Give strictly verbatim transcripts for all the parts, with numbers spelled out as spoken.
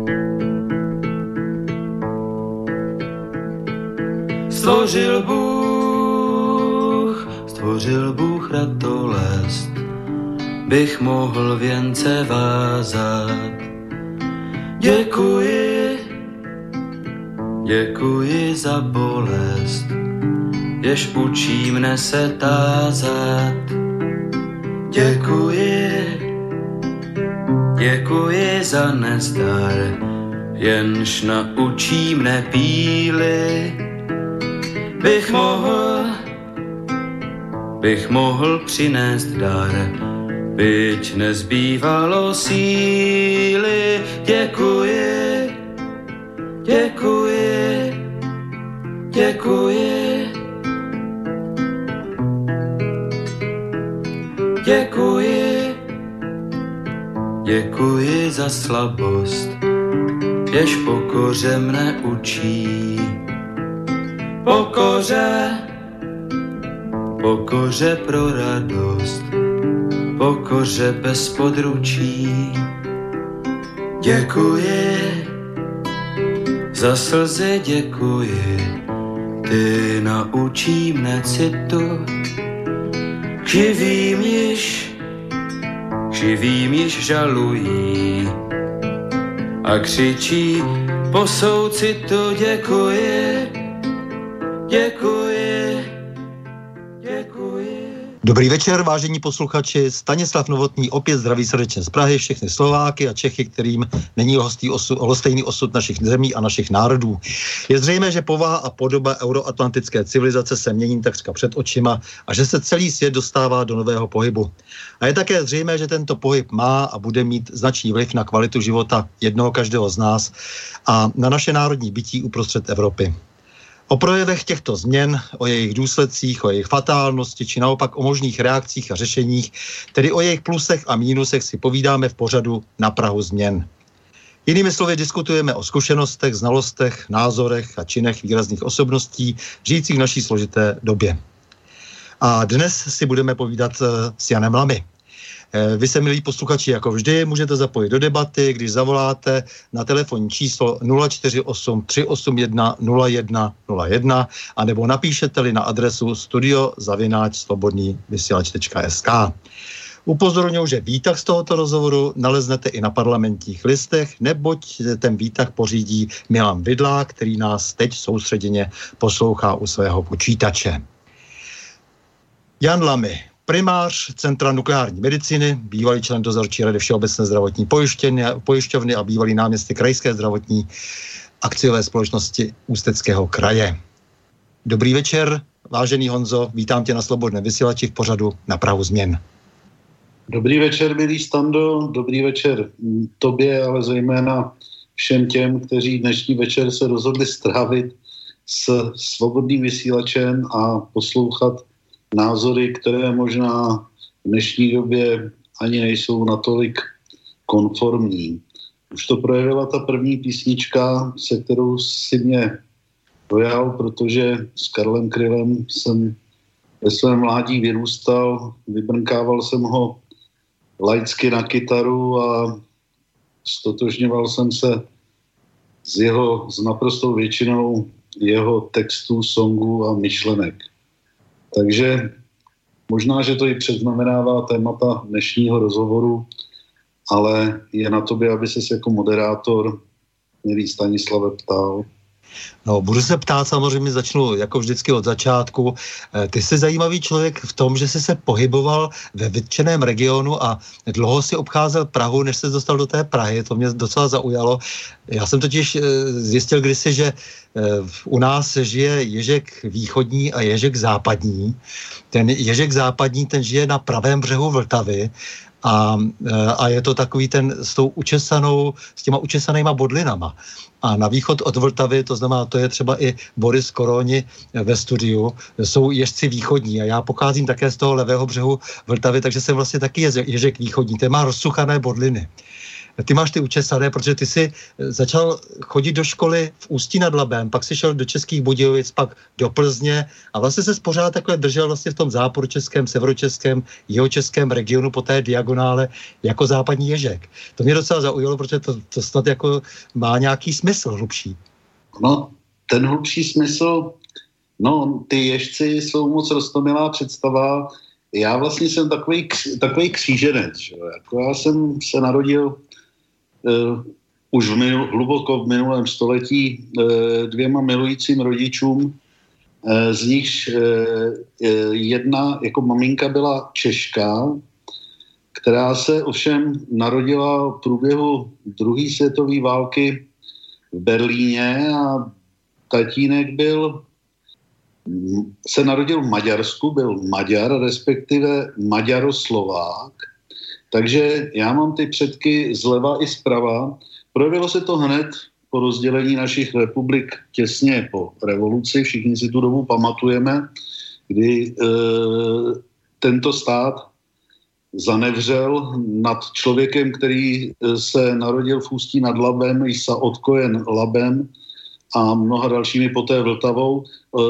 Stvořil Bůh, stvořil Bůh ratolest, bych mohl věnce vázat. Děkuji, děkuji za bolest, jež učí mne se tázat. Děkuji, děkuji za nezdar, jenž naučí mne píly. Bych mohl, bych mohl přinést dar, byť nezbývalo síly. Děkuji, děkuji, děkuji, děkuji, děkuji za slabost, jež pokoře mne učí. Pokoře, pokoře pro radost, pokoře bez područí. Děkuji, za slzy děkuji, ty naučí mne citu. Živým již, živým již žalují a křičí po soucitu. Děkuji, děkuji, děkuji. Dobrý večer, vážení posluchači. Stanislav Novotný opět zdraví srdečně z Prahy všechny Slováky a Čechy, kterým není lhostejný osud našich zemí a našich národů. Je zřejmé, že povaha a podoba euroatlantické civilizace se mění takřka před očima a že se celý svět dostává do nového pohybu. A je také zřejmé, že tento pohyb má a bude mít značný vliv na kvalitu života jednoho každého z nás a na naše národní bytí uprostřed Evropy. O projevech těchto změn, o jejich důsledcích, o jejich fatálnosti, či naopak o možných reakcích a řešeních, tedy o jejich plusech a mínusech si povídáme v pořadu Na prahu změn. Jinými slovy diskutujeme o zkušenostech, znalostech, názorech a činech výrazných osobností žijících v naší složité době. A dnes si budeme povídat s Janem Lamy. Vy se, milí posluchači, jako vždy můžete zapojit do debaty, když zavoláte na telefonní číslo nula čtyři osm tři osm jedna nula jedna nula jedna a nebo napíšete-li na adresu studio zavináč slobodný vysílač tečka es ká. Upozorňuji, že výtah z tohoto rozhovoru naleznete i na Parlamentních listech, neboť ten výtah pořídí Milan Vidlák, který nás teď soustředěně poslouchá u svého počítače. Jan Lamy, primář Centra nukleární medicíny, bývalý člen dozorčí rady Všeobecné zdravotní pojišťovny a bývalý náměstek krajské zdravotní akciové společnosti Ústeckého kraje. Dobrý večer, vážený Honzo, vítám tě na Slobodném vysílači v pořadu Na prahu změn. Dobrý večer, milý Stando, dobrý večer tobě, ale zejména všem těm, kteří dnešní večer se rozhodli strávit s Svobodným vysílačem a poslouchat názory, které možná v dnešní době ani nejsou natolik konformní. Už to projevila ta první písnička, se kterou si mě dojal, protože s Karlem Krylem jsem ve svém mládí vyrůstal, vybrnkával jsem ho laicky na kytaru a stotožňoval jsem se s jeho, s naprostou většinou jeho textů, songů a myšlenek. Takže možná, že to i předznamenává témata dnešního rozhovoru, ale je na tobě, aby ses jako moderátor, milý Stanislave, ptal. No, budu se ptát, samozřejmě začnu jako vždycky od začátku. Ty jsi zajímavý člověk v tom, že jsi se pohyboval ve vytčeném regionu a dlouho si obcházel Prahu, než se dostal do té Prahy. To mě docela zaujalo. Já jsem totiž zjistil kdysi, že u nás žije ježek východní a ježek západní. Ten ježek západní, ten žije na pravém břehu Vltavy. A, a je to takový ten s tou učesanou, s těma učesanýma bodlinama. A na východ od Vltavy, to znamená, to je třeba i Boris Koroni ve studiu, jsou ježci východní a já pocházím také z toho levého břehu Vltavy, takže jsem vlastně taky ježek východní, ten má rozsuchané bodliny. ty máš ty učesané, protože ty jsi začal chodit do školy v Ústí nad Labem, pak jsi šel do Českých Budějovic, pak do Plzně a vlastně se pořád takhle držel vlastně v tom západočeském, severočeském, jihočeském regionu po té diagonále jako západní ježek. To mě docela zaujalo, protože to, to snad jako má nějaký smysl hlubší. No, ten hlubší smysl, no, ty ježci jsou moc roztomilá představa. Já vlastně jsem takový, takový kříženec. Že? Jako já jsem se narodil uh, už v minul, hluboko v minulém století uh, dvěma milujícím rodičům. Uh, z nich uh, jedna, jako maminka byla Češka, která se ovšem narodila v průběhu druhé světové války v Berlíně a tatínek byl se narodil v Maďarsku, byl Maďar, respektive Maďaroslovák. Takže já mám ty předky zleva i zprava. Projevilo se to hned po rozdělení našich republik těsně po revoluci. Všichni si tu dobu pamatujeme, kdy e, tento stát zanevřel nad člověkem, který se narodil v Ústí nad Labem, sa odkojen Labem a mnoha dalšími poté Vltavou, e,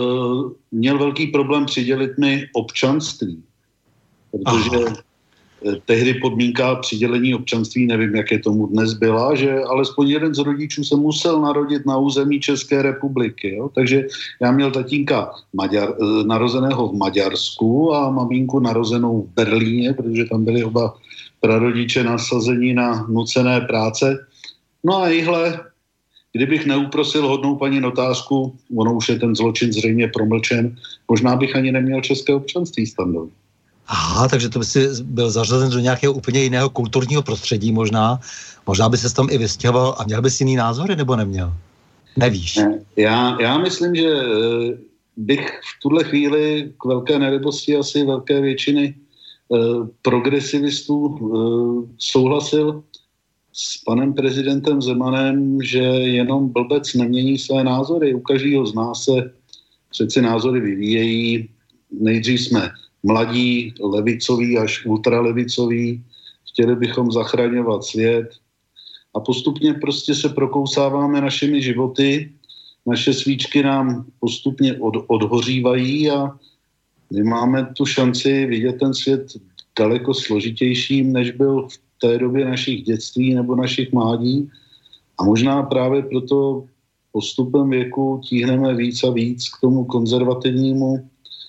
měl velký problém přidělit mi občanství. Protože Aha. tehdy podmínka přidělení občanství, nevím, jak je tomu dnes byla, že alespoň jeden z rodičů se musel narodit na území České republiky. Jo? Takže já měl tatínka Maďar, narozeného v Maďarsku a maminku narozenou v Berlíně, protože tam byli oba prarodiče nasazení na nucené práce. No a jihle, kdybych neuprosil hodnou paní notářku, ono už je ten zločin zřejmě promlčen, možná bych ani neměl české občanství, Stando. Aha, takže to by si byl zařazen do nějakého úplně jiného kulturního prostředí možná. Možná by se tam i vystěhoval a měl bys jiný názory, nebo neměl? Nevíš. Ne, já, já myslím, že bych v tuhle chvíli k velké nelibosti asi velké většiny eh, progresivistů eh, souhlasil s panem prezidentem Zemanem, že jenom blbec nemění své názory. U každého z nás se přeci názory vyvíjejí. Nejdřív jsme mladí, levicoví až ultralevicoví, chtěli bychom zachraňovat svět a postupně prostě se prokousáváme našimi životy, naše svíčky nám postupně od, odhořívají a my máme tu šanci vidět ten svět daleko složitějším, než byl v té době našich dětství nebo našich mládí a možná právě proto postupem věku tíhneme víc a víc k tomu konzervativnímu,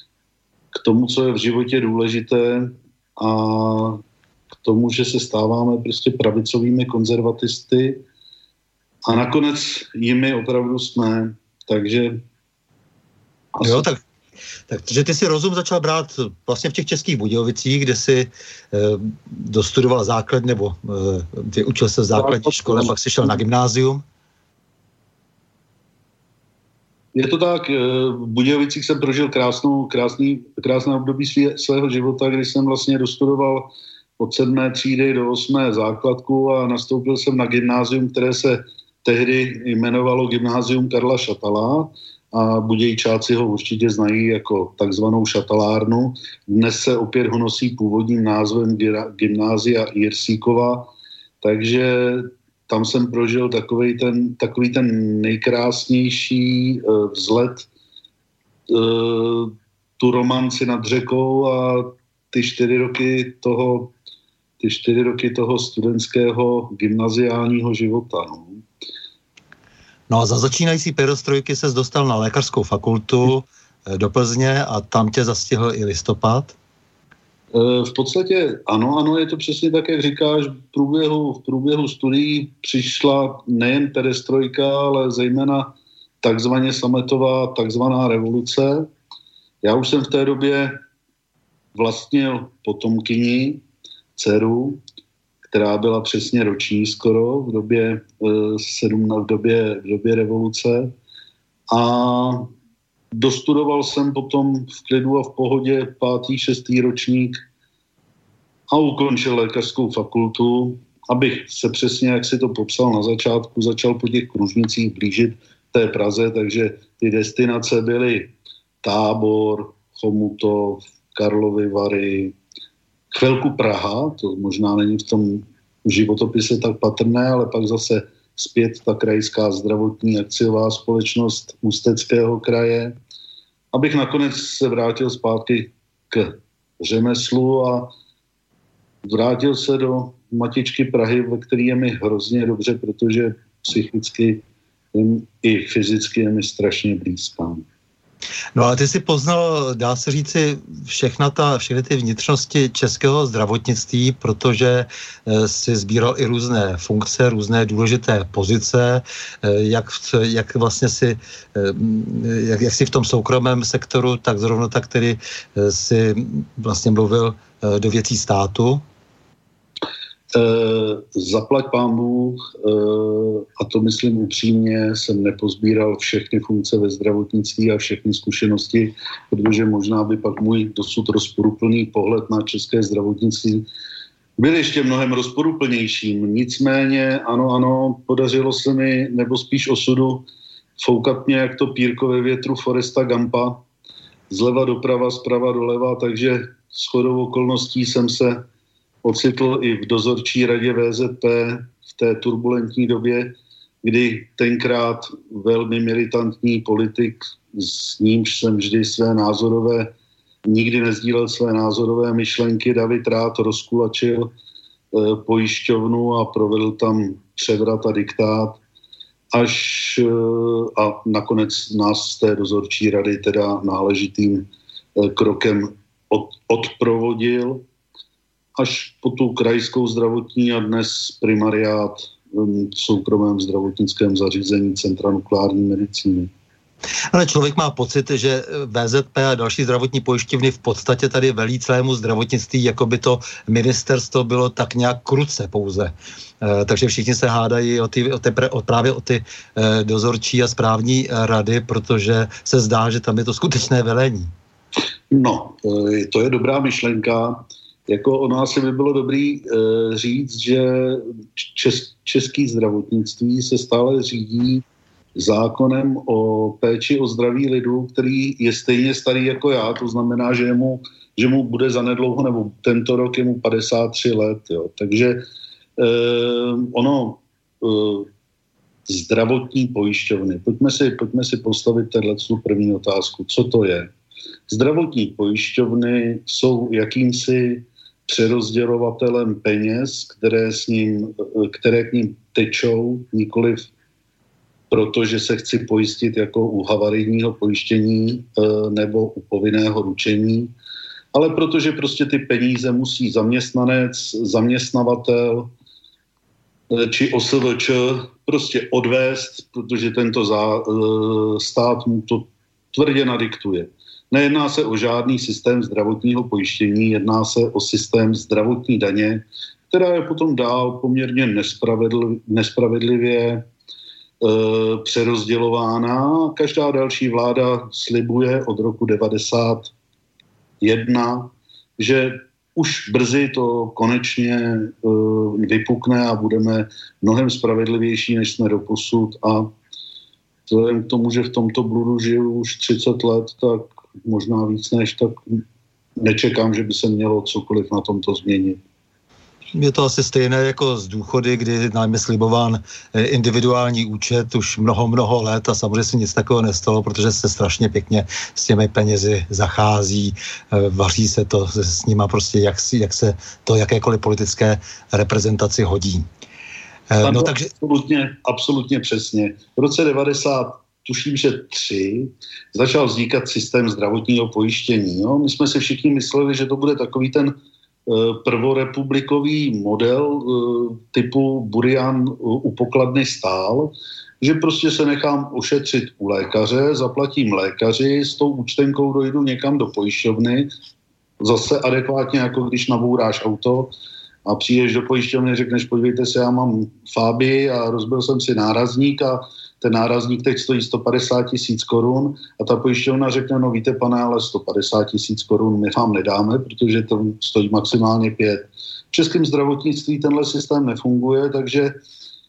k tomu, co je v životě důležité a k tomu, že se stáváme prostě pravicovými konzervatisty a nakonec jimi opravdu jsme, takže... Asi... Jo, tak, takže ty si rozum začal brát vlastně v těch Českých Budějovicích, kde si eh, dostudoval základ, nebo eh, vyučil se v základní škole, pak si šel na gymnázium. Je to tak, v Budějovicích jsem prožil krásnou, krásný, krásné období svý, svého života, kdy jsem vlastně dostudoval od sedmé třídy do osmé základku a nastoupil jsem na gymnázium, které se tehdy jmenovalo Gymnázium Karla Šatala a Budějčáci ho určitě znají jako takzvanou šatalárnu. Dnes se opět honosí původním názvem Gymnázia Jirsíkova, takže tam jsem prožil takový ten, takový ten nejkrásnější uh, vzlet, uh, tu romanci nad řekou a ty čtyři roky toho, ty čtyři roky toho studentského gymnaziálního života. No. No a za začínající perestrojky ses dostal na lékařskou fakultu do Plzně a tam tě zastihl i listopad? V podstatě ano, ano, je to přesně tak, jak říkáš, v průběhu, v průběhu studií přišla nejen perestrojka, ale zejména takzvaně sametová, takzvaná revoluce. Já už jsem v té době vlastnil potomkyni, dceru, která byla přesně roční skoro v době, v době, v době revoluce a dostudoval jsem potom v klidu a v pohodě pátý, šestý ročník a ukončil lékařskou fakultu, abych se přesně, jak si to popsal na začátku, začal po těch kružnicích blížit té Praze, takže ty destinace byly Tábor, Chomutov, Karlovy Vary, chvilku Praha, to možná není v tom životopise tak patrné, ale pak zase zpět ta krajská zdravotní akciová společnost Ústeckého kraje, abych nakonec se vrátil zpátky k řemeslu a vrátil se do matičky Prahy, ve který je mi hrozně dobře, protože psychicky i fyzicky je mi strašně blízká. No ale ty jsi poznal, dá se říci, všechna ta, všechny ty vnitřnosti českého zdravotnictví, protože si sbíral i různé funkce, různé důležité pozice, jak, jak vlastně si, jak, jak si v tom soukromém sektoru, tak zrovna tak, který si vlastně mluvil do věcí státu. Eh, zaplať pán Bůh, eh, a to myslím upřímně, jsem nepozbíral všechny funkce ve zdravotnictví a všechny zkušenosti, protože možná by pak můj dosud rozporuplný pohled na české zdravotnictví byl ještě mnohem rozporuplnějším. Nicméně, ano, ano, podařilo se mi, nebo spíš osudu, foukat mě jak to pírko ve větru Foresta Gampa, zleva doprava, zprava doleva, takže shodou okolností jsem se ocitl i v dozorčí radě V Z P v té turbulentní době, kdy tenkrát velmi militantní politik, s nímž jsem vždy své názorové, nikdy nezdílel své názorové myšlenky, David Ráth rozkulačil e, pojišťovnu a provedl tam převrat a diktát, až e, a nakonec nás z té dozorčí rady teda náležitým e, krokem od, odprovodil až po tu krajskou zdravotní a dnes primariát v soukromém zdravotnickém zařízení Centra nukleární medicíny. Ale člověk má pocit, že V Z P a další zdravotní pojišťovny v podstatě tady velí celému zdravotnictví, jako by to ministerstvo bylo tak nějak kruce pouze. E, takže všichni se hádají o ty, o ty, o, právě o ty e, dozorčí a správní rady, protože se zdá, že tam je to skutečné velení. No, e, to je dobrá myšlenka. Jako o nás by bylo dobrý e, říct, že čes, český zdravotnictví se stále řídí zákonem o péči o zdraví lidu, který je stejně starý jako já, to znamená, že mu, že mu bude zanedlouho, nebo tento rok je mu padesát tři let. Jo. Takže e, ono, e, zdravotní pojišťovny, pojďme si, pojďme si postavit tenhletu první otázku, co to je. Zdravotní pojišťovny jsou jakýmsi přerozdělovatelem peněz, které, s ním, které k ním tečou, nikoliv protože se chci pojistit jako u havarijního pojištění nebo u povinného ručení, ale protože prostě ty peníze musí zaměstnanec, zaměstnavatel či O S V Č prostě odvést, protože tento zá, stát mu to tvrdě nadiktuje. Nejedná se o žádný systém zdravotního pojištění, jedná se o systém zdravotní daně, která je potom dál poměrně nespravedl, nespravedlivě e, přerozdělována. Každá další vláda slibuje od roku devadesát jedna, že už brzy to konečně e, vypukne a budeme mnohem spravedlivější, než jsme doposud. A vzhledem k tomu, že v tomto bludu žiju už třicet let, tak možná víc než, tak nečekám, že by se mělo cokoliv na tomto změnit. Je to asi stejné jako z důchody, kdy nám je slibován individuální účet už mnoho, mnoho let a samozřejmě se nic takového nestalo, protože se strašně pěkně s těmi penězi zachází, vaří se to s nima prostě, jak, si, jak se to jakékoliv politické reprezentaci hodí. No, no, takže... absolutně, absolutně přesně. V roce devadesát tuším, že tři, začal vznikat systém zdravotního pojištění. Jo? My jsme si všichni mysleli, že to bude takový ten e, prvorepublikový model e, typu Burian u pokladny stál, že prostě se nechám ošetřit u lékaře, zaplatím lékaři, s tou účtenkou dojdu někam do pojišťovny, zase adekvátně, jako když nabouráš auto a přijdeš do pojišťovny, řekneš, podívejte se, já mám Fabii a rozbil jsem si nárazník a ten nárazník teď stojí sto padesát tisíc korun a ta pojišťovna řekne, no víte pane, ale sto padesát tisíc korun my vám nedáme, protože to stojí maximálně pět. V českém zdravotnictví tenhle systém nefunguje, takže e,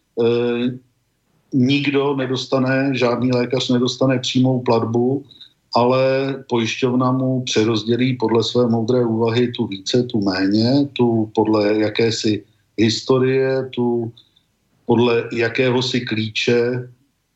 nikdo nedostane, žádný lékař nedostane přímou platbu, ale pojišťovna mu přerozdělí podle své moudré úvahy tu více, tu méně, tu podle jakési historie, tu podle jakéhosi klíče,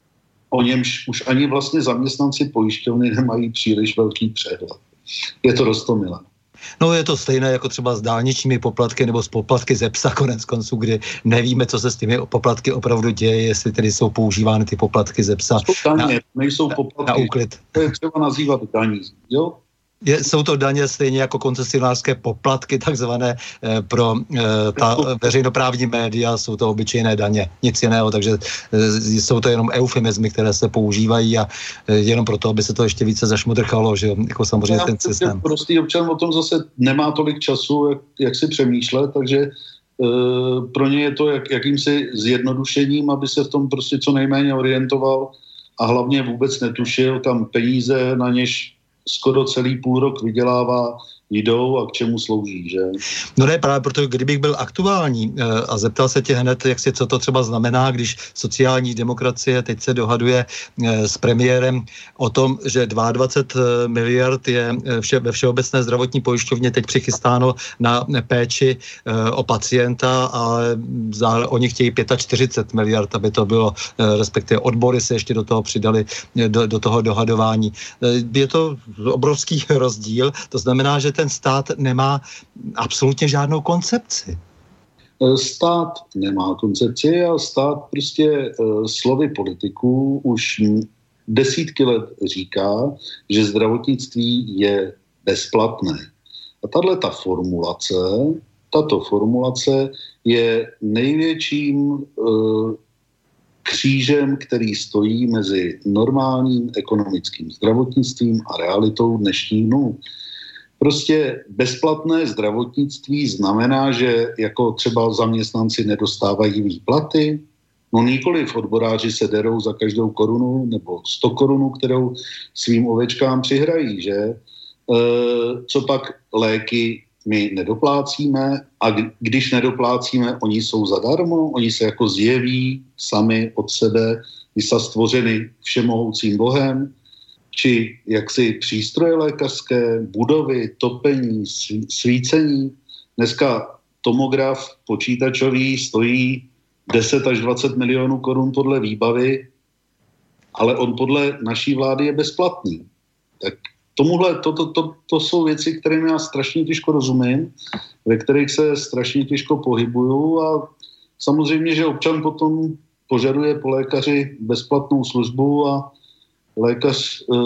o němž už ani vlastně zaměstnanci pojišťovny nemají příliš velký přehled. Je to roztomilé. No je to stejné jako třeba s dálničními poplatky nebo s poplatky ze psa konec konců, kdy nevíme, co se s těmi poplatky opravdu děje, jestli tedy jsou používány ty poplatky ze psa. Jsou daně, na, nejsou poplatky. Na úklid. To je třeba nazývat daní, jo? Je, jsou to daně stejně jako koncesionářské poplatky, takzvané eh, pro eh, ta veřejnoprávní média, jsou to obyčejné daně, nic jiného, takže eh, jsou to jenom eufemizmy, které se používají a eh, jenom proto, aby se to ještě více zašmodrchalo, že jako samozřejmě Já ten systém. Prostý občan o tom zase nemá tolik času, jak, jak si přemýšlet, takže eh, pro ně je to jak, jakýmsi zjednodušením, aby se v tom prostě co nejméně orientoval a hlavně vůbec netušil, kam peníze, na něž skoro celý půl rok vydělává, jdou a k čemu slouží, že? No ne, právě protože kdybych byl aktuální a zeptal se tě hned, jak si, co to třeba znamená, když sociální demokracie teď se dohaduje s premiérem o tom, že dvacet dva miliard je vše, ve Všeobecné zdravotní pojišťovně teď přichystáno na péči o pacienta, ale oni chtějí čtyřicet pět miliard, aby to bylo, respektive odbory se ještě do toho přidali, do, do toho dohadování. Je to obrovský rozdíl, to znamená, že ten stát nemá absolutně žádnou koncepci. Stát nemá koncepci a stát prostě uh, slovy politiků už desítky let říká, že zdravotnictví je bezplatné. A tahle ta formulace, tato formulace je největším uh, křížem, který stojí mezi normálním ekonomickým zdravotnictvím a realitou dnešních dnů. Prostě bezplatné zdravotnictví znamená, že jako třeba zaměstnanci nedostávají výplaty. No nikoliv, odboráři se derou za každou korunu nebo sto korunu, kterou svým ovečkám přihrají, že? E, co pak léky my nedoplácíme a když nedoplácíme, oni jsou zadarmo, oni se jako zjeví sami od sebe, jsou stvořeny všemohoucím Bohem, či jaksi přístroje lékařské, budovy, topení, svícení. Dneska tomograf počítačový stojí deset až dvacet milionů korun podle výbavy, ale on podle naší vlády je bezplatný. Tak tomuhle, to, to, to, to jsou věci, kterým já strašně těžko rozumím, ve kterých se strašně těžko pohybuju a samozřejmě, že občan potom požaduje po lékaři bezplatnou službu a lékař e,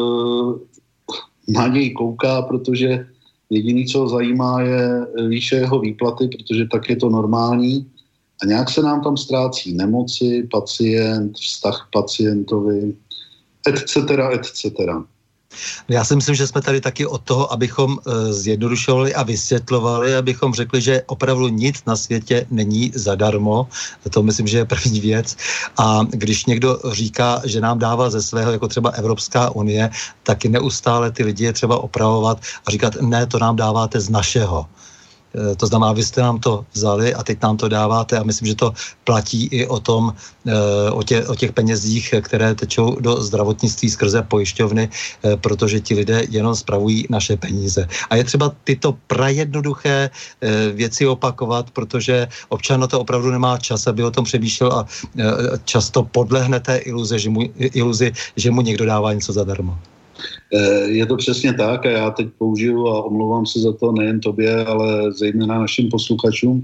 na něj kouká, protože jediný, co ho zajímá, je výše jeho výplaty, protože tak je to normální. A nějak se nám tam ztrácí nemoci, pacient, vztah k pacientovi, et cetera, et cetera. Já si myslím, že jsme tady taky od toho, abychom zjednodušovali a vysvětlovali, abychom řekli, že opravdu nic na světě není zadarmo. To myslím, že je první věc. A když někdo říká, že nám dává ze svého, jako třeba Evropská unie, tak neustále ty lidi je třeba opravovat a říkat, ne, to nám dáváte z našeho. To znamená, vy jste nám to vzali a teď nám to dáváte a myslím, že to platí i o tom, o, tě, o těch penězích, které tečou do zdravotnictví skrze pojišťovny, protože ti lidé jenom spravují naše peníze. A je třeba tyto prajednoduché věci opakovat, protože občan na to opravdu nemá čas, aby o tom přemýšlel a často podlehne té iluzi, že mu, iluzi, že mu někdo dává něco zadarmo. Je to přesně tak a já teď použiju a omlouvám se za to nejen tobě, ale zejména našim posluchačům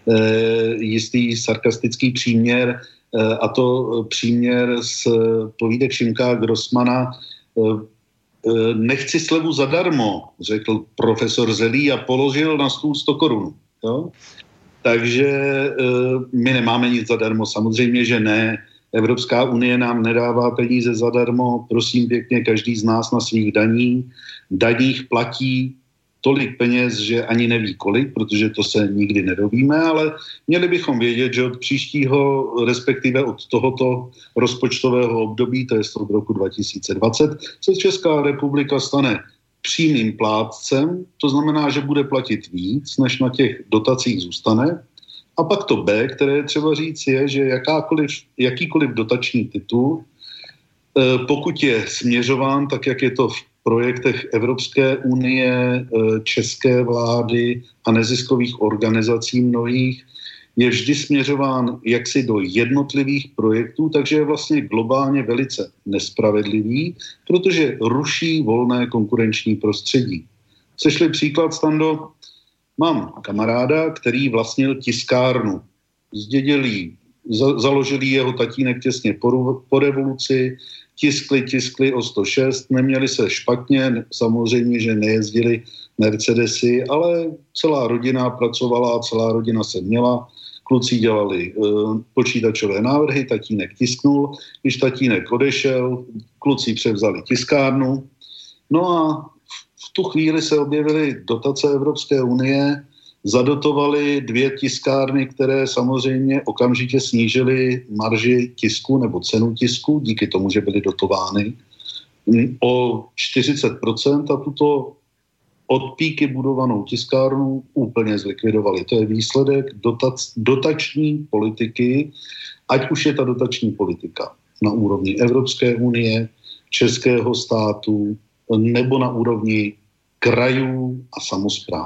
jistý sarkastický příměr a to příměr z povídek Šimka Grossmana. Nechci slevu zadarmo, řekl profesor Zelí a položil na stůl sto korun. Jo? Takže my nemáme nic zadarmo, samozřejmě, že ne. Evropská unie nám nedává peníze zadarmo, prosím pěkně, každý z nás na svých daní, daních platí tolik peněz, že ani neví kolik, protože to se nikdy nedovíme, ale měli bychom vědět, že od příštího, respektive od tohoto rozpočtového období, to je od roku dva tisíce dvacet, se Česká republika stane přímým plátcem, to znamená, že bude platit víc, než na těch dotacích zůstane. A pak to B, které je třeba říct, je, že jakákoliv, jakýkoliv dotační titul, pokud je směřován, tak jak je to v projektech Evropské unie, české vlády a neziskových organizací mnohých, je vždy směřován jaksi do jednotlivých projektů, takže je vlastně globálně velice nespravedlivý, protože ruší volné konkurenční prostředí. Chceš-li příklad, Stando? Mám kamaráda, který vlastnil tiskárnu. Zdědil jí, za, založil jeho tatínek těsně po, po revoluci, tiskli, tiskli o sto šest, neměli se špatně, samozřejmě, že nejezdili Mercedesy, ale celá rodina pracovala, celá rodina se měla, kluci dělali e, počítačové návrhy, tatínek tisknul, když tatínek odešel, kluci převzali tiskárnu, no a v tu chvíli se objevily dotace Evropské unie, zadotovali dvě tiskárny, které samozřejmě okamžitě snížily marži tisku nebo cenu tisku, díky tomu, že byly dotovány, o čtyřicet procent a tuto od píky budovanou tiskárnu úplně zlikvidovali. To je výsledek dotac, dotační politiky, ať už je ta dotační politika na úrovni Evropské unie, českého státu, nebo na úrovni krajů a samospráv.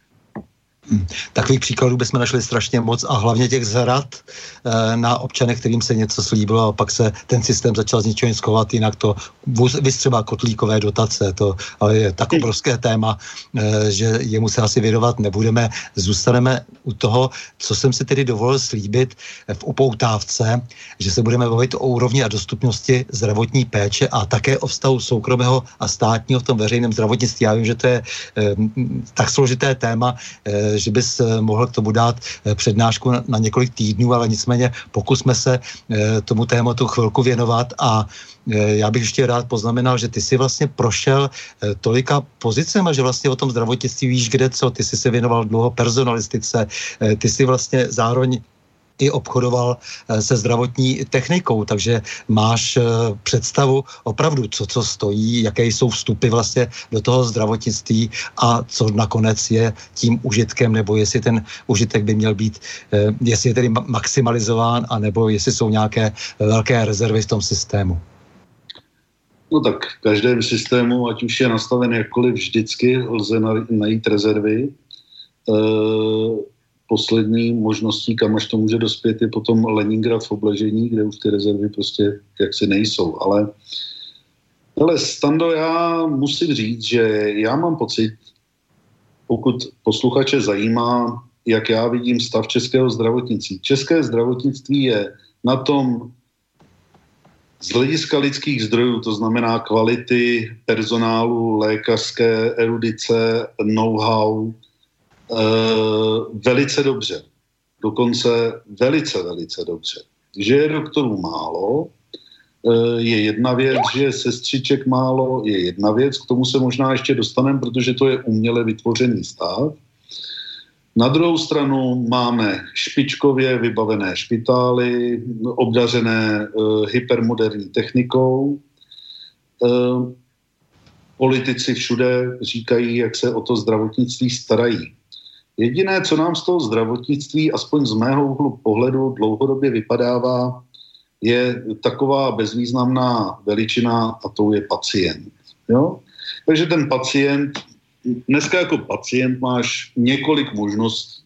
Takových příkladů bychom našli strašně moc a hlavně těch zrad e, na občanech, kterým se něco slíbilo a pak se ten systém začal z ničeho nic schovat, jinak to vystřeba kotlíkové dotace, to ale je tak obrovské téma, e, že jemu se asi věnovat nebudeme. Zůstaneme u toho, co jsem si tedy dovolil slíbit v upoutávce, že se budeme bavit o úrovni a dostupnosti zdravotní péče a také o vztahu soukromého a státního v tom veřejném zdravotnictví. Já vím, že to je e, tak složité téma, e, že bys mohl k tomu dát přednášku na, na několik týdnů, ale nicméně pokusme se e, tomu tématu chvilku věnovat a e, já bych ještě rád poznamenal, že ty jsi vlastně prošel e, tolika pozicema, že vlastně o tom zdravotnictví víš kde co, ty jsi se věnoval dlouho personalistice, e, ty jsi vlastně zároveň i obchodoval se zdravotní technikou, takže máš představu opravdu, co, co stojí, jaké jsou vstupy vlastně do toho zdravotnictví a co nakonec je tím užitkem, nebo jestli ten užitek by měl být, jestli je tedy maximalizován, anebo jestli jsou nějaké velké rezervy v tom systému. No tak v každém systému, ať už je nastaven jakkoliv, vždycky lze najít rezervy. E- Poslední možností, kam až to může dospět, je potom Leningrad v obležení, kde už ty rezervy prostě jaksi nejsou. Ale, ale Stando, já musím říct, že já mám pocit, pokud posluchače zajímá, jak já vidím stav českého zdravotnictví. České zdravotnictví je na tom z hlediska lidských zdrojů, to znamená kvality personálu, lékařské erudice, know-how, Uh, velice dobře. Dokonce velice, velice dobře. Že je doktorů málo, uh, je jedna věc, že je sestřiček málo, je jedna věc, k tomu se možná ještě dostaneme, protože to je uměle vytvořený stav. Na druhou stranu máme špičkově vybavené špitály, obdařené uh, hypermoderní technikou. Uh, politici všude říkají, jak se o to zdravotnictví starají. Jediné, co nám z toho zdravotnictví, aspoň z mého úhlu pohledu, dlouhodobě vypadává, je taková bezvýznamná veličina a to je pacient. Jo? Takže ten pacient, dneska jako pacient máš několik možností.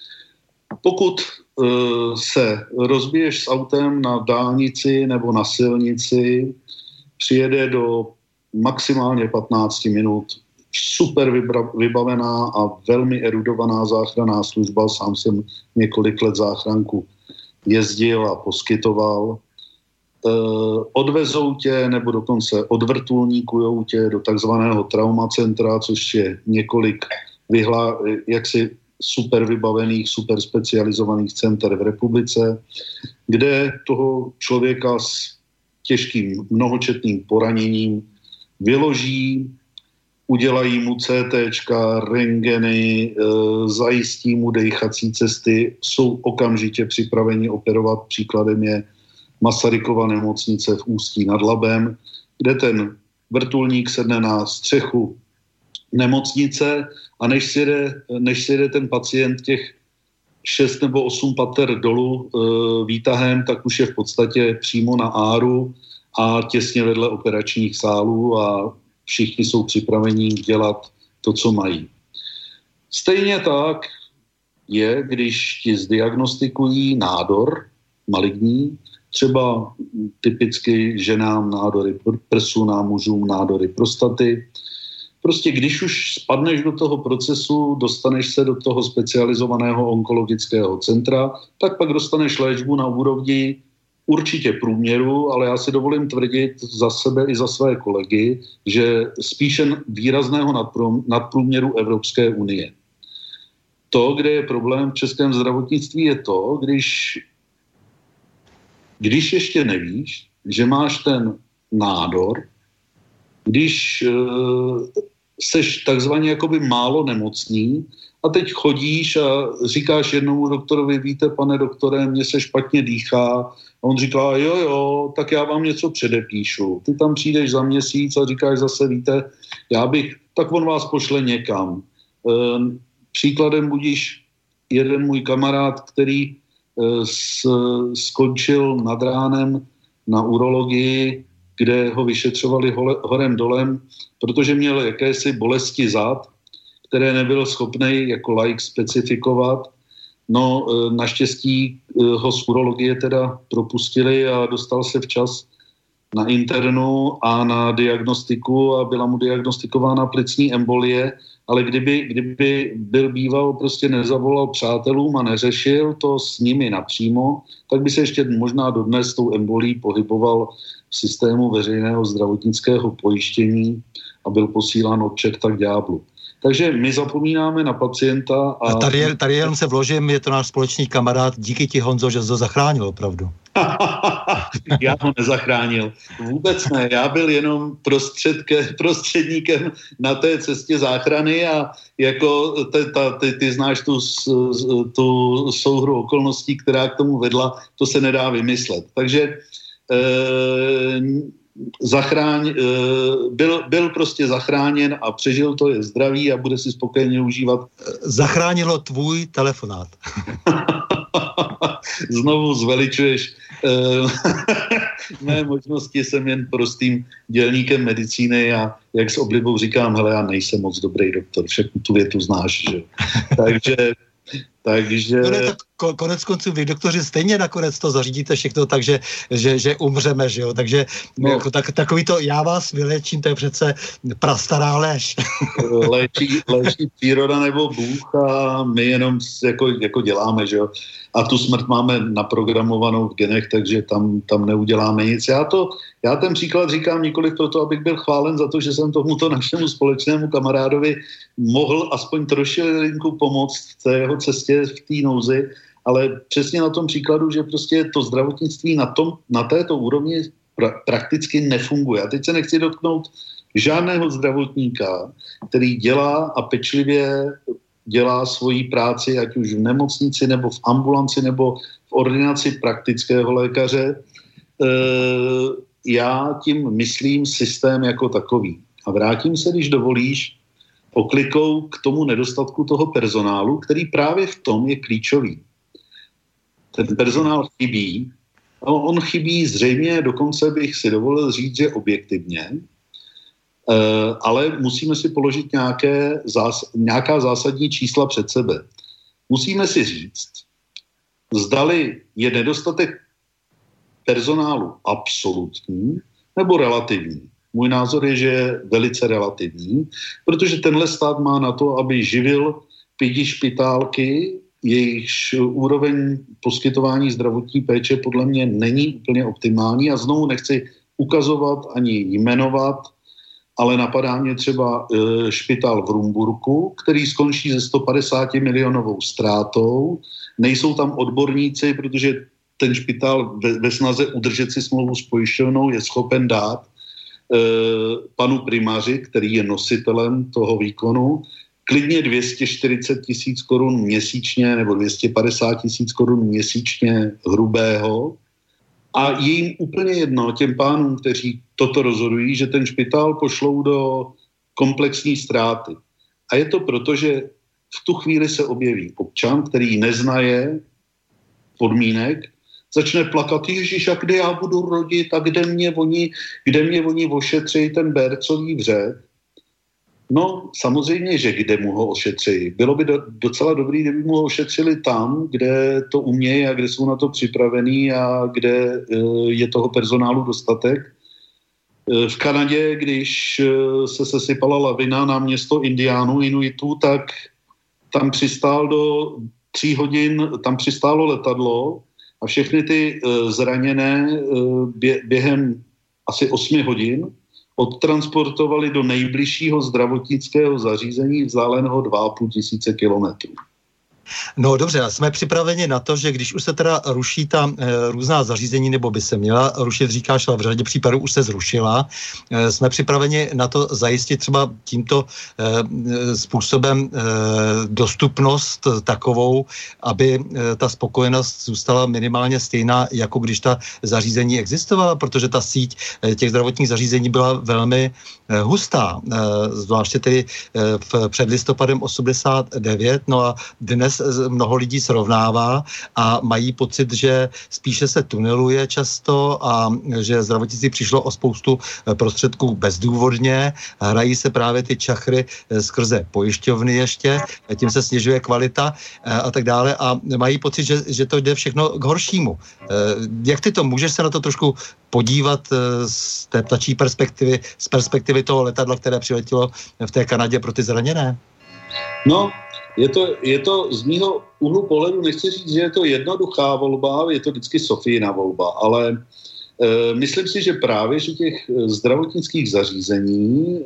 Pokud uh, se rozbiješ s autem na dálnici nebo na silnici, přijede do maximálně patnáct minut super vybavená a velmi erudovaná záchranná služba. Sám jsem několik let záchranku jezdil a poskytoval. E, odvezou tě nebo dokonce odvrtulníkujou tě do takzvaného traumacentra, což je několik vyhlá, jaksi super vybavených, super specializovaných center v republice, kde toho člověka s těžkým mnohočetným poraněním vyloží, udělají mu cé téčka, rentgeny, e, zajistí mu dejchací cesty, jsou okamžitě připraveni operovat. Příkladem je Masarykova nemocnice v Ústí nad Labem, kde ten vrtulník sedne na střechu nemocnice a než si jde, než si jde ten pacient těch šest nebo osm pater dolů e, výtahem, tak už je v podstatě přímo na áru a těsně vedle operačních sálů a všichni jsou připraveni dělat to, co mají. Stejně tak je, když ti zdiagnostikují nádor maligní, třeba typicky ženám nádory prsu, nám mužům nádory prostaty. Prostě když už spadneš do toho procesu, dostaneš se do toho specializovaného onkologického centra, tak pak dostaneš léčbu na úrovni určitě průměru, ale já si dovolím tvrdit za sebe i za své kolegy, že spíše výrazného nadprůměru Evropské unie. To, kde je problém v českém zdravotnictví, je to, když, když ještě nevíš, že máš ten nádor, když e, seš takzvaně jakoby málo nemocný a teď chodíš a říkáš jednomu doktorovi, víte, pane doktore, mně se špatně dýchá. A on říká, jo, jo, tak já vám něco předepíšu. Ty tam přijdeš za měsíc a říkáš zase, víte, já bych, tak on vás pošle někam. E, příkladem budíš jeden můj kamarád, který e, s, skončil nad ránem na urologii, kde ho vyšetřovali hole, horem dolem, protože měl jakési bolesti zad, které nebyl schopný jako laik specifikovat. No naštěstí ho z urologie teda propustili a dostal se včas na internu a na diagnostiku a byla mu diagnostikována plicní embolie, ale kdyby, kdyby byl býval, prostě nezavolal přátelům a neřešil to s nimi napřímo, tak by se ještě možná dodnes tou embolí pohyboval v systému veřejného zdravotnického pojištění a byl posílán od čerta k ďáblu. Takže my zapomínáme na pacienta. A, a tady, tady jenom se vložím, je to náš společný kamarád. Díky ti, Honzo, že jsi to zachránil opravdu. Já ho nezachránil. Vůbec ne. Já byl jenom prostředníkem na té cestě záchrany a jako te, ta, ty, ty znáš tu, tu souhru okolností, která k tomu vedla, to se nedá vymyslet. Takže e, Zachráň, byl, byl prostě zachráněn a přežil to, je zdravý a bude si spokojeně užívat. Zachránilo tvůj telefonát. Znovu zveličuješ mé možnosti, jsem jen prostým dělníkem medicíny a jak s oblibou říkám, hele, já nejsem moc dobrý doktor, všechno tu větu znáš, že? Takže Takže... No ne, tak konec konců vy, doktoři, stejně nakonec to zařídíte všechno tak, že, že, že umřeme, že jo, takže no. jako, tak, takový to, já vás vylečím, to je přece prastará lež. Léčí, léčí příroda nebo Bůh a my jenom jako, jako děláme, že jo. A tu smrt máme naprogramovanou v genech, takže tam, tam neuděláme nic. Já, to, já ten příklad říkám nikoliv proto, abych byl chválen za to, že jsem tomuto našemu společnému kamarádovi mohl aspoň trošilinku pomoct v té jeho cestě v té nouzi, ale přesně na tom příkladu, že prostě to zdravotnictví na, tom, na této úrovni pra, prakticky nefunguje. A teď se nechci dotknout žádného zdravotníka, který dělá a pečlivě dělá svoji práci, ať už v nemocnici, nebo v ambulanci, nebo v ordinaci praktického lékaře. E, já tím myslím systém jako takový. A vrátím se, když dovolíš, oklikou k tomu nedostatku toho personálu, který právě v tom je klíčový. Ten personál chybí, on chybí zřejmě, dokonce bych si dovolil říct, že objektivně, ale musíme si položit nějaké, nějaká zásadní čísla před sebe. Musíme si říct, zdali je nedostatek personálu absolutní nebo relativní. Můj názor je, že je velice relativní, protože tenhle stát má na to, aby živil pěti špitálky, jejichž úroveň poskytování zdravotní péče podle mě není úplně optimální a znovu nechci ukazovat ani jmenovat, ale napadá mě třeba e, špitál v Rumburku, který skončí se sto padesát milionovou ztrátou. Nejsou tam odborníci, protože ten špitál ve, ve snaze udržet si smlouvu s pojišťovnou je schopen dát e, panu primáři, který je nositelem toho výkonu, klidně dvě stě čtyřicet tisíc korun měsíčně nebo dvě stě padesát tisíc korun měsíčně hrubého. A je jim úplně jedno, těm pánům, kteří toto rozhodují, že ten špitál pošlou do komplexní ztráty. A je to proto, že v tu chvíli se objeví občan, který neznaje podmínek, začne plakat, ježiš, a kde já budu rodit a kde mě oni, kde mě oni ošetří ten bercový vřet. No, samozřejmě, že kde mu ho ošetří. Bylo by do, docela dobrý, kdyby mu ho ošetřili tam, kde to umějí a kde jsou na to připravení a kde e, je toho personálu dostatek. E, v Kanadě, když e, se sesypala lavina na město Indiánů, Inuitů, tak tam přistál do tří hodin, tam přistálo letadlo a všechny ty e, zraněné e, bě, během asi osmi hodin odtransportovali do nejbližšího zdravotnického zařízení vzdáleného dva a půl tisíce kilometrů. No dobře, jsme připraveni na to, že když už se teda ruší ta e, různá zařízení, nebo by se měla rušit, říkáš, ale v řadě případů už se zrušila, e, jsme připraveni na to zajistit třeba tímto e, způsobem e, dostupnost takovou, aby e, ta spokojenost zůstala minimálně stejná, jako když ta zařízení existovala, protože ta síť e, těch zdravotních zařízení byla velmi e, hustá, e, zvláště tedy e, v před listopadem osmdesát devět, no a dnes mnoho lidí srovnává a mají pocit, že spíše se tuneluje často a že zdravotnictví přišlo o spoustu prostředků bezdůvodně. Hrají se právě ty čachry skrze pojišťovny ještě, tím se snižuje kvalita a tak dále a mají pocit, že, že to jde všechno k horšímu. Jak ty to můžeš se na to trošku podívat z té ptačí perspektivy, z perspektivy toho letadla, které přiletělo v té Kanadě pro ty zraněné? No, Je to, je to z mýho úhlu pohledu, nechci říct, že je to jednoduchá volba, je to vždycky Sofíina volba, ale e, myslím si, že právě že těch zdravotnických zařízení e,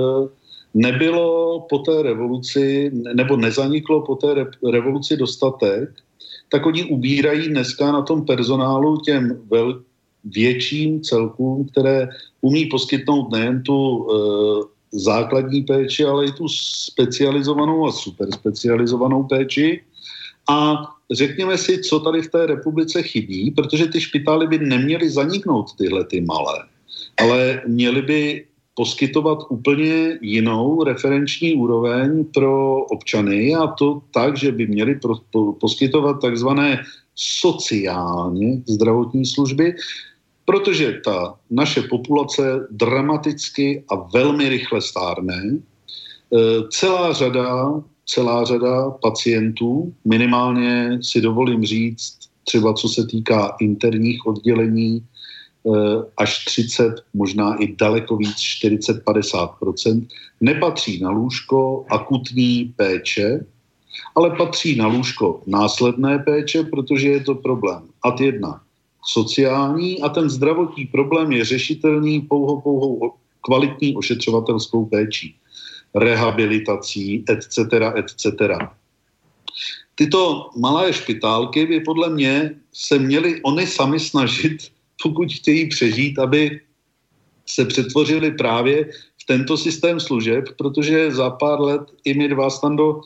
nebylo po té revoluci, nebo nezaniklo po té re, revoluci dostatek, tak oni ubírají dneska na tom personálu těm vel, větším celkům, které umí poskytnout nejen tu e, základní péči, ale i tu specializovanou a super specializovanou péči. A řekněme si, co tady v té republice chybí, protože ty špitály by neměly zaniknout tyhle ty malé, ale měly by poskytovat úplně jinou referenční úroveň pro občany a to tak, že by měly pro, po, poskytovat takzvané sociálně zdravotní služby, protože ta naše populace dramaticky a velmi rychle stárne. Celá řada, celá řada pacientů, minimálně si dovolím říct, třeba co se týká interních oddělení, až třicet, možná i daleko víc, čtyřicet až padesát procent, nepatří na lůžko akutní péče, ale patří na lůžko následné péče, protože je to problém ad jedna sociální a ten zdravotní problém je řešitelný pouhou, pouhou kvalitní ošetřovatelskou péčí, rehabilitací, et cetera, et cetera. Tyto malé špitálky by podle mě se měly oni sami snažit, pokud chtějí přežít, aby se přetvořili právě v tento systém služeb, protože za pár let i my dva, Stando,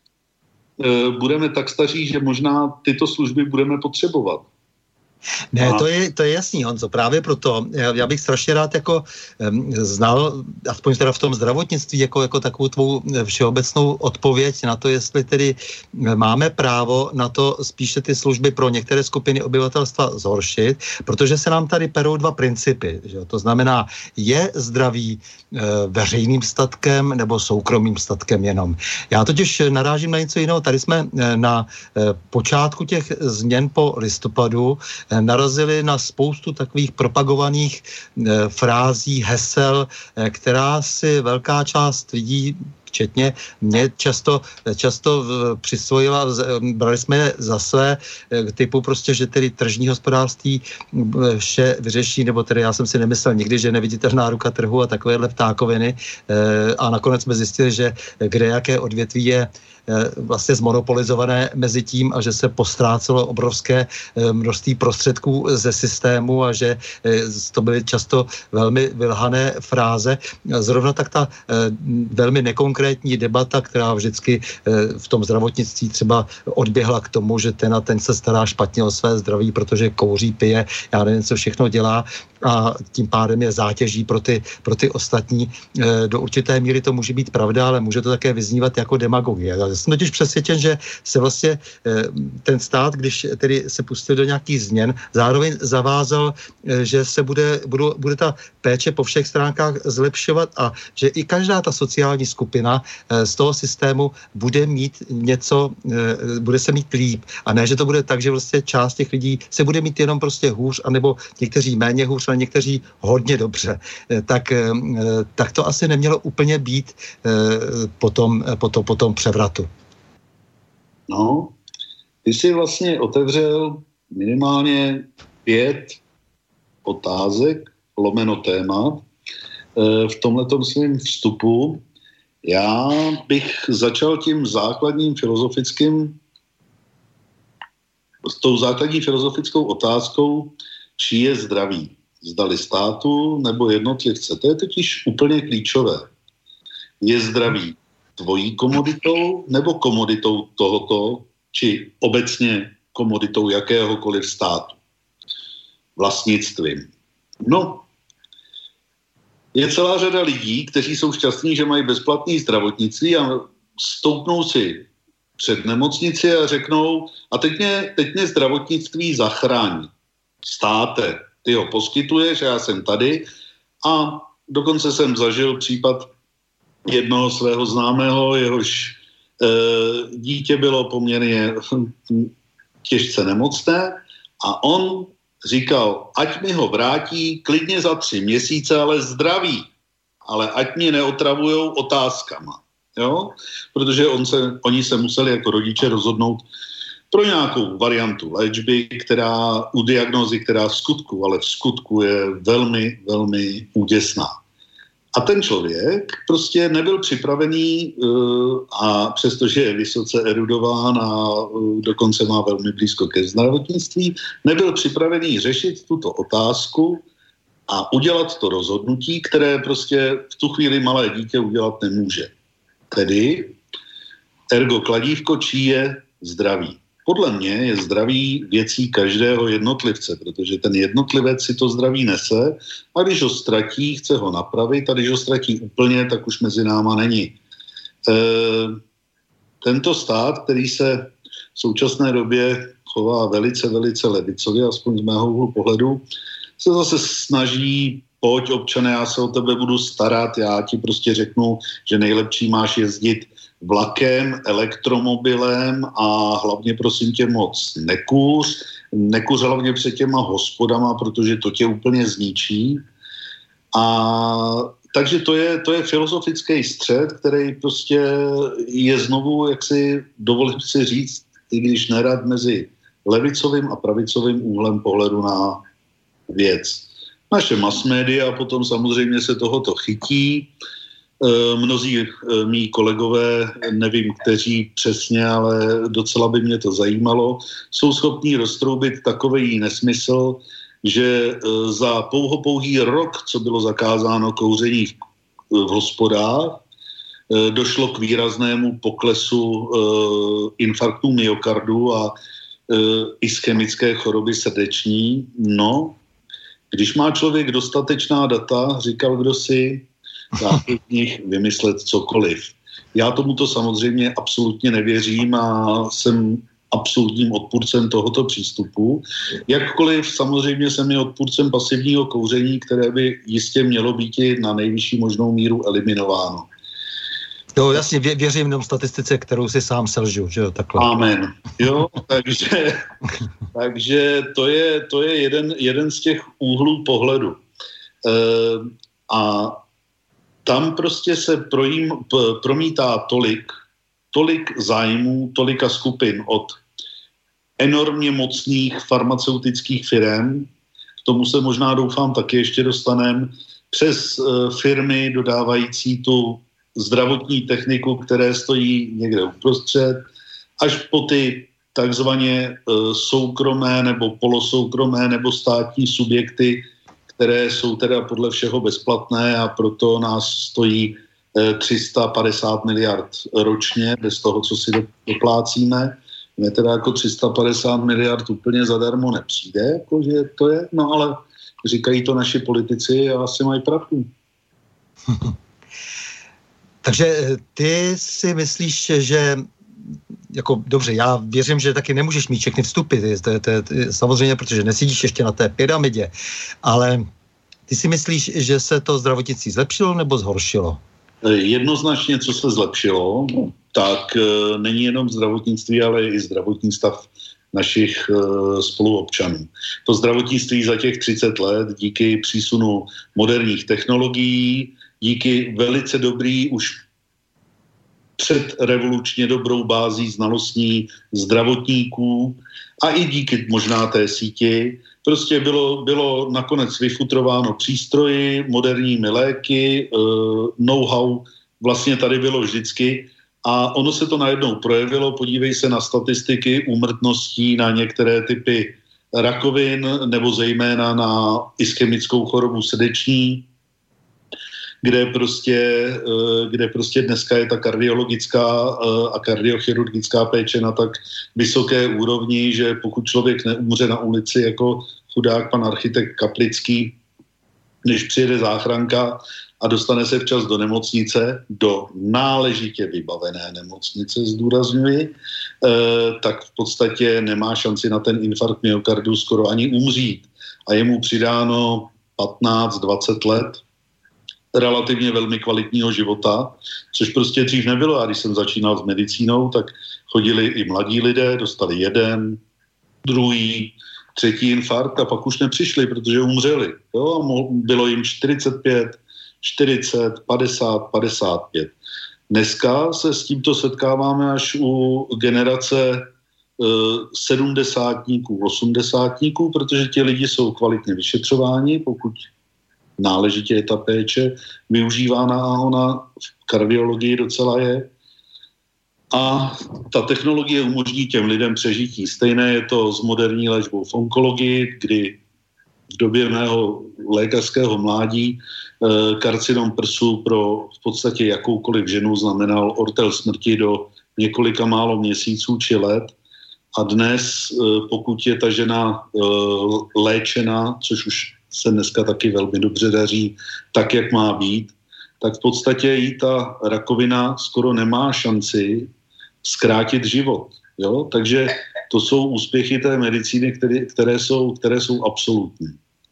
budeme tak staří, že možná tyto služby budeme potřebovat. Ne, to je, to je jasný, Honzo, právě proto. Já bych strašně rád jako um, znal, aspoň teda v tom zdravotnictví, jako, jako takovou tvou všeobecnou odpověď na to, jestli tedy máme právo na to spíše ty služby pro některé skupiny obyvatelstva zhoršit, protože se nám tady perou dva principy. Že? To znamená, je zdraví e, veřejným statkem nebo soukromým statkem jenom. Já totiž narážím na něco jiného. Tady jsme na e, počátku těch změn po listopadu narazili na spoustu takových propagovaných e, frází, hesel, e, která si velká část lidí, včetně mě často, často přisvojila, brali jsme je za své, typu prostě, že tedy tržní hospodářství vše vyřeší, nebo tedy já jsem si nemyslel nikdy, že neviditelná ruka trhu a takovéhle ptákoviny a nakonec jsme zjistili, že kde jaké odvětví je vlastně zmonopolizované mezi tím a že se postrácelo obrovské množství prostředků ze systému a že to byly často velmi vylhané fráze. Zrovna tak ta velmi nekonkrétní konkrétní debata, která vždycky v tom zdravotnictví třeba odběhla k tomu, že ten a ten se stará špatně o své zdraví, protože kouří, pije, já nevím, co všechno dělá a tím pádem je zátěží pro ty, pro ty ostatní. Do určité míry to může být pravda, ale může to také vyznívat jako demagogie. Já jsem totiž přesvědčen, že se vlastně ten stát, když tedy se pustil do nějakých změn, zároveň zavázal, že se bude, bude, bude ta péče po všech stránkách zlepšovat a že i každá ta sociální skupina z toho systému bude mít něco, bude se mít líp. A ne, že to bude tak, že vlastně část těch lidí se bude mít jenom prostě hůř, anebo někteří méně hůř, ale někteří hodně dobře. Tak, tak to asi nemělo úplně být po tom, po tom, po tom převratu. No, ty jsi vlastně otevřel minimálně pět otázek, lomeno téma v tomhletom svém vstupu. Já bych začal tím základním filozofickým, s tou základní filozofickou otázkou, čí je zdraví. Zdali státu nebo jednotlivce. To je totiž úplně klíčové. Je zdraví tvojí komoditou nebo komoditou tohoto, či obecně komoditou jakéhokoliv státu. Vlastnictvím. No, je celá řada lidí, kteří jsou šťastní, že mají bezplatné zdravotnictví a stoupnou si před nemocnici a řeknou, a teď mě, teď mě zdravotnictví zachrání. Státe, ty ho poskytuješ, já jsem tady a dokonce jsem zažil případ jednoho svého známého, jehož e, dítě bylo poměrně těžce nemocné a on říkal, ať mi ho vrátí klidně za tři měsíce, ale zdraví, ale ať mě neotravujou otázkama, jo? Protože on se, oni se museli jako rodiče rozhodnout pro nějakou variantu léčby, která u diagnózy, která v skutku, ale v skutku je velmi, velmi úděsná. A ten člověk prostě nebyl připravený a přestože je vysoce erudován a dokonce má velmi blízko ke zdravotnictví, nebyl připravený řešit tuto otázku a udělat to rozhodnutí, které prostě v tu chvíli malé dítě udělat nemůže. Tedy ergo kladívko, čí je zdraví. Podle mě je zdraví věcí každého jednotlivce, protože ten jednotlivec si to zdraví nese a když ho ztratí, chce ho napravit a když ho ztratí úplně, tak už mezi náma není. E, tento stát, který se v současné době chová velice, velice levicově, aspoň z mého úhlu pohledu, se zase snaží, pojď občané, já se o tebe budu starat, já ti prostě řeknu, že nejlepší máš jezdit vlakem, elektromobilem a hlavně prosím tě moc nekůř, nekůř hlavně před těma hospodama, protože to tě úplně zničí. A takže to je, to je filozofický střed, který prostě je znovu, jak si dovolím si říct, i když nerad, mezi levicovým a pravicovým úhlem pohledu na věc. Naše masmédia potom samozřejmě se tohoto chytí. Mnozí mý kolegové, nevím kteří přesně, ale docela by mě to zajímalo, jsou schopní roztroubit takový nesmysl, že za pouhopouhý rok, co bylo zakázáno kouření v hospodách, došlo k výraznému poklesu infarktu myokardu a ischemické choroby srdeční. No, když má člověk dostatečná data, říkal kdosi, dá z nich vymyslet cokoliv. Já tomuto samozřejmě absolutně nevěřím a jsem absolutním odpůrcem tohoto přístupu. Jakkoliv samozřejmě jsem i odpůrcem pasivního kouření, které by jistě mělo být i na nejvyšší možnou míru eliminováno. Jo, jasně, vě, věřím jenom statistice, kterou si sám selžu, že jo, takhle. Amen. Jo, takže, takže to je, to je jeden, jeden z těch úhlů pohledu. E, a tam prostě se projím, promítá tolik, tolik zájmů, tolika skupin od enormně mocných farmaceutických firem, k tomu se možná doufám taky ještě dostanem, přes uh, firmy dodávající tu zdravotní techniku, které stojí někde uprostřed, až po ty takzvaně uh, soukromé nebo polosoukromé nebo státní subjekty, které jsou teda podle všeho bezplatné a proto nás stojí tři sta padesát miliard ročně, bez toho, co si doplácíme. Mně teda jako tři sta padesát miliard úplně zadarmo nepřijde, jakože to je, no ale říkají to naši politici a asi mají pravdu. Takže ty si myslíš, že jako dobře, já věřím, že taky nemůžeš mít všechny vstupy, to je, to je, to je, samozřejmě, protože nesedíš ještě na té pyramidě, ale ty si myslíš, že se to zdravotnictví zlepšilo nebo zhoršilo? Jednoznačně, co se zlepšilo, tak e, není jenom zdravotnictví, ale i zdravotní stav našich e, spoluobčanů. To zdravotnictví za těch třicet let díky přísunu moderních technologií, díky velice dobrý už předrevolučně dobrou bází znalostní zdravotníků a i díky možná té síti prostě bylo, bylo nakonec vyfutrováno přístroji, moderními léky, know-how vlastně tady bylo vždycky a ono se to najednou projevilo. Podívej se na statistiky úmrtností na některé typy rakovin nebo zejména na ischemickou chorobu srdeční, kde prostě, kde prostě dneska je ta kardiologická a kardiochirurgická péče na tak vysoké úrovni, že pokud člověk neumře na ulici jako chudák pan architekt Kaplický, než přijede záchranka a dostane se včas do nemocnice, do náležitě vybavené nemocnice, zdůrazňuji, tak v podstatě nemá šanci na ten infarkt myokardu skoro ani umřít. A je mu přidáno patnáct dvacet let relativně velmi kvalitního života, což prostě dřív nebylo. A když jsem začínal s medicínou, tak chodili i mladí lidé, dostali jeden, druhý, třetí infarkt a pak už nepřišli, protože umřeli. Jo? A bylo jim čtyřicet pět, čtyřicet, padesát, padesát pět. Dneska se s tímto setkáváme až u generace sedmdesátníků, osmdesátníků, protože ti lidi jsou kvalitně vyšetřováni, pokud náležitě je ta péče využívána a ona v kardiologii docela je. A ta technologie umožní těm lidem přežití. Stejné je to s moderní léčbou v onkologii, kdy v době mého lékařského mládí eh, karcinom prsu pro v podstatě jakoukoliv ženu znamenal ortel smrti do několika málo měsíců či let. A dnes, eh, pokud je ta žena eh, léčena, což už se dneska taky velmi dobře daří, tak, jak má být, tak v podstatě jí ta rakovina skoro nemá šanci zkrátit život. Jo? Takže to jsou úspěchy té medicíny, které, které, jsou, které jsou absolutní.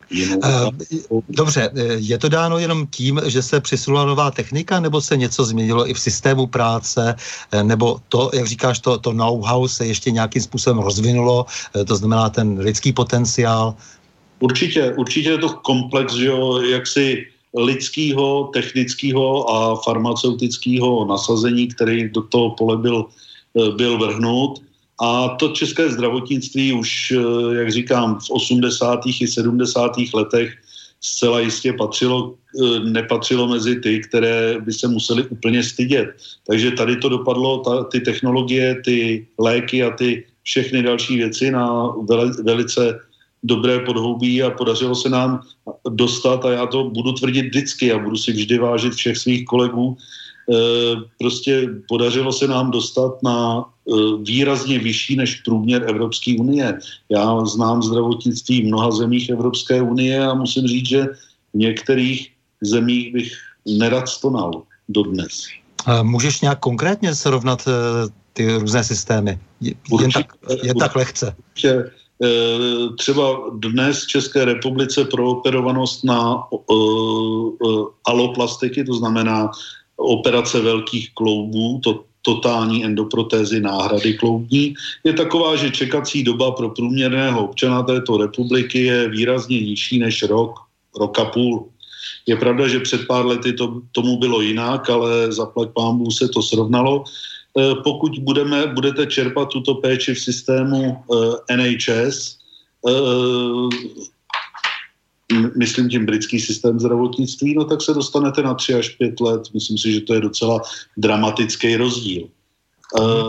Uh, dobře, je to dáno jenom tím, že se přisunula nová technika, nebo se něco změnilo i v systému práce, nebo to, jak říkáš, to, to know-how se ještě nějakým způsobem rozvinulo, to znamená ten lidský potenciál? Určitě, určitě je to komplex, že jo, jaksi lidského, technického a farmaceutického nasazení, který do toho pole byl, byl vrhnut. A to české zdravotnictví už, jak říkám, v osmdesátých i sedmdesátých letech zcela jistě patřilo, nepatřilo mezi ty, které by se museli úplně stydět. Takže tady to dopadlo, ta, ty technologie, ty léky a ty všechny další věci na veli, velice dobré podhoubí a podařilo se nám dostat, a já to budu tvrdit vždycky a budu si vždy vážit všech svých kolegů, prostě podařilo se nám dostat na výrazně vyšší než průměr Evropské unie. Já znám zdravotnictví v mnoha zemích Evropské unie a musím říct, že v některých zemích bych nerad stonal dodnes. Můžeš nějak konkrétně srovnat ty různé systémy? Jen tak, jen tak lehce. Určitě. Třeba dnes v České republice prooperovanost na uh, uh, aloplastiky, to znamená operace velkých kloubů, to totální endoprotézy, náhrady kloubní, je taková, že čekací doba pro průměrného občana této republiky je výrazně nižší než rok, rok a půl. Je pravda, že před pár lety to, tomu bylo jinak, ale zaplať pánbůh se to srovnalo. Pokud budeme, budete čerpat tuto péči v systému uh, N H S, uh, myslím tím britský systém zdravotnictví, no tak se dostanete na tři až pět let. Myslím si, že to je docela dramatický rozdíl. Uh,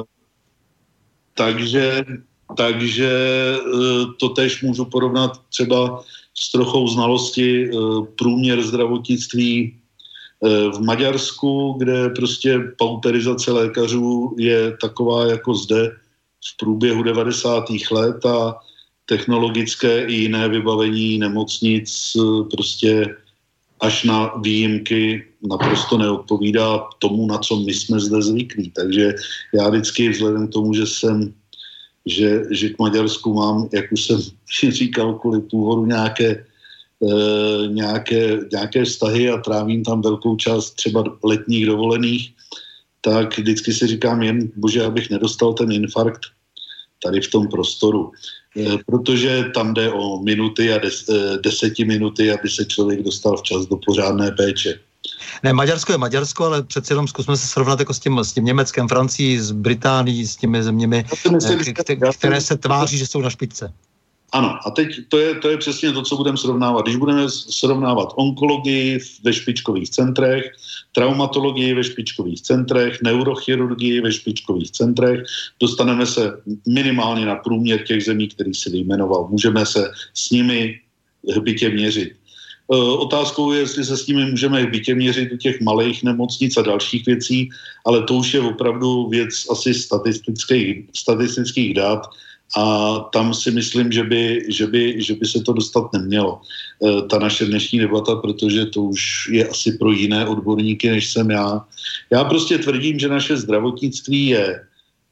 takže takže uh, to též můžu porovnat třeba s trochou znalosti uh, průměr zdravotnictví V Maďarsku, kde prostě pauterizace lékařů je taková jako zde v průběhu devadesátých let a technologické i jiné vybavení nemocnic prostě až na výjimky naprosto neodpovídá tomu, na co my jsme zde zvyklí. Takže já vždycky vzhledem k tomu, že jsem že, že k Maďarsku mám, jak už jsem říkal, kvůli původu nějaké E, nějaké, nějaké vztahy a trávím tam velkou část třeba letních dovolených, tak vždycky si říkám jen, bože, abych nedostal ten infarkt tady v tom prostoru. E, protože tam jde o minuty a des, e, deseti minuty, aby se člověk dostal včas do pořádné péče. Ne, Maďarsko je Maďarsko, ale přece jenom zkusme se srovnat jako s tím, s tím Německem, Francií, s Británií, s těmi zeměmi, myslím, které, které se tváří, že jsou na špičce. Ano, a teď to je, to je přesně to, co budeme srovnávat. Když budeme srovnávat onkologii ve špičkových centrech, traumatologii ve špičkových centrech, neurochirurgii ve špičkových centrech, dostaneme se minimálně na průměr těch zemí, který si vyjmenoval. Můžeme se s nimi hbitě měřit. E, otázkou je, jestli se s nimi můžeme hbitě měřit u těch malých nemocnic a dalších věcí, ale to už je opravdu věc asi statistických, statistických dat, a tam si myslím, že by, že by, že by se to dostat nemělo. E, ta naše dnešní debata, protože to už je asi pro jiné odborníky, než jsem já. Já prostě tvrdím, že naše zdravotnictví je e,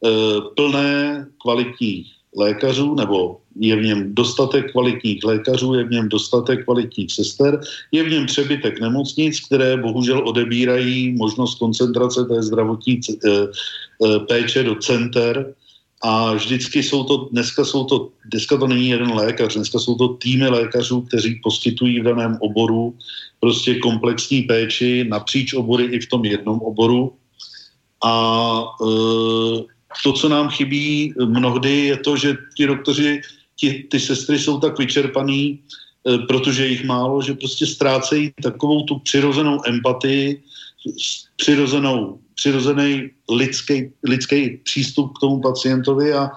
plné kvalitních lékařů, nebo je v něm dostatek kvalitních lékařů, je v něm dostatek kvalitních sester, je v něm přebytek nemocnic, které bohužel odebírají možnost koncentrace té zdravotní e, e, péče do center. A vždycky jsou to, dneska jsou to, dneska to není jeden lékař, dneska jsou to týmy lékařů, kteří poskytují v daném oboru prostě komplexní péči napříč obory i v tom jednom oboru. A e, to, co nám chybí mnohdy, je to, že ti doktoři, ti, ty sestry jsou tak vyčerpaný, e, protože jich málo, že prostě ztrácejí takovou tu přirozenou empatii, přirozenou přirozený lidský, lidský přístup k tomu pacientovi a e,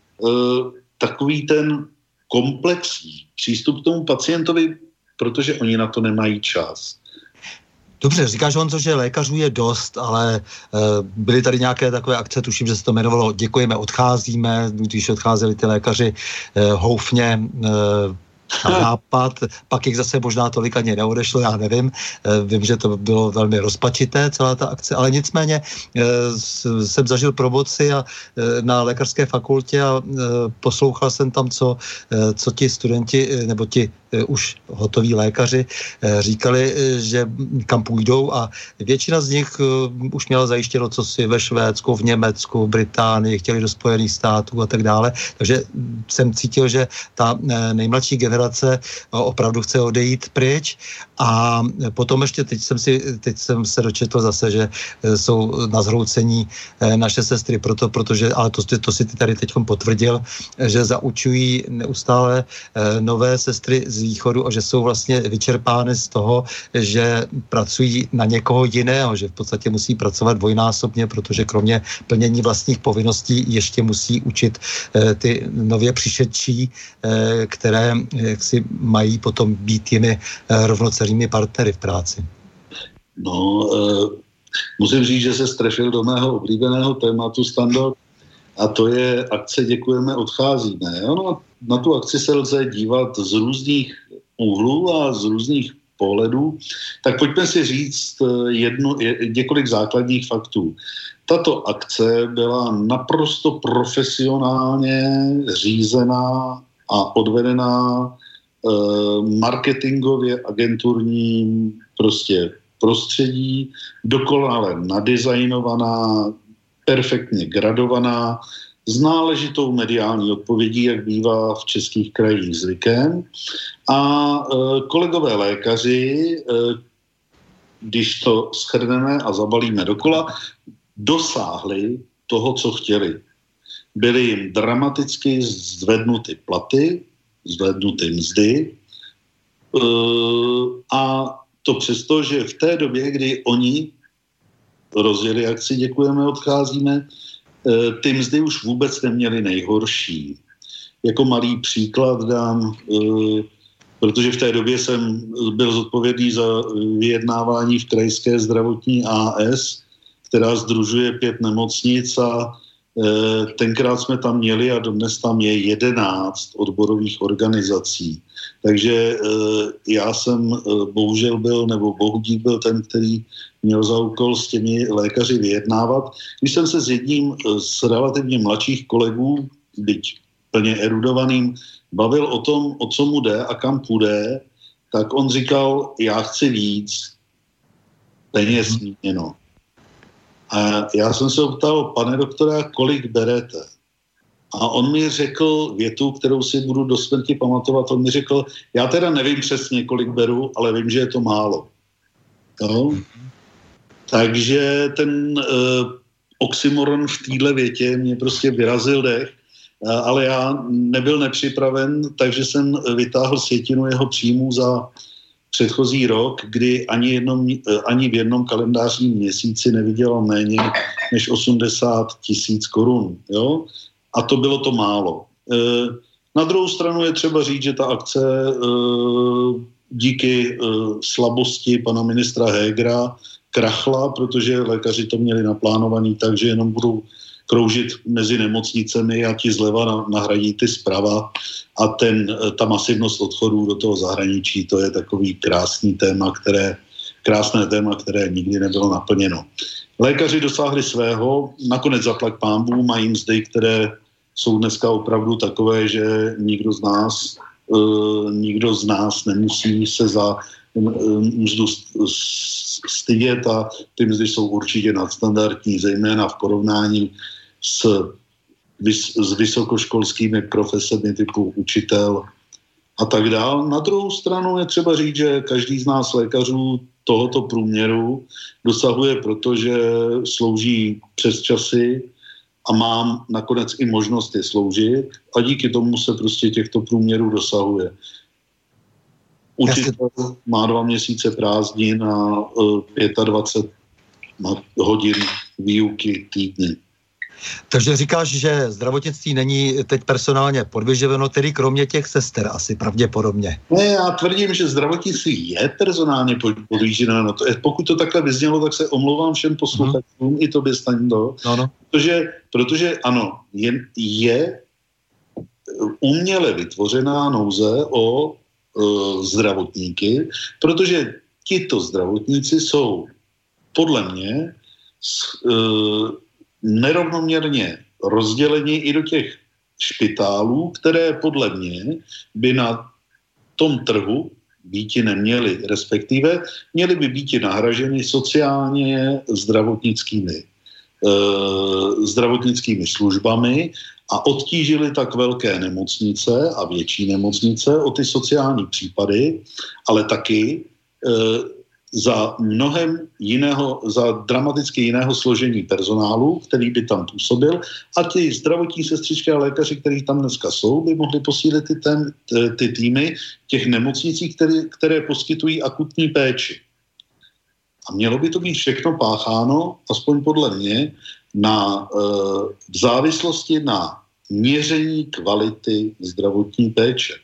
takový ten komplexní přístup k tomu pacientovi, protože oni na to nemají čas. Dobře, říkáš, Honzo, že lékařů je dost, ale e, byly tady nějaké takové akce, tuším, že se to jmenovalo Děkujeme, odcházíme, když odcházeli ty lékaři e, houfně e, na západ, pak jich zase možná tolik ani neodešlo, já nevím. Vím, že to bylo velmi rozpačité, celá ta akce, ale nicméně jsem zažil promoci a na lékařské fakultě a poslouchal jsem tam, co, co ti studenti, nebo ti už hotoví lékaři říkali, že kam půjdou a většina z nich už měla zajištěno cosi ve Švédsku, v Německu, v Británii, chtěli do Spojených států a tak dále. Takže jsem cítil, že ta nejmladší generace opravdu chce odejít pryč a potom ještě teď jsem, si, teď jsem se dočetl zase, že jsou na zhroucení naše sestry proto, protože, ale to, to si ty tady teď potvrdil, že zaučují neustále nové sestry z východu a že jsou vlastně vyčerpány z toho, že pracují na někoho jiného, že v podstatě musí pracovat dvojnásobně, protože kromě plnění vlastních povinností ještě musí učit eh, ty nově přišedčí, eh, které jak si mají potom být těmi eh, rovnocennými partnery v práci. No, eh, musím říct, že se strefil do mého oblíbeného tématu, Stando, a to je akce Děkujeme, odcházíme. Ono, na tu akci se lze dívat z různých úhlů a z různých pohledů. Tak pojďme si říct jedno, několik základních faktů. Tato akce byla naprosto profesionálně řízená a odvedená eh, marketingově agenturním prostě prostředí, dokonale nadizajnovaná, perfektně gradovaná, s náležitou mediální odpovědí, jak bývá v českých krajích zvykem. A e, kolegové lékaři, e, když to shrneme a zabalíme dokola, dosáhli toho, co chtěli. Byly jim dramaticky zvednuty platy, zvednuty mzdy e, a to přesto, že v té době, kdy oni rozjeli akci Děkujeme, odcházíme, ty mzdy už vůbec neměly nejhorší. Jako malý příklad dám, protože v té době jsem byl zodpovědný za vyjednávání v krajské zdravotní A S, která sdružuje pět nemocnic a e, tenkrát jsme tam měli a dodnes tam je jedenáct odborových organizací. Takže e, já jsem e, bohužel byl, nebo bohudík byl ten, který měl za úkol s těmi lékaři vyjednávat. Když jsem se s jedním z relativně mladších kolegů, byť plně erudovaným, bavil o tom, o co mu jde a kam půjde, tak on říkal, já chci víc peněz míněno. A já jsem se optal, pane doktora, kolik berete? A on mi řekl větu, kterou si budu do smrti pamatovat. On mi řekl, já teda nevím přesně, kolik beru, ale vím, že je to málo. No? Takže ten uh, oxymoron v téhle větě mě prostě vyrazil dech, uh, ale já nebyl nepřipraven, takže jsem vytáhl sjetinu jeho příjmů za předchozí rok, kdy ani, jednom, ani v jednom kalendářním měsíci nevydělal méně než osmdesát tisíc korun. Jo? A to bylo to málo. E, na druhou stranu je třeba říct, že ta akce e, díky e, slabosti pana ministra Hegera krachla, protože lékaři to měli naplánovaný tak, že jenom budou kroužit mezi nemocnicemi a ti zleva nahradí ty zprava a ten, ta masivnost odchodů do toho zahraničí, to je takový krásný téma, které, krásné téma, které nikdy nebylo naplněno. Lékaři dosáhli svého, nakonec zaplať pánbů, mají mzdy, které jsou dneska opravdu takové, že nikdo z nás, uh, nikdo z nás nemusí se za mzdu stydět a ty mzdy jsou určitě nadstandardní, zejména v porovnání s, vys, s vysokoškolskými profesemi typu učitel a tak dál. Na druhou stranu je třeba říct, že každý z nás lékařů tohoto průměru dosahuje, protože slouží přes časy a mám nakonec i možnost je sloužit a díky tomu se prostě těchto průměrů dosahuje. Učitel má dva měsíce prázdnin a dvacet pět hodin výuky týdny. Takže říkáš, že zdravotnictví není teď personálně podvyživeno, tedy kromě těch sester asi pravděpodobně. Ne, já tvrdím, že zdravotnictví je personálně podvyživeno. To je, pokud to takhle vyznělo, tak se omlouvám všem posluchačům, hmm. i tobě, Stando. No, no. Protože, protože ano, je, je uměle vytvořená nouze o uh, zdravotníky, protože tito zdravotníci jsou podle mě uh, nerovnoměrně rozděleni i do těch špitálů, které podle mě by na tom trhu býti neměly, respektive měly by býti nahraženy sociálně zdravotnickými, eh, zdravotnickými službami a odtížily tak velké nemocnice a větší nemocnice o ty sociální případy, ale taky eh, za mnohem jiného, za dramaticky jiného složení personálu, který by tam působil a ti zdravotní sestřičky a lékaři, kteří tam dneska jsou, by mohli posílit ty, ten, ty týmy těch nemocnicí, které, které poskytují akutní péči. A mělo by to být všechno pácháno, aspoň podle mě, na, v závislosti na měření kvality zdravotní péče.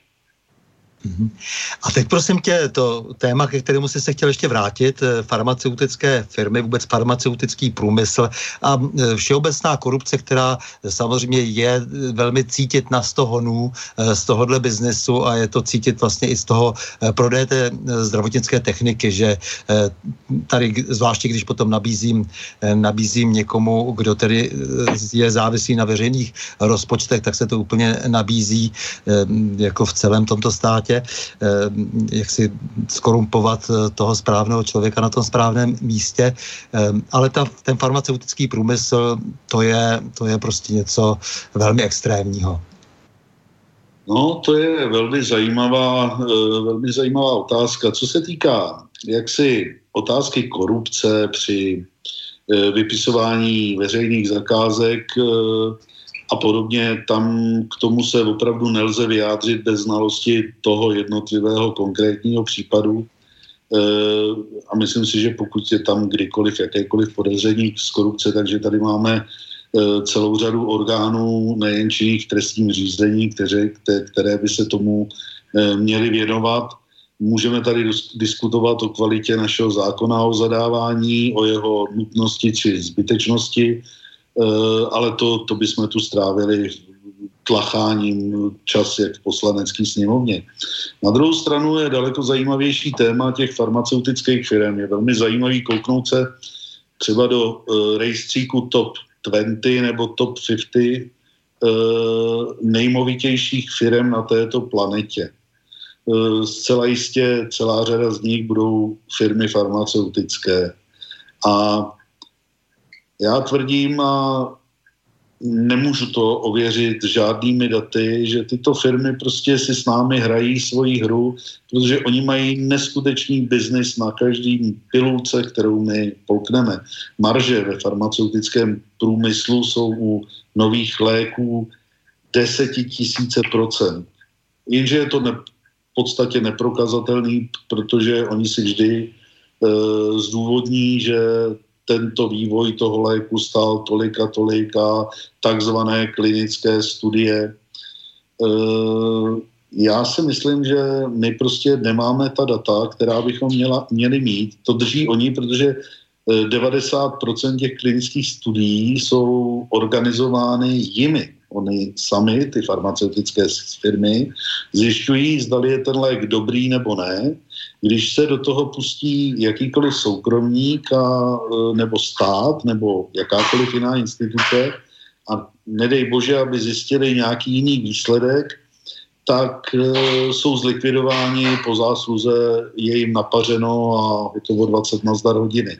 A teď prosím tě, to téma, ke kterému jsi se chtěl ještě vrátit, farmaceutické firmy, vůbec farmaceutický průmysl a všeobecná korupce, která samozřejmě je velmi cítit na sto honů z tohohle biznesu a je to cítit vlastně i z toho prodeje té zdravotnické techniky, že tady, zvláště když potom nabízím, nabízím někomu, kdo tedy je závislý na veřejných rozpočtech, tak se to úplně nabízí jako v celém tomto státě, jak si skorumpovat toho správného člověka na tom správném místě, ale ta, ten farmaceutický průmysl, to je, to je prostě něco velmi extrémního. No, to je velmi zajímavá, velmi zajímavá otázka. Co se týká jaksi otázky korupce při vypisování veřejných zakázek a podobně, tam k tomu se opravdu nelze vyjádřit bez znalosti toho jednotlivého konkrétního případu. A myslím si, že pokud je tam kdykoliv jakékoliv podezření z korupce, takže tady máme celou řadu orgánů nejen činných v trestním řízení, které, které by se tomu měli věnovat. Můžeme tady diskutovat o kvalitě našeho zákona o zadávání, o jeho nutnosti či zbytečnosti, ale to, to bychom tu strávili tlacháním čas jak v poslanecké sněmovně. Na druhou stranu je daleko zajímavější téma těch farmaceutických firm. Je velmi zajímavý kouknout se třeba do uh, rejstříku top dvacet nebo top padesát uh, nejmovitějších firm na této planetě. Uh, zcela jistě celá řada z nich budou firmy farmaceutické. A já tvrdím, a nemůžu to ověřit žádnými daty, že tyto firmy prostě si s námi hrají svoji hru, protože oni mají neskutečný biznis na každý pilulce, kterou my polkneme. Marže ve farmaceutickém průmyslu jsou u nových léků desetitisíce procent. Jenže je to ne, v podstatě neprokazatelný, protože oni si vždy e, zdůvodní, že tento vývoj toho léku stál tolik a tolik a takzvané klinické studie. Já si myslím, že my prostě nemáme ta data, která bychom měla, měli mít. To drží oni, protože devadesát procent těch klinických studií jsou organizovány jimi. Oni sami, ty farmaceutické firmy, zjišťují, zdali je ten lék dobrý nebo ne. Když se do toho pustí jakýkoliv soukromník a, nebo stát nebo jakákoliv jiná instituce a nedej bože, aby zjistili nějaký jiný výsledek, tak e, jsou zlikvidováni po zásluze, je jim napařeno a hotovo dvacet nazdar hodiny.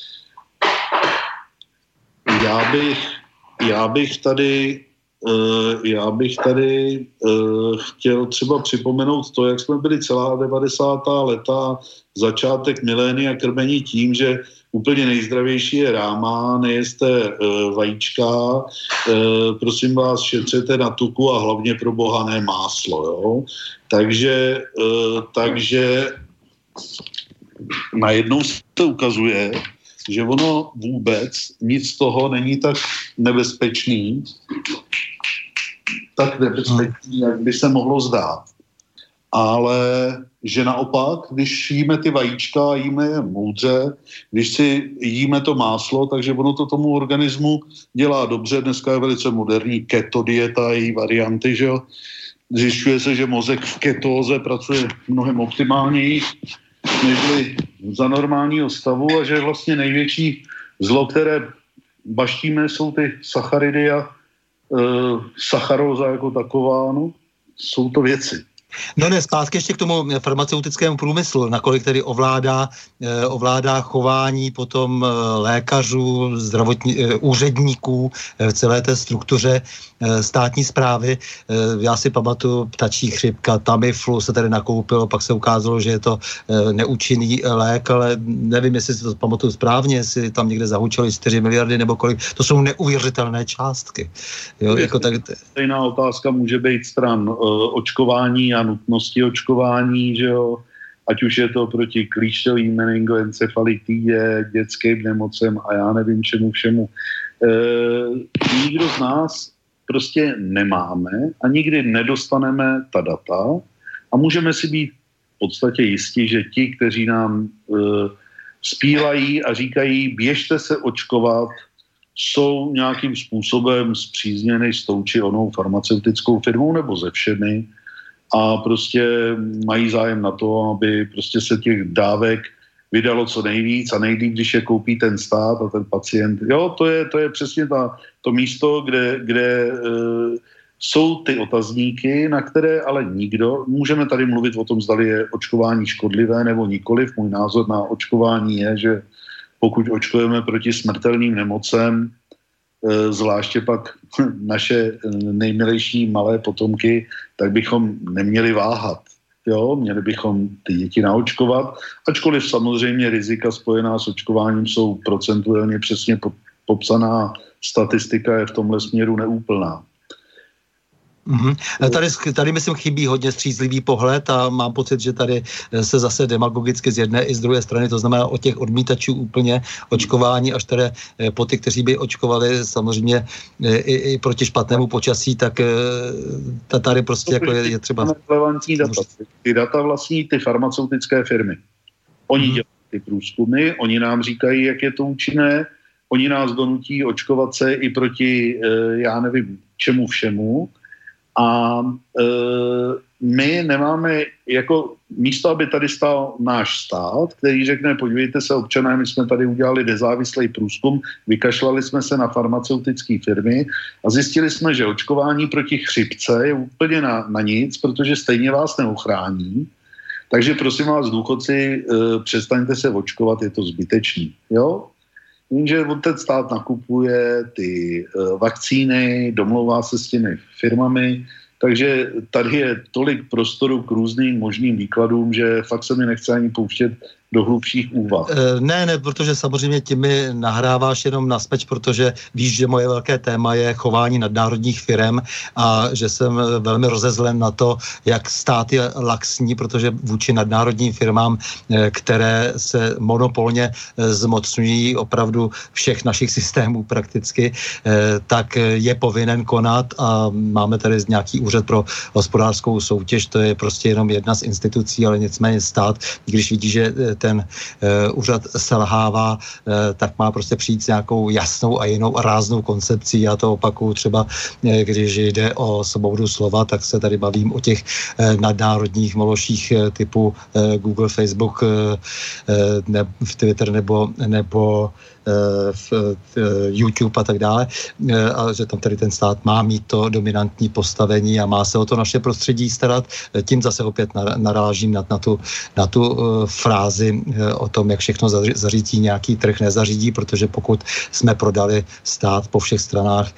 Já bych, já bych tady Já bych tady uh, chtěl třeba připomenout to, jak jsme byli celá devadesátá leta, začátek milénia krmení tím, že úplně nejzdravější je ráma, nejeste uh, vajíčka, uh, prosím vás, šetřete na tuku a hlavně pro boha ne máslo. Jo? Takže, uh, takže najednou se ukazuje, že ono vůbec nic z toho není tak nebezpečný, tak nebezpečný, jak by se mohlo zdát. Ale že naopak, když jíme ty vajíčka, jíme je moudře, když si jíme to máslo, takže ono to tomu organismu dělá dobře. Dneska je velice moderní keto dieta, její varianty, že jo. Zjišťuje se, že mozek v ketóze pracuje mnohem optimálněji, nežli za normálního stavu a že vlastně největší zlo, které baštíme, jsou ty sacharidy a e, sacharóza jako taková, no, jsou to věci. No ne, zpátky ještě k tomu farmaceutickému průmyslu, nakolik tedy ovládá, eh, ovládá chování potom eh, lékařů, zdravotní, eh, úředníků eh, v celé té struktuře eh, státní správy. Eh, já si pamatuju ptačí chřipka, Tamiflu se tady nakoupilo, pak se ukázalo, že je to eh, neúčinný lék, ale nevím, jestli si to pamatuju správně, jestli tam někde zahučili čtyři miliardy nebo kolik. To jsou neuvěřitelné částky. Jo, jako tak... Stejná otázka může být stran uh, očkování a nutnosti očkování, že jo, ať už je to proti klíšťový meningoencefalitidě, dětským nemocem a já nevím čemu všemu. E, nikdo z nás prostě nemáme a nikdy nedostaneme ta data a můžeme si být v podstatě jistí, že ti, kteří nám e, spílají a říkají, běžte se očkovat, jsou nějakým způsobem spřízněny s tou či onou farmaceutickou firmou nebo ze všemi, a prostě mají zájem na to, aby prostě se těch dávek vydalo co nejvíc a nejlíp, když je koupí ten stát a ten pacient. Jo, to je, to je přesně ta, to místo, kde, kde e, jsou ty otazníky, na které ale nikdo, můžeme tady mluvit o tom, zdali je očkování škodlivé nebo nikoliv. Můj názor na očkování je, že pokud očkujeme proti smrtelným nemocem, zvláště pak naše nejmilejší malé potomky, tak bychom neměli váhat. Jo? Měli bychom ty děti naočkovat, ačkoliv samozřejmě rizika spojená s očkováním jsou procentuálně přesně popsaná, statistika je v tomhle směru neúplná. Mm-hmm. Tady, tady myslím chybí hodně střízlivý pohled a mám pocit, že tady se zase demagogicky z jedné i z druhé strany, to znamená od těch odmítačů úplně očkování až tedy po ty, kteří by očkovali samozřejmě i, i proti špatnému počasí, tak tady prostě jako je, je třeba... Relevantní data. Ty data vlastní ty farmaceutické firmy. Oni mm-hmm. dělají ty průzkumy, oni nám říkají, jak je to účinné, oni nás donutí očkovat se i proti, já nevím, čemu všemu. A e, my nemáme, jako místo, aby tady stál náš stát, který řekne, podívejte se občané, my jsme tady udělali nezávislý průzkum, vykašlali jsme se na farmaceutické firmy a zjistili jsme, že očkování proti chřipce je úplně na, na nic, protože stejně vás neuchrání. Takže prosím vás, důchodci, e, přestaňte se očkovat, je to zbytečný. Jo? Jenže ten stát nakupuje ty uh, vakcíny, domlouvá se s těmi firmami, takže tady je tolik prostoru k různým možným výkladům, že fakt se mi nechce ani pouštět do hlubších úvah. Ne, ne, protože samozřejmě ti mi nahráváš jenom na smeč, protože víš, že moje velké téma je chování nadnárodních firem a že jsem velmi rozezlen na to, jak stát je laxní, protože vůči nadnárodním firmám, které se monopolně zmocňují opravdu všech našich systémů prakticky, tak je povinen konat a máme tady nějaký úřad pro hospodářskou soutěž, to je prostě jenom jedna z institucí, ale nicméně stát, když vidí, že ten uh, úřad selhává, uh, tak má prostě přijít s nějakou jasnou a jinou a ráznou koncepcí. Já to opakuju třeba, uh, když jde o svobodu slova, tak se tady bavím o těch uh, nadnárodních mološích uh, typu uh, Google, Facebook, uh, uh, ne, Twitter nebo, nebo v YouTube a tak dále, a že tam tady ten stát má mít to dominantní postavení a má se o to naše prostředí starat. Tím zase opět narážím na, na, tu, na tu frázi o tom, jak všechno zařídí nějaký trh, nezařídí, protože pokud jsme prodali stát po všech stranách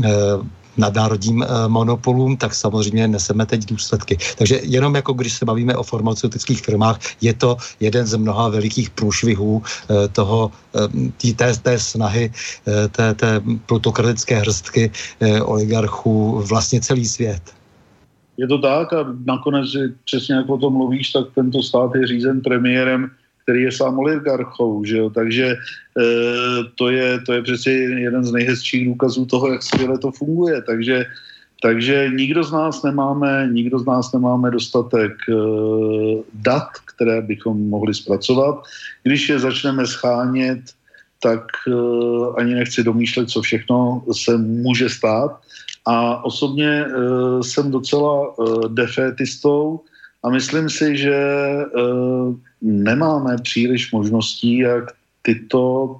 nadnárodním monopolům, tak samozřejmě neseme teď důsledky. Takže jenom jako když se bavíme o farmaceutických firmách, je to jeden z mnoha velikých průšvihů toho, té, té snahy, té, té plutokratické hrstky oligarchů vlastně celý svět. Je to tak a nakonec, že přesně jak o tom mluvíš, tak tento stát je řízen premiérem, který je sám oligarchou, že jo, takže e, to, je, to je přeci jeden z nejhezčích důkazů toho, jak skvěle to funguje, takže, takže nikdo z nás nemáme, nikdo z nás nemáme dostatek e, dat, které bychom mohli zpracovat. Když je začneme schánět, tak e, ani nechci domýšlet, co všechno se může stát a osobně e, jsem docela e, defétistou a myslím si, že e, nemáme příliš možností, jak tyto,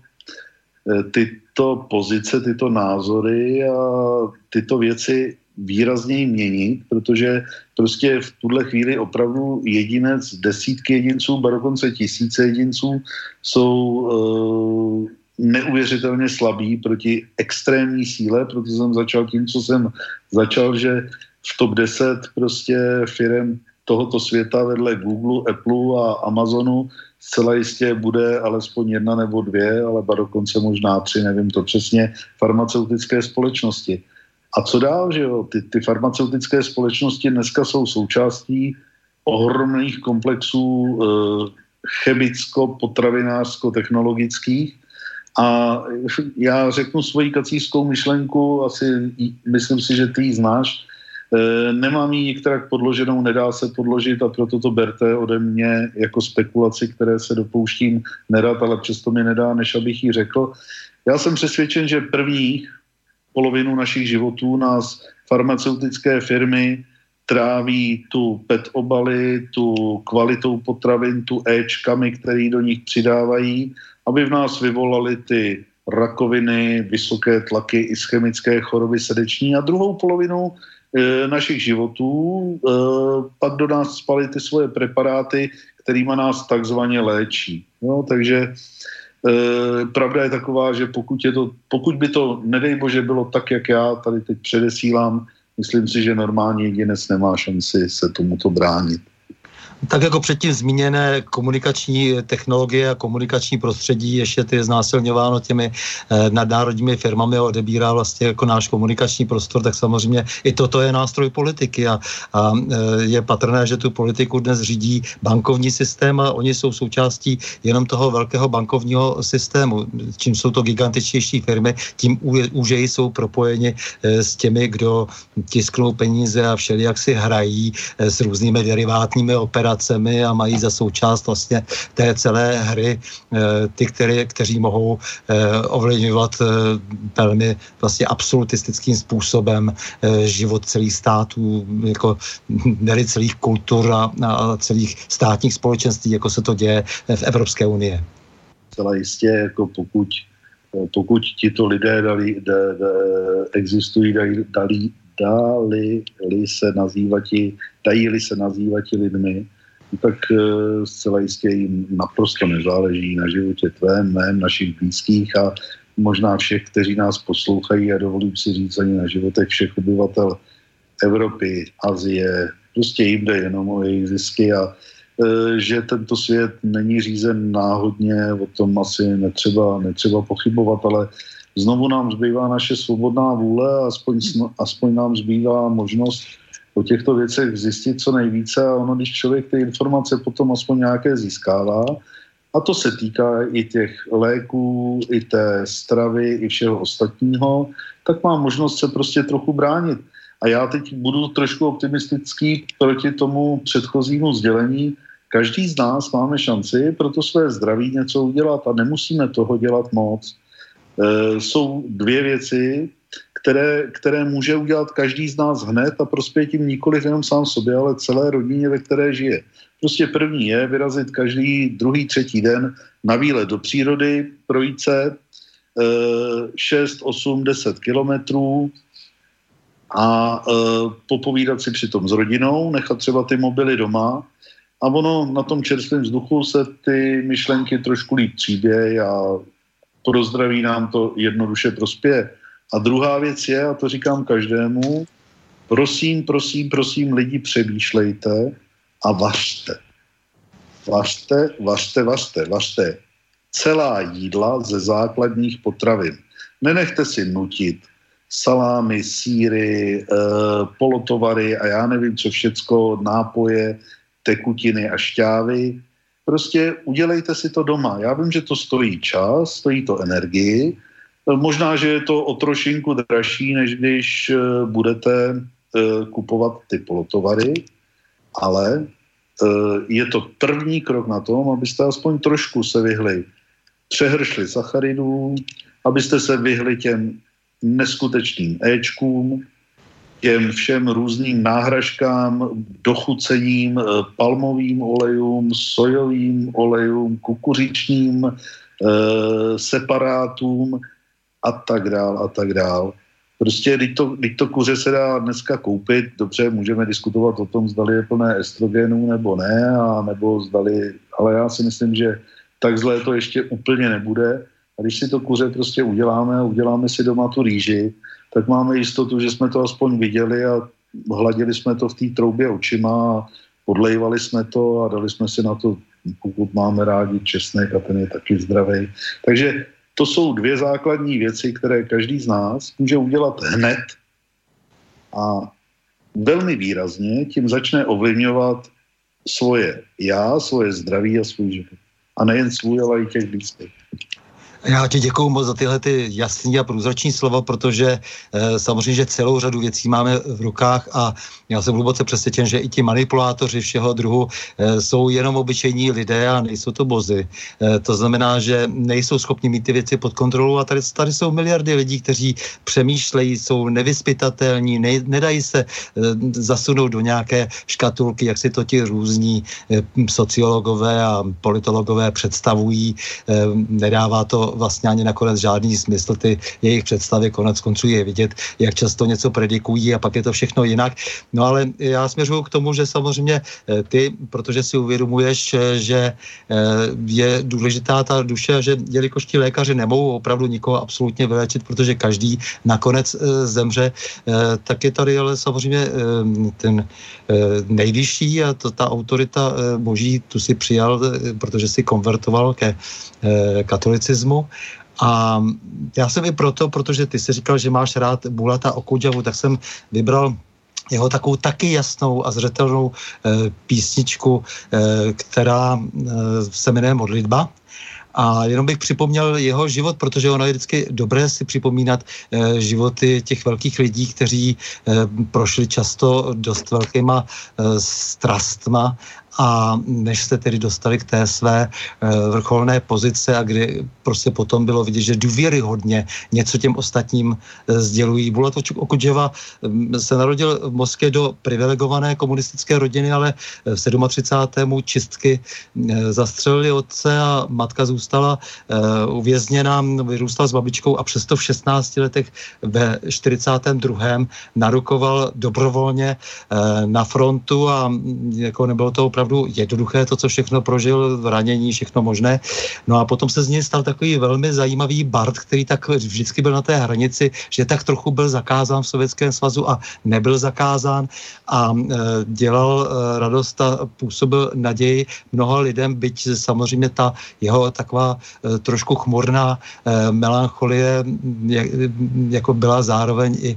tyto pozice, tyto názory a tyto věci výrazněji měnit, protože prostě v tuhle chvíli opravdu jedinec, desítky jedinců, ba dokonce tisíce jedinců jsou uh, neuvěřitelně slabí proti extrémní síle, proto jsem začal tím, co jsem začal, že v top deset prostě firem tohoto světa vedle Google, Apple a Amazonu zcela jistě bude alespoň jedna nebo dvě, ale ba dokonce možná tři, nevím to přesně, farmaceutické společnosti. A co dál, že jo? Ty, ty farmaceutické společnosti dneska jsou součástí ohromných komplexů e, chemicko-potravinářsko-technologických a já řeknu svoji kacířskou myšlenku, asi myslím si, že ty ji znáš. Nemám ji nikterak podloženou, nedá se podložit a proto to berte ode mě jako spekulaci, které se dopouštím nerad, ale přesto mi nedá, než abych ji řekl. Já jsem přesvědčen, že první polovinu našich životů nás farmaceutické firmy tráví tu P E T obaly, tu kvalitou potravin, tu éčkami, které do nich přidávají, aby v nás vyvolali ty rakoviny, vysoké tlaky, ischemické choroby srdeční a druhou polovinu našich životů, pak do nás spaly ty svoje preparáty, kterýma nás takzvaně léčí. No, takže pravda je taková, že pokud, je to, pokud by to, nedej bože, bylo tak, jak já tady teď předesílám, myslím si, že normální jedinec nemá šanci se tomuto bránit. Tak jako předtím zmíněné komunikační technologie a komunikační prostředí ještě ty je znásilňováno těmi eh, nadnárodními firmami a odebírá vlastně jako náš komunikační prostor, tak samozřejmě i toto je nástroj politiky a, a eh, je patrné, že tu politiku dnes řídí bankovní systém a oni jsou součástí jenom toho velkého bankovního systému. Čím jsou to gigantičtější firmy, tím úžeji jsou propojeni eh, s těmi, kdo tisknou peníze a všelijak si hrají eh, s různými derivátními operacemi a mají za součást vlastně té celé hry ty, které, kteří mohou ovlivňovat velmi vlastně absolutistickým způsobem život celých států, jako ne celých kultur a, a celých státních společenství, jako se to děje v Evropské unii. Celá jistě, jako pokud, pokud tito lidé dali, da, da, existují, dali, dali, dali se nazývati, dají-li se nazývati lidmi, tak zcela jistě jim naprosto nezáleží na životě tvém, mém, našich blízkých a možná všech, kteří nás poslouchají a dovolím si říct ani na životech všech obyvatel Evropy, Asie. Prostě jim jde jenom o jejich zisky a e, že tento svět není řízen náhodně, o tom asi netřeba, netřeba pochybovat, ale znovu nám zbývá naše svobodná vůle a aspoň, aspoň nám zbývá možnost o těchto věcech zjistit co nejvíce a ono, když člověk ty informace potom aspoň nějaké získává, a to se týká i těch léků, i té stravy, i všeho ostatního, tak má možnost se prostě trochu bránit. A já teď budu trošku optimistický proti tomu předchozímu sdělení. Každý z nás máme šanci pro to své zdraví něco udělat a nemusíme toho dělat moc. E, jsou dvě věci, Které, které může udělat každý z nás hned a prospěje tím nikoliv jenom sám sobě, ale celé rodině, ve které žije. Prostě první je vyrazit každý druhý, třetí den na výlet do přírody, projít se e, šest, osm, deset kilometrů a e, popovídat si přitom s rodinou, nechat třeba ty mobily doma a ono na tom čerstvém vzduchu se ty myšlenky trošku líp tříbějí a pro zdraví nám to jednoduše prospěje. A druhá věc je, a to říkám každému, prosím, prosím, prosím, lidi, přemýšlejte a vařte. Vařte, vařte, vařte, vařte. Celá jídla ze základních potravin. Nenechte si nutit salámy, sýry, e, polotovary a já nevím, co všecko, nápoje, tekutiny a šťávy. Prostě udělejte si to doma. Já vím, že to stojí čas, stojí to energii. Možná, že je to o trošinku dražší, než když uh, budete uh, kupovat ty polotovary, ale uh, je to první krok na tom, abyste aspoň trošku se vyhli přehršli sacharidů, abyste se vyhli těm neskutečným éčkům, těm všem různým náhražkám, dochucením, uh, palmovým olejům, sojovým olejům, kukuřičním uh, separátům, a tak dál, a tak dál. Prostě, když to, když to kuře se dá dneska koupit, dobře, můžeme diskutovat o tom, zdali je plné estrogenů nebo ne, a nebo zdali, ale já si myslím, že tak zlé to ještě úplně nebude. A když si to kuře prostě uděláme a uděláme si doma tu rýži, tak máme jistotu, že jsme to aspoň viděli a hladili jsme to v té troubě očima a podlejvali jsme to a dali jsme si na to, pokud máme rádi, česnek a ten je taky zdravý. Takže to jsou dvě základní věci, které každý z nás může udělat hned a velmi výrazně tím začne ovlivňovat svoje já, svoje zdraví a svůj život. A nejen svůj, ale i těch blízkých. Já ti děkuju moc za tyhle ty jasný a průzračný slova, protože e, samozřejmě, že celou řadu věcí máme v rukách a já jsem hluboce přesvědčen, že i ti manipulátoři všeho druhu e, jsou jenom obyčejní lidé a nejsou to bozy. E, to znamená, že nejsou schopni mít ty věci pod kontrolou a tady, tady jsou miliardy lidí, kteří přemýšlejí, jsou nevyzpytatelní, ne, nedají se e, zasunout do nějaké škatulky, jak si to ti různí e, sociologové a politologové představují. E, nedává to nemělo vlastně ani nakonec žádný smysl, ty jejich představy, konec konců je vidět, jak často něco predikují a pak je to všechno jinak. No ale já směřuju k tomu, že samozřejmě ty, protože si uvědomuješ, že je důležitá ta duše a že jelikož ti lékaři nemohou opravdu nikoho absolutně vyléčit, protože každý nakonec zemře, tak je tady ale samozřejmě ten nejvyšší a to, ta autorita boží, tu si přijal, protože si konvertoval ke katolicismu. A já jsem i proto, protože ty jsi říkal, že máš rád Bulata Okudžavu, tak jsem vybral jeho takovou taky jasnou a zřetelnou e, písničku, e, která e, se jmenuje Modlitba. A jenom bych připomněl jeho život, protože ono je vždycky dobré si připomínat e, životy těch velkých lidí, kteří e, prošli často dost velkýma e, strastma a než se tedy dostali k té své e, vrcholné pozice a kdy prostě potom bylo vidět, že důvěryhodně něco těm ostatním e, sdělují. Bulat Okudžava e, se narodil v Moskvě do privilegované komunistické rodiny, ale v třicátém sedmém čistky e, zastřelili otce a matka zůstala e, uvězněna, vyrůstal s babičkou a přesto v šestnácti letech ve čtyřicátém druhém narukoval dobrovolně e, na frontu a jako nebylo to opravdu jednoduché, to, co všechno prožil, ranění, všechno možné. No a potom se z něj stal takový velmi zajímavý bard, který tak vždycky byl na té hranici, že tak trochu byl zakázán v Sovětském svazu a nebyl zakázán a e, dělal e, radost a působil naději mnoha lidem, byť samozřejmě ta jeho taková e, trošku chmurná e, melancholie je, jako byla zároveň i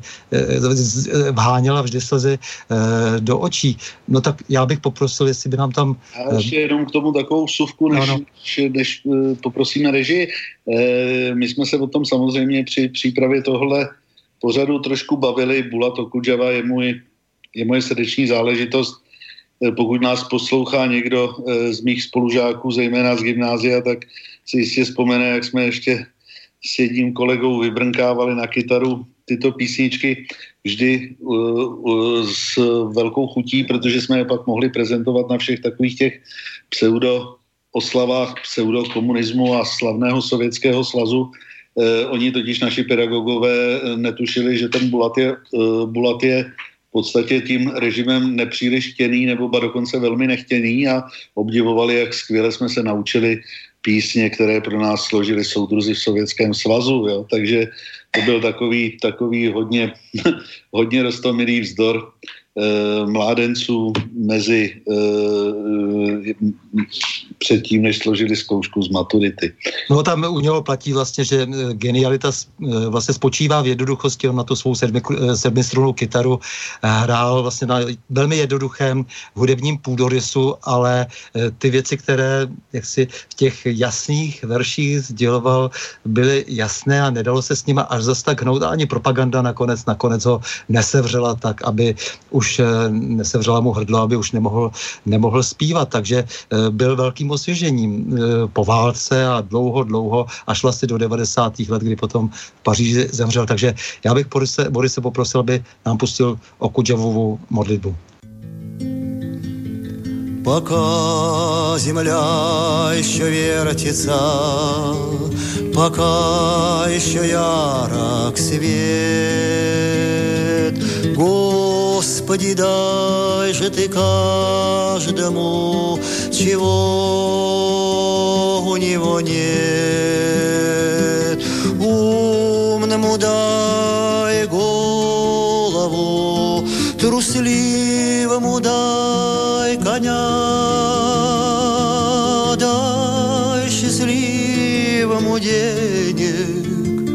e, vháněla vždy slzy e, do očí. No tak já bych poprosil, jestli by nám tam... A ještě jenom k tomu takovou vsuvku, než, no, no. než poprosíme režii. E, my jsme se o tom samozřejmě při přípravě tohle pořadu trošku bavili. Bulat Okudžava je, můj, je moje srdeční záležitost. E, pokud nás poslouchá někdo e, z mých spolužáků, zejména z gymnázia, tak si jistě vzpomene, jak jsme ještě s jedním kolegou vybrnkávali na kytaru tyto písničky vždy uh, uh, s velkou chutí, protože jsme je pak mohli prezentovat na všech takových těch pseudo oslavách pseudokomunismu a slavného Sovětského svazu. Uh, oni totiž naši pedagogové netušili, že ten Bulat je, uh, Bulat je v podstatě tím režimem nepříliš chtěný nebo ba dokonce velmi nechtěný a obdivovali, jak skvěle jsme se naučili písně, které pro nás složili soudruzi v Sovětském svazu. Jo? Takže to byl takový, takový hodně, hodně roztomilý vzdor e, mládenců mezi e, předtím, než složili zkoušku z maturity. No tam u něho platí vlastně, že genialita vlastně spočívá v jednoduchosti. On na tu svou sedmi, sedmistrunnou kytaru hrál vlastně na velmi jednoduchém hudebním půdorysu, ale ty věci, které jaksi v těch jasných verších sděloval, byly jasné a nedalo se s nima až zas tak hnout a ani propaganda nakonec, nakonec ho nesevřela tak, aby už nesevřela mu hrdlo, aby už nemohl, nemohl zpívat. Takže byl velkým osvěžením po válce a dlouho, dlouho, až vlastně do devadesátých let, kdy potom v Paříži zemřel. Takže já bych Borise, Borise poprosil, aby nám pustil Okudžavovu modlitbu. Пока земля еще вертится, пока еще ярок свет, Господи, дай же ты каждому, чего у него нет. Умному дай голову, трусливому дай коня, дай счастливому денег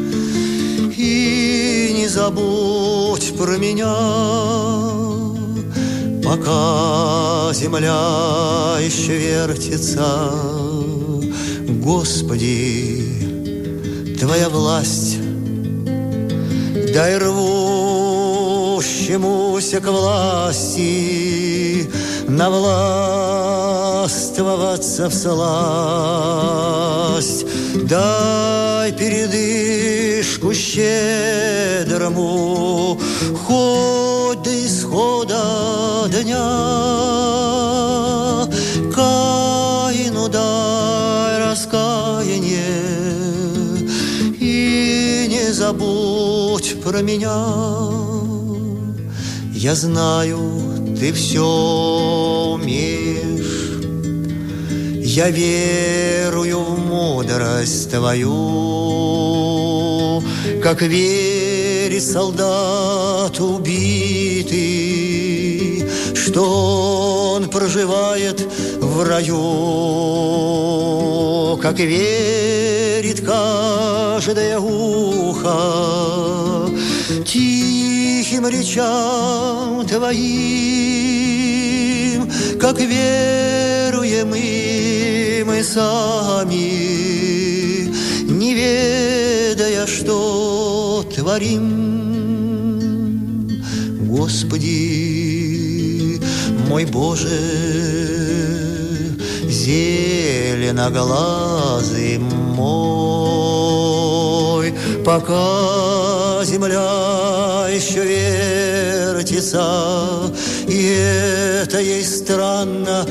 и не забудь про меня. Пока земля еще вертится, Господи, Твоя власть, дай рвущемуся к власти навластвоваться всласть, дай передышку щедрому, хоть до исхода дня, Каину дай раскаяние, забудь про меня. Я знаю, ты все умеешь. Я верую в мудрость твою, как верит солдат убитый, что он проживает в раю, как верит каждое ухо тихим речам твоим, как веруем и мы сами, не ведая, что творим. Господи, мой Боже, зеленоглазый мой, пока земля еще вертится, и это ей странно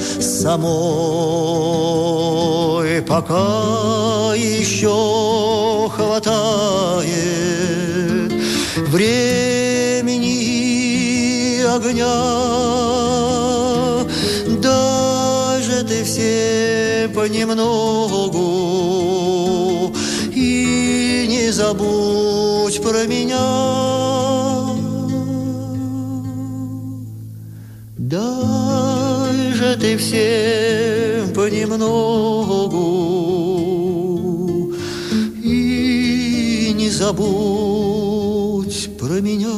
самой, пока еще хватает времени и огня, даже ты все понемногу и не забудь про меня. Даже ты всем понемногу и не забудь про меня.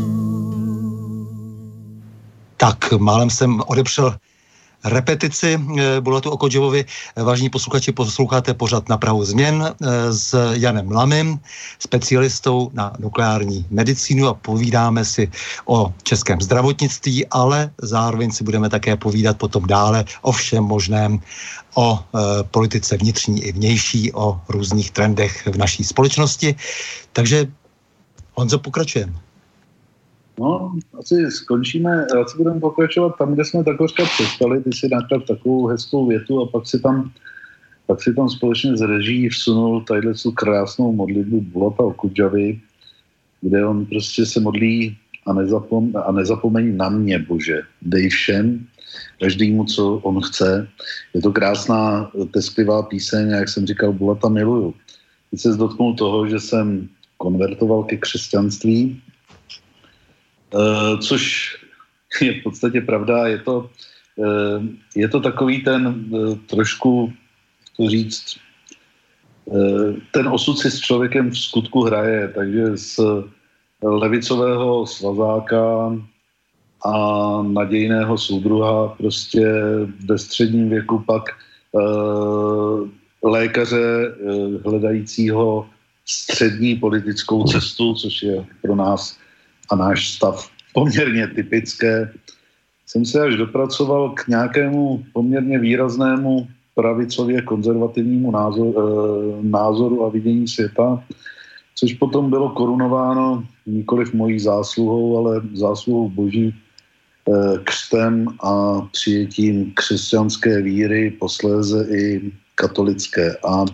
Tak, málem jsem odepřel repetici Bulatu Okodževovi. Vážení posluchači, posloucháte pořad Na prahu změn s Janem Lamym, specialistou na nukleární medicínu, a povídáme si o českém zdravotnictví, ale zároveň si budeme také povídat potom dále o všem možném, o e, politice vnitřní i vnější, o různých trendech v naší společnosti. Takže Honzo, pokračujeme. No, asi skončíme, asi budeme pokračovat tam, kde jsme takhle přestali. Ty si nakladl takovou hezkou větu a pak si tam, pak si tam společně s režií vsunul tadyhle tu krásnou modlitbu Bulata Okodžavy, kde on prostě se modlí a, nezapom, a nezapomeň na mě, Bože, dej všem, každému, co on chce. Je to krásná, tesklivá píseň, jak jsem říkal, Bulata miluju. Teď se dotknul toho, že jsem konvertoval ke křesťanství, Uh, což je v podstatě pravda, je to, uh, je to takový ten uh, trošku, to říct, uh, ten osud si s člověkem v skutku hraje, takže z levicového svazáka a nadějného soudruha prostě ve středním věku pak uh, lékaře uh, hledajícího střední politickou cestu, což je pro nás a náš stav poměrně typické, jsem se až dopracoval k nějakému poměrně výraznému pravicově konzervativnímu názoru, e, názoru a vidění světa, což potom bylo korunováno nikoliv mojí zásluhou, ale zásluhou boží e, křtem a přijetím křesťanské víry, posléze i katolické. A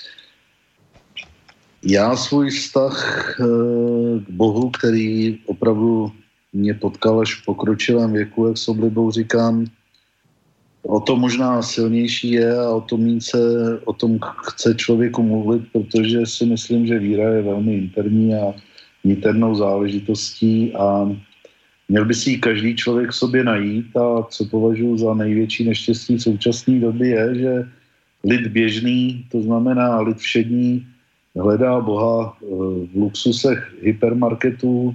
já svůj vztah k Bohu, který opravdu mě potkal až v pokročilém věku, jak s oblibou říkám, o to možná silnější je a o to více o tom chce člověku mluvit, protože si myslím, že víra je velmi interní a niternou záležitostí a měl by si ji každý člověk v sobě najít. A co považuji za největší neštěstí v současné době je, že lid běžný, to znamená lid všední, hledá Boha v luxusech hypermarketů,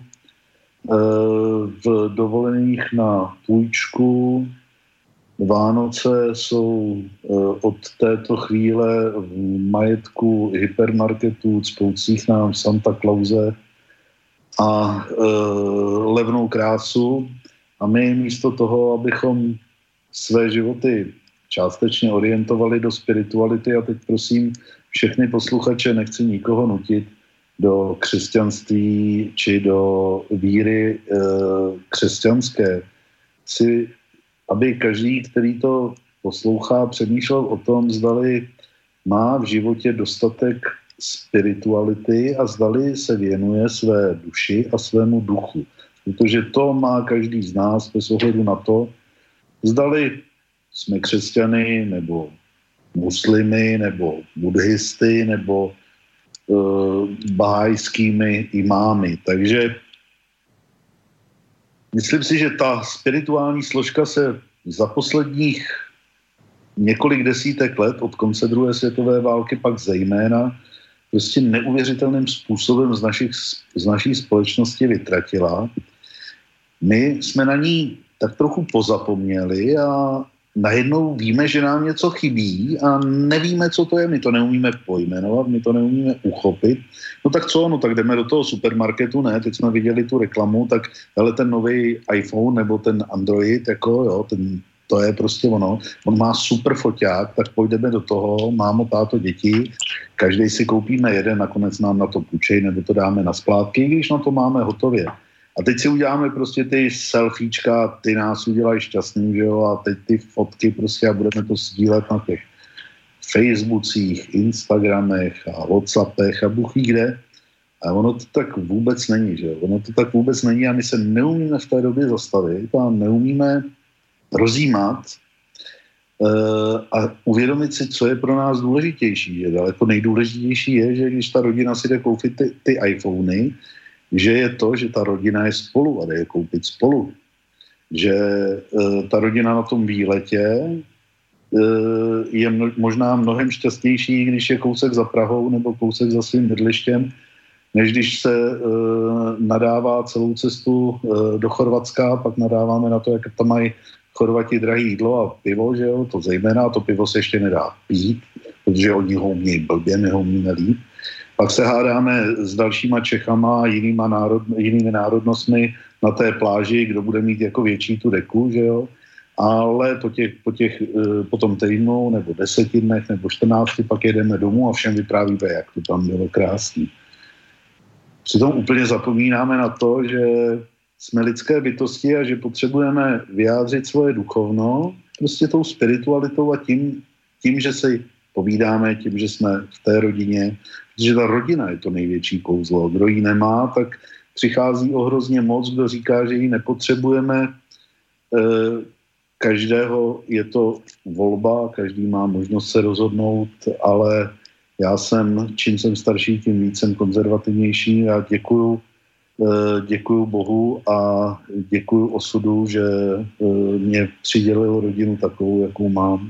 v dovolených na půjčku. Vánoce jsou od této chvíle v majetku hypermarketů cpoucích nám Santa Clause a levnou krásu. A my místo toho, abychom své životy částečně orientovali do spirituality, a teď prosím všechny posluchače, nechci nikoho nutit do křesťanství či do víry e, křesťanské. Chci, aby každý, který to poslouchá, přemýšlel o tom, zdali má v životě dostatek spirituality a zdali se věnuje své duši a svému duchu. Protože to má každý z nás bez ohledu na to, zdali jsme křesťany, nebo muslimy, nebo buddhisty, nebo uh, bahajskými imámy. Takže myslím si, že ta spirituální složka se za posledních několik desítek let od konce druhé světové války pak zejména prostě neuvěřitelným způsobem z, našich, z naší společnosti vytratila. My jsme na ní tak trochu pozapomněli a najednou víme, že nám něco chybí a nevíme, co to je. My to neumíme pojmenovat, my to neumíme uchopit. No tak co? No tak jdeme do toho supermarketu, ne? Teď jsme viděli tu reklamu, tak hele, ten nový iPhone nebo ten Android, jako jo, ten, to je prostě ono. On má super foťák, tak půjdeme do toho, mámo, táto, děti, každý si koupíme jeden, nakonec nám na to půjčej, nebo to dáme na splátky, když na to máme hotově. A teď si uděláme prostě ty selfiečka, ty nás udělají šťastný, že jo, a teď ty fotky prostě a budeme to sdílet na těch Facebookích, Instagramech a Whatsappech a Bůh ví kde. A ono to tak vůbec není, že jo. Ono to tak vůbec není a my se neumíme v té době zastavit a neumíme rozjímat uh, a uvědomit si, co je pro nás důležitější. Že daleko nejdůležitější je, že když ta rodina si jde koupit ty, ty iPhony, že je to, že ta rodina je spolu a jde je koupit spolu. Že uh, ta rodina na tom výletě uh, je mno, možná mnohem šťastnější, když je kousek za Prahou nebo kousek za svým bydlištěm, než když se uh, nadává celou cestu uh, do Chorvatska, pak nadáváme na to, jak tam mají Chorvati drahé jídlo a pivo, že jo, to zejména, to pivo se ještě nedá pít, protože oni ho umějí blbě, my ho umíme líp. Pak se hádáme s dalšíma Čechama a jinýma národ, jinými národnostmi na té pláži, kdo bude mít jako větší tu deku, že jo. Ale po, těch, po, těch, po tom týdnu nebo deseti dnech nebo čtrnácti pak jedeme domů a všem vyprávíme, jak to tam bylo krásný. Přitom úplně zapomínáme na to, že jsme lidské bytosti a že potřebujeme vyjádřit svoje duchovno prostě tou spiritualitou a tím, tím, že si povídáme, tím, že jsme v té rodině, protože ta rodina je to největší kouzlo. Kdo ji nemá, tak přichází o hrozně moc, kdo říká, že ji nepotřebujeme. Každého je to volba, každý má možnost se rozhodnout, ale já jsem, čím jsem starší, tím víc jsem konzervativnější. Já děkuju, děkuju Bohu a děkuju osudu, že mě přidělil rodinu takovou, jakou mám.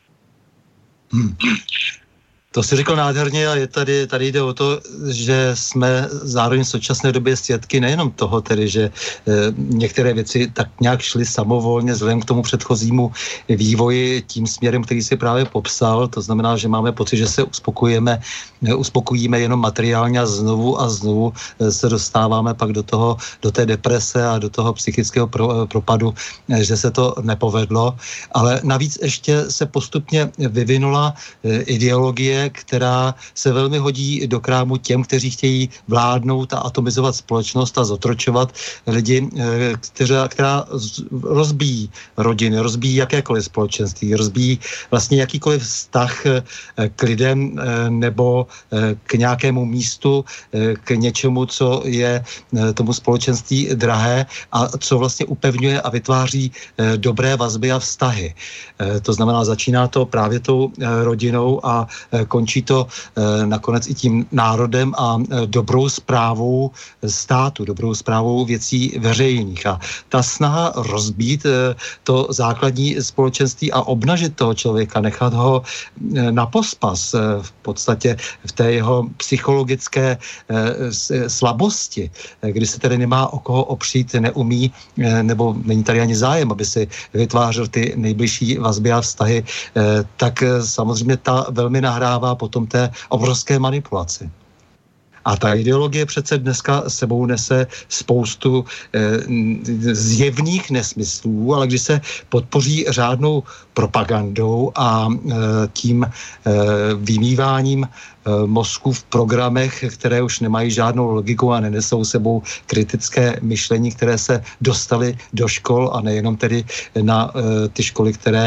Hmm. To jsi řekl nádherně a je tady, tady jde o to, že jsme zároveň v současné době svědky nejenom toho tedy, že e, některé věci tak nějak šly samovolně vzhledem k tomu předchozímu vývoji tím směrem, který si právě popsal, to znamená, že máme pocit, že se uspokojíme, uspokojíme jenom materiálně a znovu a znovu se dostáváme pak do toho, do té deprese a do toho psychického pro, propadu, že se to nepovedlo, ale navíc ještě se postupně vyvinula e, ideologie, která se velmi hodí do krámu těm, kteří chtějí vládnout a atomizovat společnost a zotročovat lidi, která, která rozbíjí rodiny, rozbíjí jakékoliv společenství, rozbíjí vlastně jakýkoliv vztah k lidem nebo k nějakému místu, k něčemu, co je tomu společenství drahé a co vlastně upevňuje a vytváří dobré vazby a vztahy. To znamená, začíná to právě tou rodinou a končí to e, nakonec i tím národem a e, dobrou správou státu, dobrou správou věcí veřejných. A ta snaha rozbít e, to základní společenství a obnažit toho člověka, nechat ho e, na pospas e, v podstatě v té jeho psychologické e, slabosti, e, kdy se tedy nemá o koho opřít, neumí, e, nebo není tady ani zájem, aby si vytvářel ty nejbližší vazby a vztahy, e, tak e, samozřejmě ta velmi nahrává potom té obrovské manipulaci. A ta ideologie přece dneska sebou nese spoustu e, zjevných nesmyslů, ale když se podpoří řádnou propagandou a e, tím e, vymýváním e, mozku v programech, které už nemají žádnou logiku a nenesou sebou kritické myšlení, které se dostaly do škol a nejenom tedy na e, ty školy, které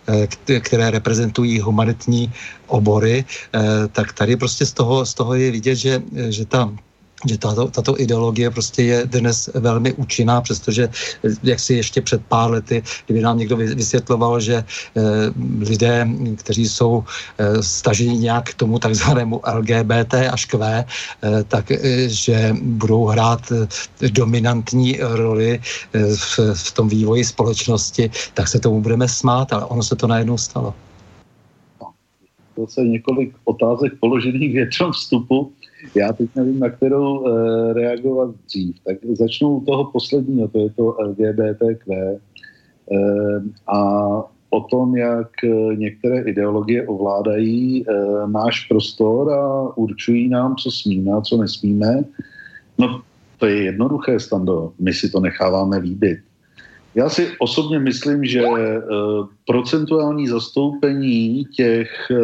které reprezentují humanitní obory, tak tady prostě z toho, z toho je vidět, že, že ta že tato, tato ideologie prostě je dnes velmi účinná, přestože jak si ještě před pár lety, kdyby nám někdo vysvětloval, že eh, lidé, kteří jsou eh, staženi nějak k tomu takzvanému L G B T až Q, eh, tak eh, že budou hrát eh, dominantní roli eh, v, v tom vývoji společnosti, tak se tomu budeme smát, ale ono se to najednou stalo. To se několik otázek položených v jednom vstupu. Já teď nevím, na kterou e, reagovat dřív. Tak začnu u toho posledního, to je to L G B T Q. E, a o tom, jak některé ideologie ovládají e, náš prostor a určují nám, co smíme a co nesmíme. No, to je jednoduché, Stando. My si to necháváme líbit. Já si osobně myslím, že e, procentuální zastoupení těch e,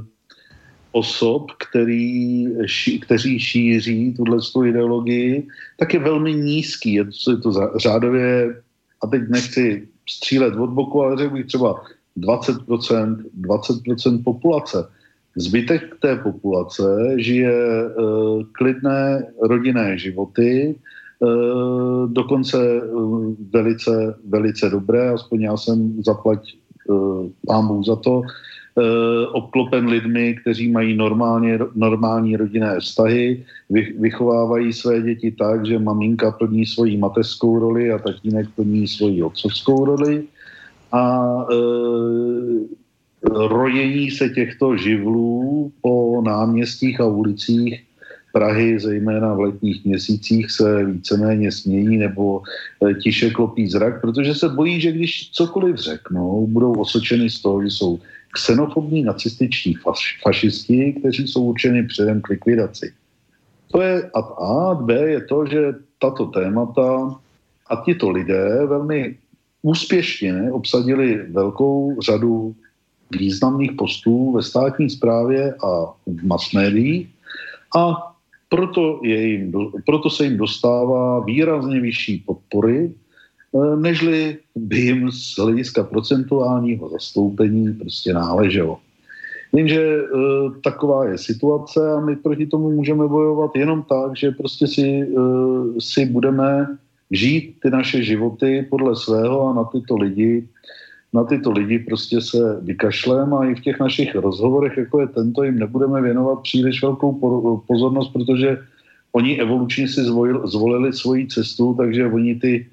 osob, který, ši, kteří šíří tuhle ideologii, tak je velmi nízký. Je to, je to řádově, a teď nechci střílet od boku, ale řekl bych třeba dvacet procent, dvacet procent populace. Zbytek té populace žije e, klidné rodinné životy, Uh, dokonce uh, velice, velice dobré, aspoň já jsem zaplať uh, pán Bůh za to, uh, obklopen lidmi, kteří mají normálně, normální rodinné vztahy, vy, vychovávají své děti tak, že maminka plní svoji mateřskou roli a tatínek plní svoji otcovskou roli a uh, rojení se těchto živlů po náměstích a ulicích Prahy, zejména v letních měsících, se víceméně smějí nebo tiše klopí zrak, protože se bojí, že když cokoliv řeknou, budou osočeny z toho, že jsou xenofobní nacističní faš, fašisti, kteří jsou určeni předem k likvidaci. To je ad A, ad B je to, že tato témata a tito lidé velmi úspěšně obsadili velkou řadu významných postů ve státní správě a v masmédiích a Proto, je jim, proto se jim dostává výrazně vyšší podpory, nežli by jim z hlediska procentuálního zastoupení prostě náleželo. Jenže e, taková je situace a my proti tomu můžeme bojovat jenom tak, že prostě si, e, si budeme žít ty naše životy podle svého a na tyto lidi na tyto lidi prostě se vykašlem a i v těch našich rozhovorech, jako je tento, jim nebudeme věnovat příliš velkou pozornost, protože oni evolučně si zvolili, zvolili svoji cestu, takže oni ty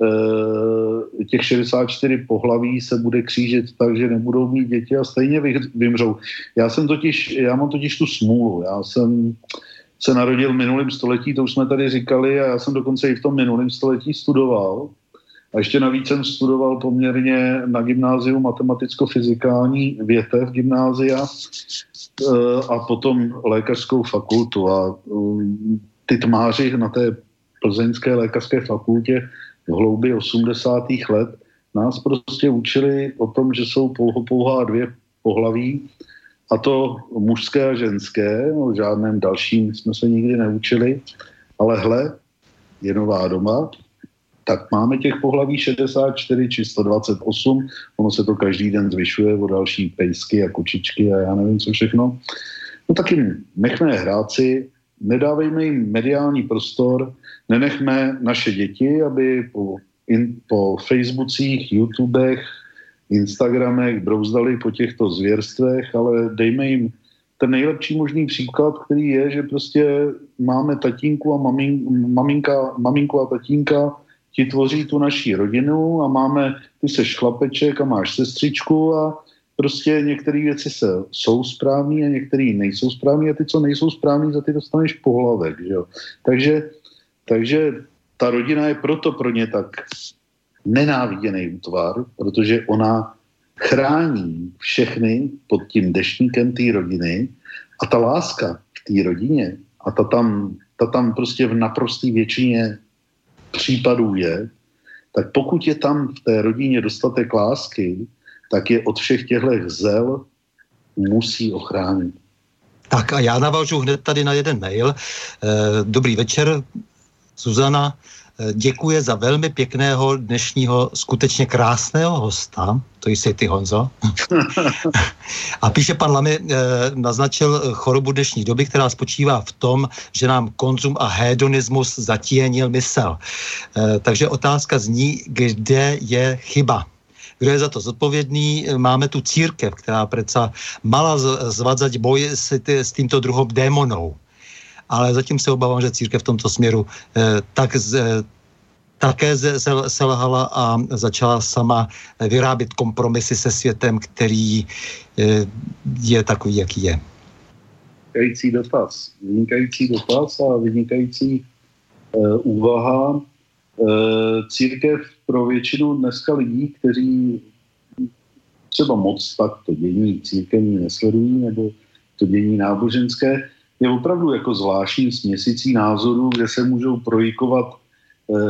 e, těch šedesát čtyři pohlaví se bude křížit tak, že nebudou mít děti a stejně vymřou. Já jsem totiž, já mám totiž tu smůlu. Já jsem se narodil v minulém století, to už jsme tady říkali, a já jsem dokonce i v tom minulém století studoval. A ještě navíc jsem studoval poměrně na gymnáziu matematicko-fyzikální větev gymnázia a potom lékařskou fakultu. A ty tmáři na té plzeňské lékařské fakultě v hloubi osmdesátých let nás prostě učili o tom, že jsou pouhá dvě pohlaví, a to mužské a ženské. O žádném dalším jsme se nikdy neučili, ale hle, je nová doba. Tak máme těch pohlaví šedesát čtyři či sto dvacet osm, ono se to každý den zvyšuje o další pejsky a kočičky a já nevím co všechno. No tak jim nechme hrát si, nedávejme jim mediální prostor, nenechme naše děti, aby po, in, po Facebookích, YouTubech, Instagramech brouzdali po těchto zvěrstvech, ale dejme jim ten nejlepší možný příklad, který je, že prostě máme tatínku a mamin, maminka, maminku a tatínka, ti tvoří tu naší rodinu a máme, ty seš chlapeček a máš sestřičku a prostě některé věci se, jsou správný a některé nejsou správný a ty, co nejsou správný, za ty dostaneš pohlavek, že jo. Takže, takže ta rodina je proto pro ně tak nenáviděný útvar, protože ona chrání všechny pod tím deštníkem té rodiny a ta láska v té rodině a ta tam, ta tam prostě v naprosté většině případů je, tak pokud je tam v té rodině dostatek lásky, tak je od všech těchto zel musí ochránit. Tak a já navážu hned tady na jeden mail. Dobrý večer, Zuzana. děkuje za velmi pěkného dnešního skutečně krásného hosta, to jsi ty, Honzo. A píše, pan Lamy eh, naznačil chorobu dnešní doby, která spočívá v tom, že nám konzum a hedonismus zatíhenil mysl. Eh, takže otázka zní, kde je chyba. Kdo je za to zodpovědný? Máme tu církev, která preca mala zvadzať boj s, t- s týmto druhom démonou. Ale zatím se obávám, že církev v tomto směru eh, tak z, eh, také selhala a začala sama vyrábět kompromisy se světem, který eh, je takový, jaký je. Vynikající dotaz. Vynikající dotaz a vynikající eh, úvaha. Eh, církev pro většinu dneska lidí, kteří třeba moc tak to dění církevní nesledují, nebo to dění náboženské, je opravdu jako zvláštní směsicí názorů, kde se můžou projikovat uh,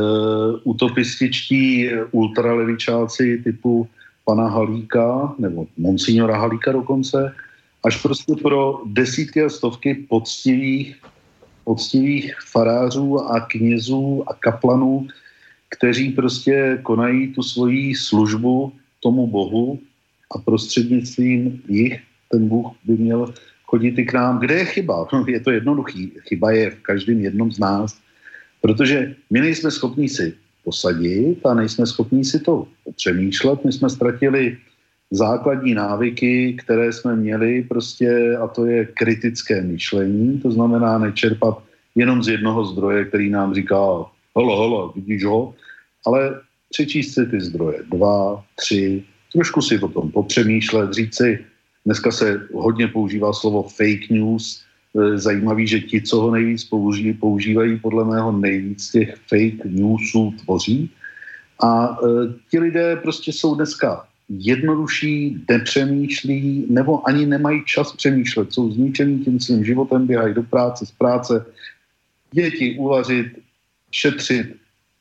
utopističtí ultralevičáci typu pana Halíka, nebo monsignora Halíka dokonce, až prostě pro desítky a stovky poctivých, poctivých farářů a knězů a kaplanů, kteří prostě konají tu svoji službu tomu Bohu a prostřednictvím jich ten Bůh by měl chodit i k nám. Kde je chyba? No, je to jednoduchý. Chyba je v každém jednom z nás, protože my nejsme schopní si posadit a nejsme schopní si to přemýšlet. My jsme ztratili základní návyky, které jsme měli prostě, a to je kritické myšlení, to znamená nečerpat jenom z jednoho zdroje, který nám říká holo, holo, vidíš ho, ale přečíst si ty zdroje, dva, tři, trošku si o tom popřemýšlet, říct si, dneska se hodně používá slovo fake news, zajímavý, že ti, co ho nejvíc použí, používají, podle mého nejvíc těch fake newsů tvoří. A e, ti lidé prostě jsou dneska jednodušší, nepřemýšlí, nebo ani nemají čas přemýšlet, jsou zničený tím svým životem, běhají do práce, z práce, děti uvařit, šetřit.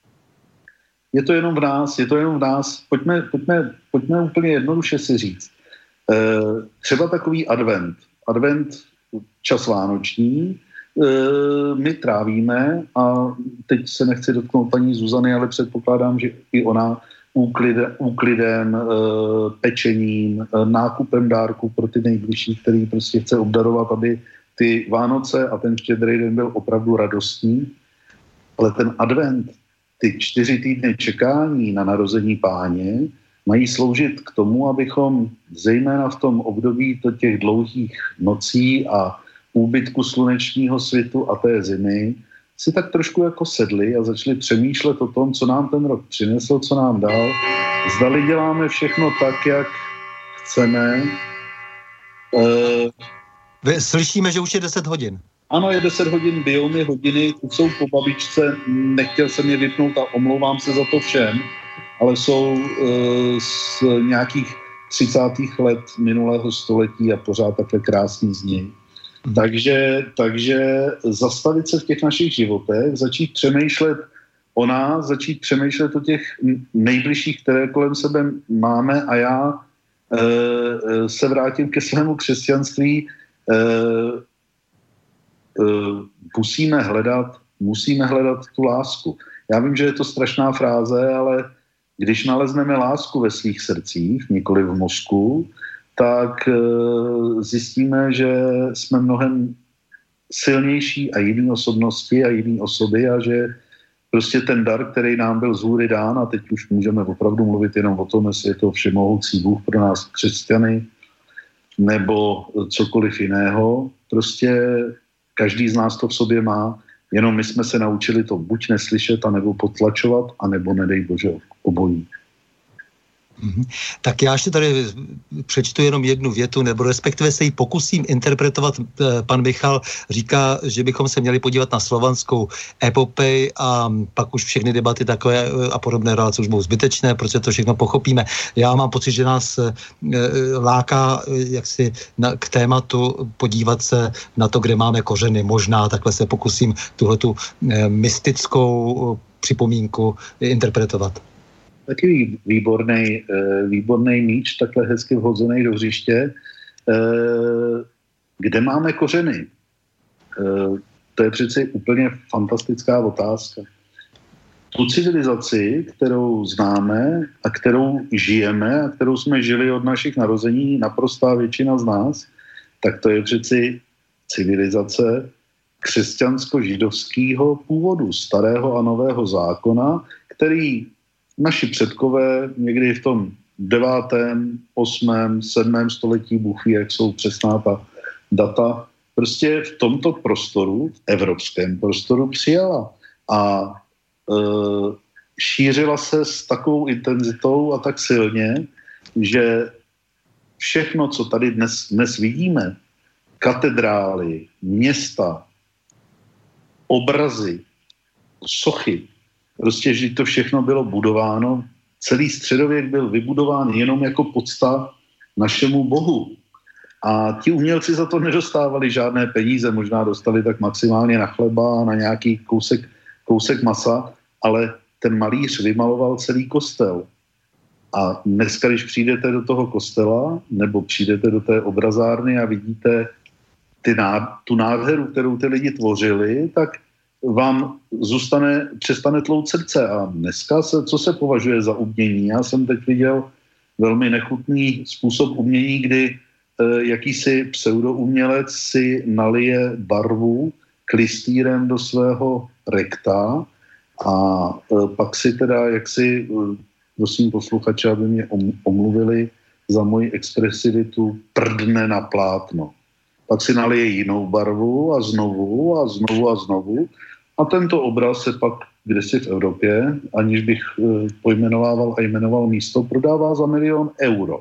Je to jenom v nás, je to jenom v nás. Pojďme, pojďme, pojďme úplně jednoduše si říct. E, třeba takový advent. Advent, čas vánoční, e, my trávíme a teď se nechci dotknout paní Zuzany, ale předpokládám, že i ona úklidem, úklidem e, pečením, e, nákupem dárků pro ty nejbližší, který prostě chce obdarovat, aby ty Vánoce a ten štědrý den byl opravdu radostný. Ale ten advent, ty čtyři týdny čekání na narození Páně mají sloužit k tomu, abychom zejména v tom období těch dlouhých nocí a úbytku slunečního svitu a té zimy si tak trošku jako sedli a začali přemýšlet o tom, co nám ten rok přinesl, co nám dal. Zdali děláme všechno tak, jak chceme. E... Slyšíme, že už je deset hodin. Ano, je deset hodin, bijou mi hodiny, jsou po babičce, nechtěl jsem je vypnout a omlouvám se za to všem, ale jsou e, z nějakých třicátých let minulého století a pořád takhle krásný zní. Mm. Takže, takže zastavit se v těch našich životech, začít přemýšlet o nás, začít přemýšlet o těch nejbližších, které kolem sebe máme a já e, e, se vrátím ke svému křesťanství. E, musíme hledat, musíme hledat tu lásku. Já vím, že je to strašná fráze, ale když nalezneme lásku ve svých srdcích, nikoli v mozku, tak zjistíme, že jsme mnohem silnější a jiný osobnosti a jiný osoby a že prostě ten dar, který nám byl z hůry dán, a teď už můžeme opravdu mluvit jenom o tom, jestli je to všemohoucí Bůh pro nás křesťany nebo cokoliv jiného, prostě každý z nás to v sobě má, jenom my jsme se naučili to buď neslyšet, anebo potlačovat, anebo nedej Bože obojí. Mm-hmm. Tak já ještě tady přečtu jenom jednu větu, nebo respektive se ji pokusím interpretovat. Pan Michal říká, že bychom se měli podívat na slovanskou epopej a pak už všechny debaty takové a podobné relace už budou zbytečné, protože to všechno pochopíme. Já mám pocit, že nás láká jaksi na, k tématu podívat se na to, kde máme kořeny. Možná takhle se pokusím tuhletu mystickou připomínku interpretovat. Taky výborný, výborný míč, takhle hezky vhozený do hřiště. Kde máme kořeny? To je přeci úplně fantastická otázka. tu civilizaci, kterou známe a kterou žijeme a kterou jsme žili od našich narození, naprostá většina z nás, tak to je přeci civilizace křesťansko-židovského původu, starého a nového zákona, který naši předkové někdy v tom devátém, osmém, sedmém století, Bůh ví, jak jsou přesná ta data, prostě v tomto prostoru, v evropském prostoru přijala a e, šířila se s takovou intenzitou a tak silně, že všechno, co tady dnes, dnes vidíme, katedrály, města, obrazy, sochy, prostě, že to všechno bylo budováno, celý středověk byl vybudován jenom jako podsta našemu Bohu. A ti umělci za to nedostávali žádné peníze, možná dostali tak maximálně na chleba, na nějaký kousek, kousek masa, ale ten malíř vymaloval celý kostel. A dneska, když přijdete do toho kostela, nebo přijdete do té obrazárny a vidíte ty ná, tu nádheru, kterou ty lidi tvořili, tak vám zůstane, přestane tlout srdce. A dneska se, co se považuje za umění? Já jsem teď viděl velmi nechutný způsob umění, kdy e, jakýsi pseudoumělec si nalije barvu klistýrem do svého rekta a e, pak si teda, jak si, e, prosím posluchače, aby mě omluvili za moji expresivitu, prdne na plátno. Pak si nalije jinou barvu a znovu a znovu a znovu. A tento obraz se pak kdesi v Evropě, aniž bych pojmenovával a jmenoval místo, prodává za milion euro.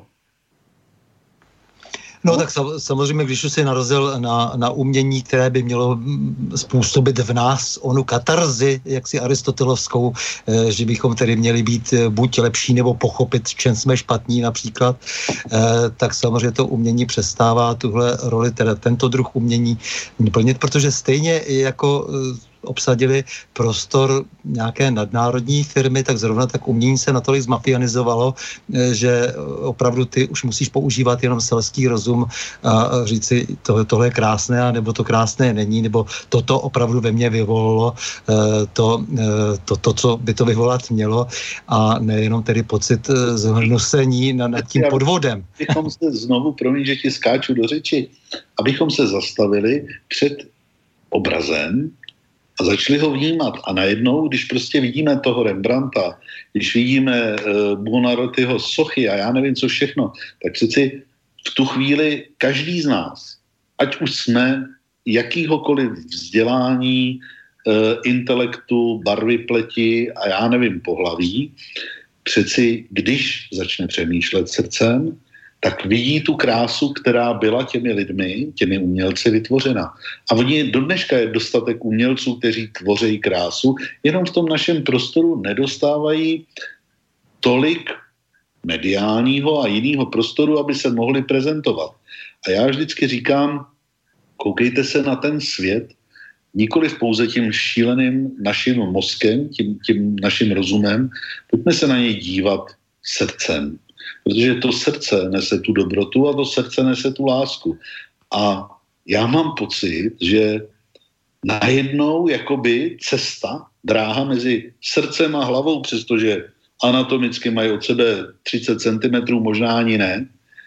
No tak samozřejmě, když už se narazil na, na umění, které by mělo způsobit v nás onu katarzi, jaksi aristotelovskou, eh, že bychom tedy měli být buď lepší nebo pochopit, v čem jsme špatní například, eh, tak samozřejmě to umění přestává tuhle roli, teda tento druh umění plnit, protože stejně jako eh, obsadili prostor nějaké nadnárodní firmy, tak zrovna tak umění se natolik zmafianizovalo, že opravdu ty už musíš používat jenom selský rozum a říct si, tohle, tohle je krásné, nebo to krásné není, nebo toto opravdu ve mně vyvolalo to, to, to co by to vyvolat mělo a nejenom tedy pocit zhnusení nad tím podvodem. Abychom se znovu, promiň, že ti skáču do řeči, abychom se zastavili před obrazem a začali ho vnímat. A najednou, když prostě vidíme toho Rembrandta, když vidíme uh, Buonarrotiho sochy a já nevím, co všechno, tak přeci v tu chvíli každý z nás, ať už jsme jakýhokoliv vzdělání, uh, intelektu, barvy pleti a já nevím, pohlaví, přeci když začne přemýšlet srdcem, tak vidí tu krásu, která byla těmi lidmi, těmi umělci vytvořena. A oni do dneška je dostatek umělců, kteří tvoří krásu, jenom v tom našem prostoru nedostávají tolik mediálního a jiného prostoru, aby se mohli prezentovat. A já vždycky říkám, koukejte se na ten svět, nikoliv pouze tím šíleným naším mozkem, tím, tím naším rozumem, pojďme se na něj dívat srdcem. Protože to srdce nese tu dobrotu a to srdce nese tu lásku. A já mám pocit, že najednou jakoby cesta, dráha mezi srdcem a hlavou, přestože anatomicky mají od sebe třicet centimetrů, možná ani ne,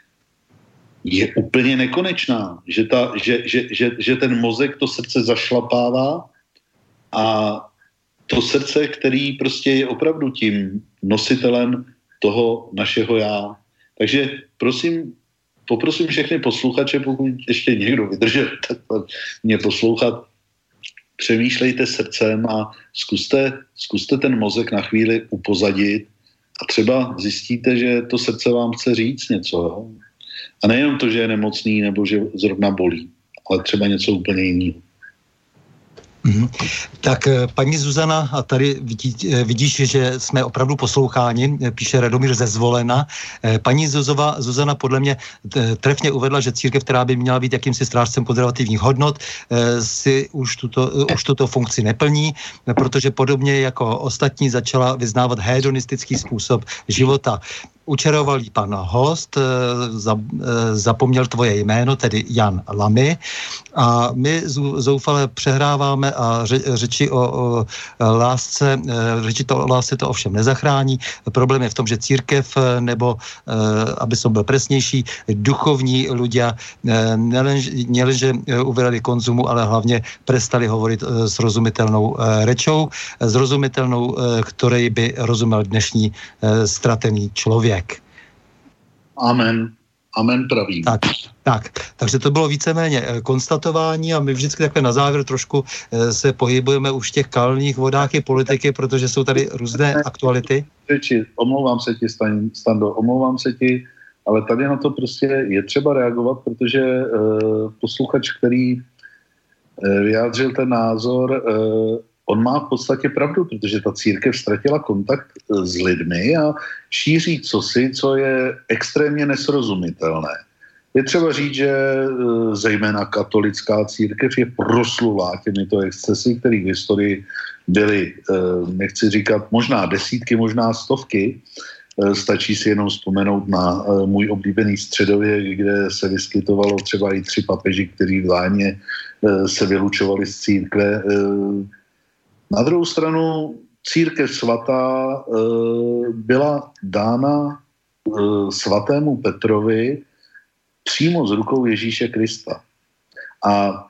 je úplně nekonečná. Že, ta, že, že, že, že ten mozek to srdce zašlapává a to srdce, který prostě je opravdu tím nositelem toho našeho já. Takže prosím, poprosím všechny posluchače, pokud ještě někdo vydržel mě poslouchat, přemýšlejte srdcem a zkuste, zkuste ten mozek na chvíli upozadit a třeba zjistíte, že to srdce vám chce říct něco. Jo? A nejenom to, že je nemocný nebo že zrovna bolí, ale třeba něco úplně jiného. Mm-hmm. Tak paní Zuzana, a tady vidí, vidíš, že jsme opravdu posloucháni, píše Radomír ze Zvolena. Paní Zuzova, Zuzana podle mě trefně uvedla, že církev, která by měla být jakýmsi strážcem konzervativních hodnot, si už tuto, už tuto funkci neplní, protože podobně jako ostatní začala vyznávat hedonistický způsob života. učaroval jí pan host, za, zapomněl tvoje jméno, tedy Jan Lamy, a my zoufale přehráváme a ře, řeči o, o lásce, řeči to o lásce to ovšem nezachrání. Problém je v tom, že církev, nebo, aby som byl presnější, duchovní ľudia nielenže uvedali konzumu, ale hlavně prestali hovoriť srozumiteľnou rečou, zrozumiteľnou, ktorej by rozumel dnešní stratený člověk. Amen. Amen pravím. Tak, tak, takže to bylo víceméně konstatování a my vždycky takhle na závěr trošku se pohybujeme už v těch kalných vodách i politiky, protože jsou tady různé aktuality. Řeči, omlouvám se ti, Stando, omlouvám se ti, ale tady na to prostě je třeba reagovat, protože uh, posluchač, který uh, vyjádřil ten názor, uh, on má v podstatě pravdu, protože ta církev ztratila kontakt s lidmi a šíří cosi, co je extrémně nesrozumitelné. Je třeba říct, že zejména katolická církev je proslulá těmito excesy, které v historii byly, nechci říkat, možná desítky, možná stovky. Stačí si jenom vzpomenout na můj oblíbený středověk, kde se vyskytovalo třeba i tři papeži, kteří vládně se vylučovali z církve. Na druhou stranu církev svatá e, byla dána e, svatému Petrovi přímo z rukou Ježíše Krista. A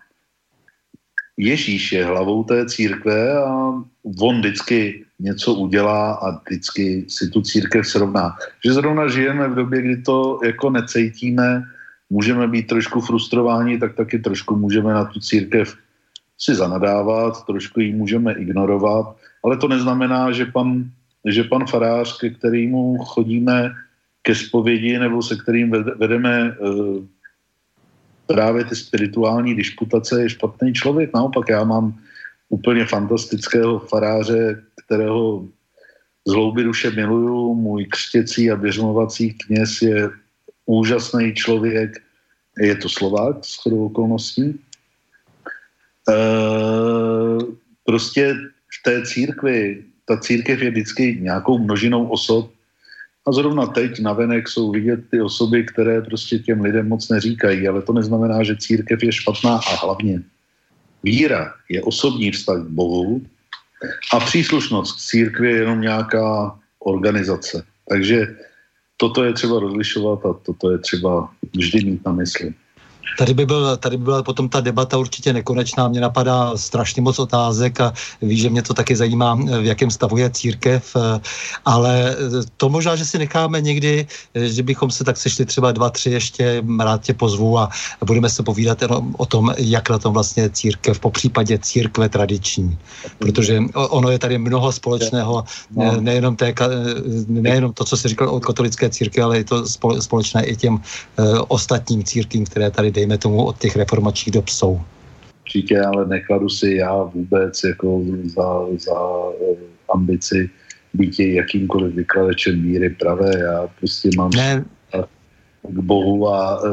Ježíš je hlavou té církve a on vždycky něco udělá a vždycky si tu církev srovná. Že zrovna žijeme v době, kdy to jako necítíme, můžeme být trošku frustrováni, tak taky trošku můžeme na tu církev si zanadávat, trošku ji můžeme ignorovat, ale to neznamená, že pan, že pan farář, ke kterému chodíme ke zpovědi nebo se kterým vedeme uh, právě ty spirituální disputace, je špatný člověk. Naopak já mám úplně fantastického faráře, kterého z hloubi duše miluju. Můj křtěcí a běžmovací kněz je úžasný člověk. Je to Slovák shodou okolností. E, prostě v té církvi, ta církev je vždycky nějakou množinou osob a zrovna teď navenek jsou vidět ty osoby, které prostě těm lidem moc neříkají, ale to neznamená, že církev je špatná a hlavně víra je osobní vztah k Bohu a příslušnost k církvi je jenom nějaká organizace. Takže toto je třeba rozlišovat a toto je třeba vždy mít na mysli. Tady by, byl, tady by byla potom ta debata určitě nekonečná, mě napadá strašně moc otázek a víš, že mě to taky zajímá, v jakém stavu je církev, ale to možná, že si necháme někdy, že bychom se tak sešli třeba dva, tři ještě, rád tě pozvu a budeme se povídat o tom, jak na tom vlastně církev, po případě církve tradiční, protože ono je tady mnoho společného, nejenom, té, nejenom to, co jsi říkal o katolické církvi, ale je to společné i těm ostatním církvím, které tady dejme tomu od těch reformačních dob jsou. Určitě, ale nekladu si já vůbec jako za, za ambici být jakýmkoliv vykladečem víry pravé. Já prostě mám ne. k Bohu a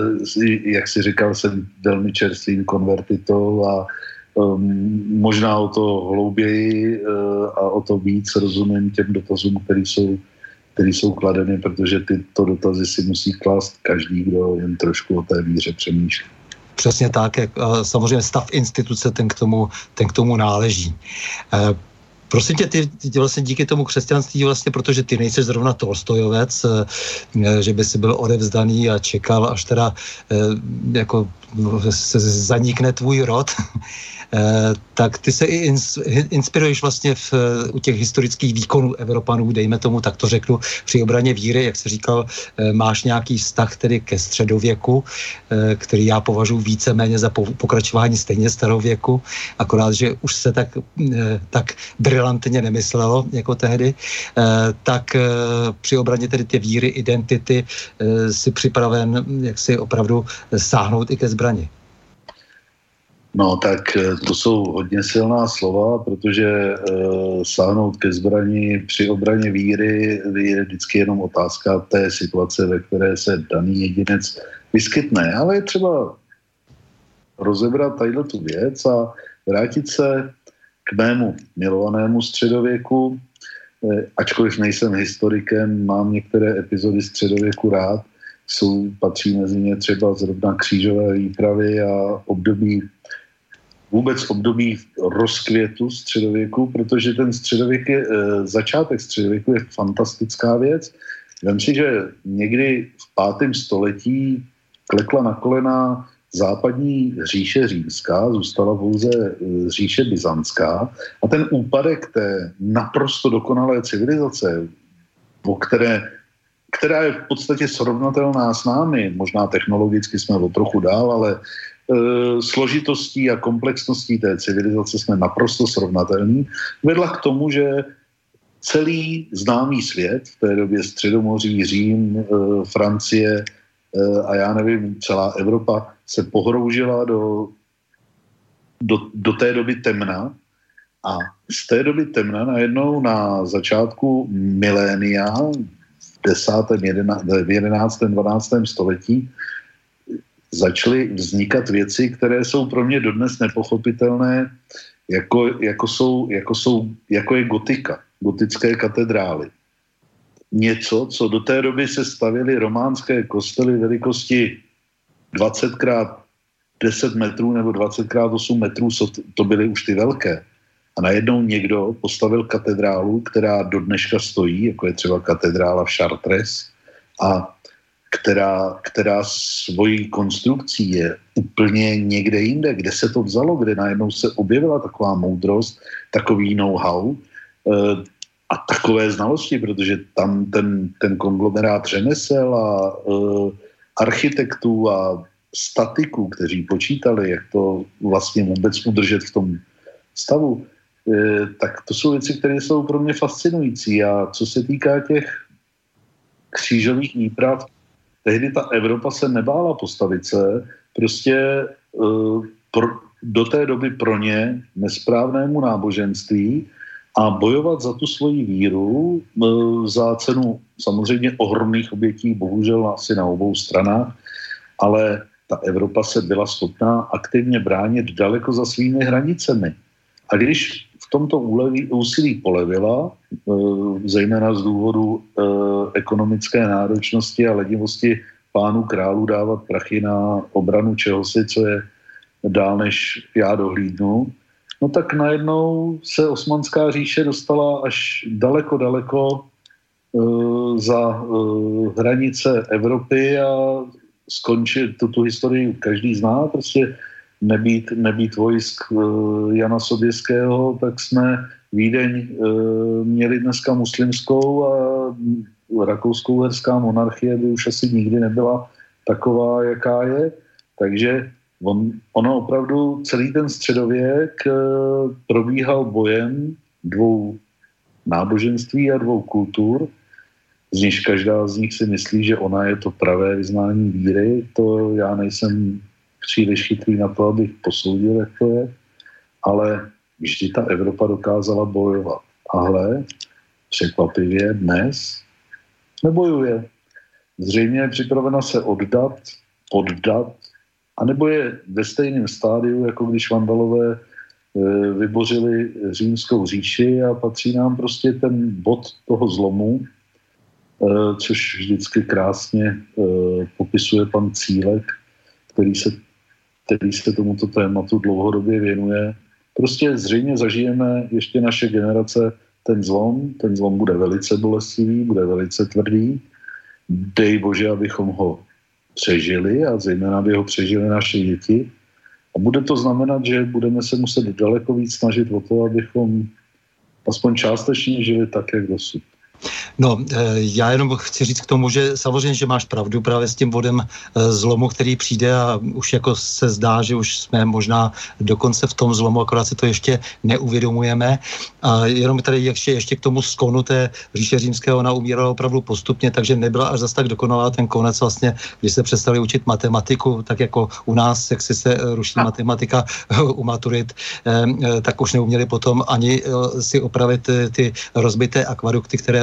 jak si říkal, jsem velmi čerstvým konvertitou a um, možná o to hlouběji uh, a o to víc rozumím těm dotazům, které jsou které jsou kladeny, protože tyto dotazy si musí klást každý, kdo jen trošku o té víře přemýšlí. Přesně tak, jak samozřejmě stav instituce ten k tomu, ten k tomu náleží. E, prosím tě, ty, ty vlastně díky tomu křesťanství vlastně, protože ty nejsi zrovna Tolstojovec, e, že by si byl odevzdaný a čekal, až teda e, jako se zanikne tvůj rod, Eh, tak ty se i ins, inspiruješ vlastně v, u těch historických výkonů Evropanů, dejme tomu, tak to řeknu, při obraně víry, jak jsi říkal, eh, máš nějaký vztah tedy ke středověku, eh, který já považuji víceméně za po, pokračování stejně starověku, akorát, že už se tak, eh, tak brilantně nemyslelo jako tehdy, eh, tak eh, při obraně tedy ty víry, identity eh, si připraven, jak si opravdu sáhnout i ke zbrani. No tak to jsou hodně silná slova, protože e, sáhnout ke zbrani při obraně víry je vždycky jenom otázka té situace, ve které se daný jedinec vyskytne. Ale je třeba rozebrat tadyhle tu věc a vrátit se k mému milovanému středověku. ačkoliv nejsem historikem, mám některé epizody středověku rád, jsou, patří mezi ně třeba zrovna křížové výpravy a období, vůbec období rozkvětu středověku, protože ten středověk je, začátek středověku je fantastická věc. Vem si, že někdy v pátém století klekla na kolena západní říše římská, zůstala pouze říše byzantská a ten úpadek té naprosto dokonalé civilizace, o které, která je v podstatě srovnatelná s námi, možná technologicky jsme o trochu dál, ale e, složitostí a komplexností té civilizace jsme naprosto srovnatelní, vedla k tomu, že celý známý svět, v té době Středomoří, Řím, e, Francie e, a já nevím, celá Evropa se pohroužila do, do, do té doby temna a z té doby temna najednou na začátku milénia v desátém, jedenáctém, dvanáctém století začaly vznikat věci, které jsou pro mě dodnes nepochopitelné, jako, jako, jsou, jako, jsou, jako je gotika, gotické katedrály. Něco, co do té doby se stavěly románské kostely velikosti dvacet krát deset metrů nebo dvacet krát osm metrů, to byly už ty velké. A najednou někdo postavil katedrálu, která do dneška stojí, jako je třeba katedrála v Chartres, a která, která svojí konstrukcí je úplně někde jinde, kde se to vzalo, kde najednou se objevila taková moudrost, takový know-how a takové znalosti, protože tam ten, ten konglomerát řemesel a architektů a statiků, kteří počítali, jak to vlastně vůbec udržet v tom stavu, tak to jsou věci, které jsou pro mě fascinující. A co se týká těch křížových výprav, tehdy ta Evropa se nebála postavit se prostě pro, do té doby pro ně nesprávnému náboženství a bojovat za tu svoji víru za cenu samozřejmě ohromných obětí, bohužel asi na obou stranách, ale ta Evropa se byla schopná aktivně bránit daleko za svými hranicemi. A když v tomto úleví, úsilí polevila, zejména z důvodu ekonomické náročnosti a lenivosti pánů králů dávat prachy na obranu čehosi, co je dál než já dohlídnu, no tak najednou se Osmanská říše dostala až daleko, daleko za hranice Evropy a skončit tu, tu historii každý zná, prostě nebýt, nebýt vojsk Jana Soběského, tak jsme Vídeň měli dneska muslimskou a rakouskou-uherská monarchie by už asi nikdy nebyla taková, jaká je. Takže on, ono opravdu celý ten středověk probíhal bojem dvou náboženství a dvou kultur, z níž každá z nich si myslí, že ona je to pravé vyznání víry. To já nejsem příliš chytrý na to, abych posoudil, jak to je, ale vždy ta Evropa dokázala bojovat. Ale překvapivě dnes nebojuje. Zřejmě je připravena se oddat, poddat, anebo je ve stejném stádiu, jako když Vandalové e, vybořili římskou říši a patří nám prostě ten bod toho zlomu, e, což vždycky krásně e, popisuje pan Cílek, který se, který se tomuto tématu dlouhodobě věnuje. Prostě zřejmě zažijeme ještě naše generace ten zlom, ten zlom bude velice bolestivý, bude velice tvrdý. Dej Bože, abychom ho přežili a zejména aby ho přežili naše děti. A bude to znamenat, že budeme se muset daleko víc snažit o to, abychom aspoň částečně žili tak, jak dosud. No, já jenom chci říct k tomu, že samozřejmě, že máš pravdu právě s tím bodem zlomu, který přijde a už jako se zdá, že už jsme možná dokonce v tom zlomu, akorát si to ještě neuvědomujeme. A jenom tady ještě, ještě k tomu sklonu té říše římského, ona umírala opravdu postupně, takže nebyla až zase tak dokonalá ten konec vlastně, když se přestali učit matematiku, tak jako u nás, jak si se ruší matematika u maturit, tak už neuměli potom ani si opravit ty rozbité akvadukty, které rozbili za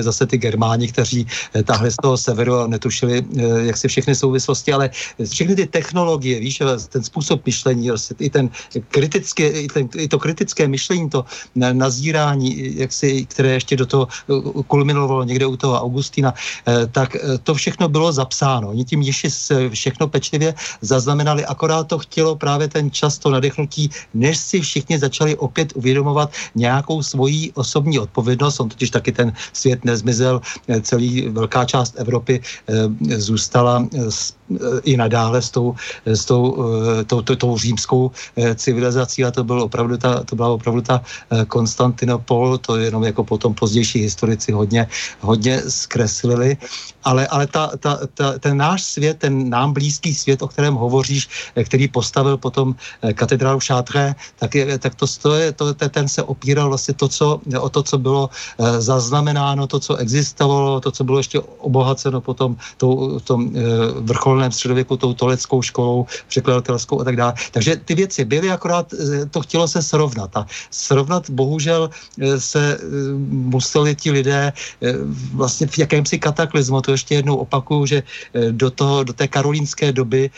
zase ty Germáni, kteří táhli z toho severu a netušili, jak si všechny souvislosti, ale všechny ty technologie, víš, ten způsob myšlení, i, ten kritické, i, ten, i to kritické myšlení, to nazírání, jak si, které ještě do toho kulminovalo někde u toho Augustína, tak to všechno bylo zapsáno. Oni tím Jiši všechno pečlivě zaznamenali, akorát to chtělo právě ten čas, to nadechnutí, než si všichni začali opět uvědomovat nějakou svoji osobní odpovědnost. On totiž taky ten svět nezmizel, celý velká část Evropy zůstala i nadále s tou, s tou, tou, tou, tou římskou civilizací a to, byl opravdu ta, to byla opravdu ta Konstantinopol, to jenom jako potom pozdější historici hodně, hodně zkreslili, ale, ale ta, ta, ta, ten náš svět, ten nám blízký svět, o kterém hovoříš, který postavil potom katedrálu Chartres, tak, je, tak to, to je, to, ten se opíral vlastně to, co, o to, co bylo zaznamenáno, to, co existovalo, to, co bylo ještě obohaceno potom tou, tom vrcholném středověku, tou toleckou školou, překladatelskou a tak dále. Takže ty věci byly, akorát to chtělo se srovnat. A srovnat bohužel se museli ti lidé vlastně v jakémsi kataklizmu. To ještě jednou opakuju, že do, toho, do té karolínské doby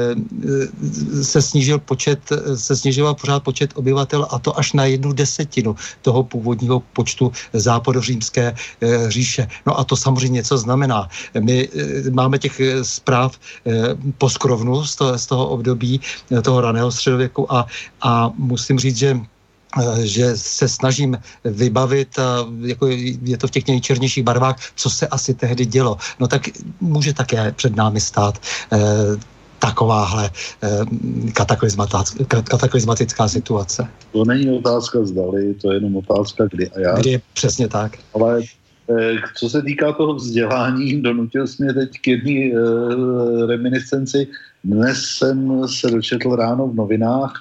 se snížil počet, se snižoval pořád počet obyvatel a to až na jednu desetinu toho původního počtu západořímské říše. No a to samozřejmě něco znamená. My máme těch zpráv poskrovnu z toho, z toho období, toho raného středověku a, a musím říct, že že se snažím vybavit, a jako je to v těch nejčernějších barvách, co se asi tehdy dělo. No tak může také před námi stát eh, takováhle eh, kataklizmatická situace. To není otázka zdali, to je jenom otázka kdy a já. Kdy, přesně tak. Ale eh, co se týká toho vzdělání, donutil jsi mě teď k jedné eh, reminiscenci. Dnes jsem se dočetl ráno v novinách,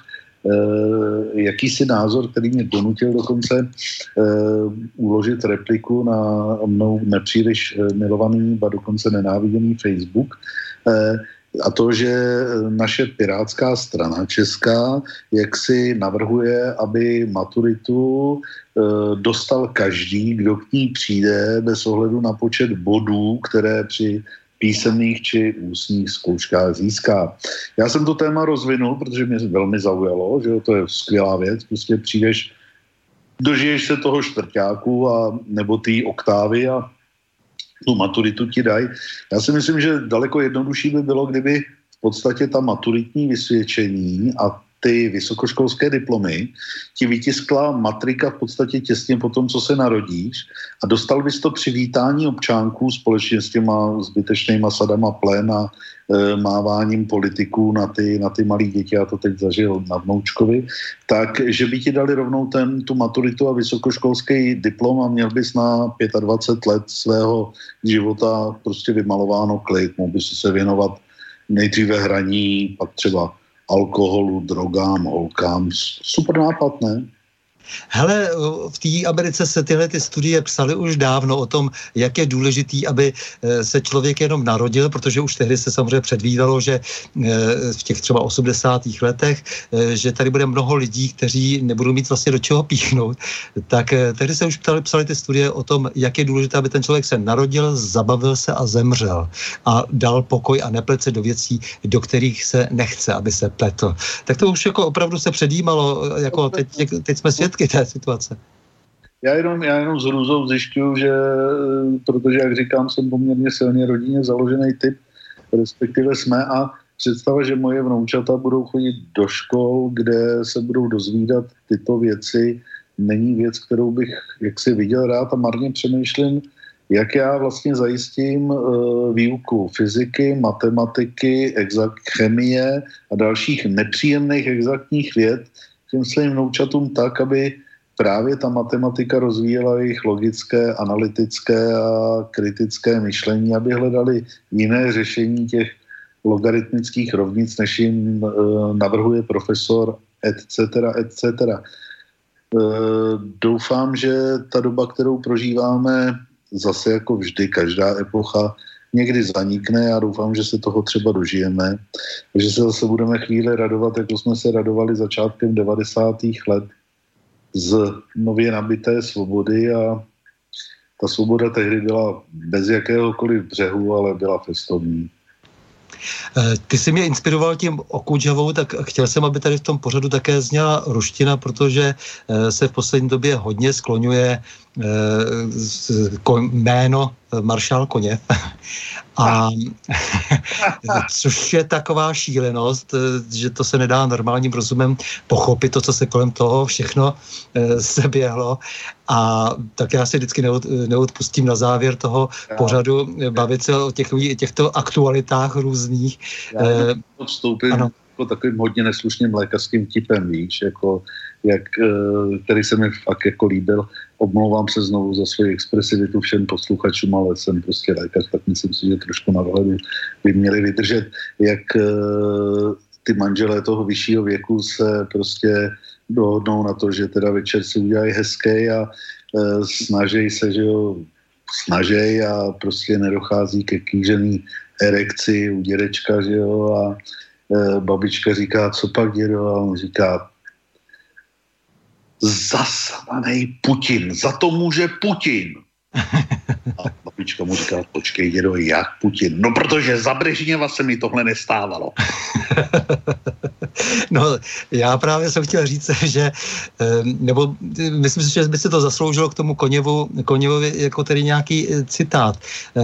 Uh, jakýsi názor, který mě donutil dokonce uh, uložit repliku na mnou nepříliš uh, milovaný, ba dokonce nenáviděný Facebook. Uh, a to, že naše pirátská strana česká jaksi navrhuje, aby maturitu uh, dostal každý, kdo k ní přijde, bez ohledu na počet bodů, které při písemných či ústních zkouškách získá. Já jsem to téma rozvinul, protože mě velmi zaujalo, že to je skvělá věc, prostě přijdeš, dožiješ se toho čtvrťáku a nebo té oktávy a tu maturitu ti dají. Já si myslím, že daleko jednodušší by bylo, kdyby v podstatě ta maturitní vysvědčení a ty vysokoškolské diplomy ti vytiskla matrika v podstatě těsně po tom, co se narodíš a dostal bys to přivítání občánků společně s těma zbytečnýma sadama plén a e, máváním politiků na ty, na ty malý děti, já to teď zažil na vnoučkovi, tak, že by ti dali rovnou ten, tu maturitu a vysokoškolský diplom a měl bys na dvacet pět let svého života prostě vymalováno klid, mohl bys se věnovat nejdříve hraní, pak třeba alkoholu, drogám, holkám. Super nápad, ne? Hele, v té Americe se tyhle ty studie psaly už dávno o tom, jak je důležitý, aby se člověk jenom narodil, protože už tehdy se samozřejmě předvídalo, že v těch třeba osmdesátých letech, že tady bude mnoho lidí, kteří nebudou mít vlastně do čeho píchnout. Tak tehdy se už psali, psali ty studie o tom, jak je důležité, aby ten člověk se narodil, zabavil se a zemřel a dal pokoj a neplet se do věcí, do kterých se nechce, aby se pletl. Tak to už jako opravdu se předjímalo, jako teď, teď jsme svědky té situace. Já jenom, já jenom s hrůzou zjišťuju, že protože, jak říkám, jsem poměrně silně rodině založený typ, respektive jsme a představa, že moje vnoučata budou chodit do škol, kde se budou dozvídat tyto věci, není věc, kterou bych jaksi viděl rád a marně přemýšlím, jak já vlastně zajistím uh, výuku fyziky, matematiky, exakt, chemie a dalších nepříjemných exaktních věd těm svým vnoučatům tak, aby právě ta matematika rozvíjela jejich logické, analytické a kritické myšlení, aby hledali jiné řešení těch logaritmických rovnic, než jim uh, navrhuje profesor, et cetera, et cetera. Uh, doufám, že ta doba, kterou prožíváme, zase jako vždy, každá epocha někdy zanikne. Já doufám, že se toho třeba dožijeme, že se zase budeme chvíli radovat, jako jsme se radovali začátkem devadesátých let z nově nabité svobody a ta svoboda tehdy byla bez jakéhokoliv břehu, ale byla festovní. Ty jsi mě inspiroval tím Okudžavou, tak chtěl jsem, aby tady v tom pořadu také zněla ruština, protože se v poslední době hodně skloňuje jméno maršál Koněv. A což je taková šílenost, že to se nedá normálním rozumem pochopit, to, co se kolem toho všechno se běhlo. A tak já si vždycky neod, neodpustím na závěr toho pořadu bavit se o těch, těchto aktualitách různých. Já to vstoupím jako takovým hodně neslušným lékařským tipem, víš, jako, jak, který se mi fakt jako líbil. Omlouvám se znovu za svoji expresivitu všem posluchačům, ale jsem prostě lékař, tak myslím si, že trošku na dohledu by měli vydržet, jak ty manželé toho vyššího věku se prostě dohodnou na to, že teda večer si udělají hezký a snaží se, že jo, snaží a prostě nedochází ke kýžený erekci u dědečka, že jo, a babička říká, co pak, dědo, a on říká, zasranej Putin, za to může Putin. A babička mu říká, počkej, dědo, jak Putin? No, protože za Brežněva se mi tohle nestávalo. No, já právě jsem chtěl říct, že, nebo myslím si, že by se to zasloužilo k tomu Koněvu, Koněvovi jako tedy nějaký citát,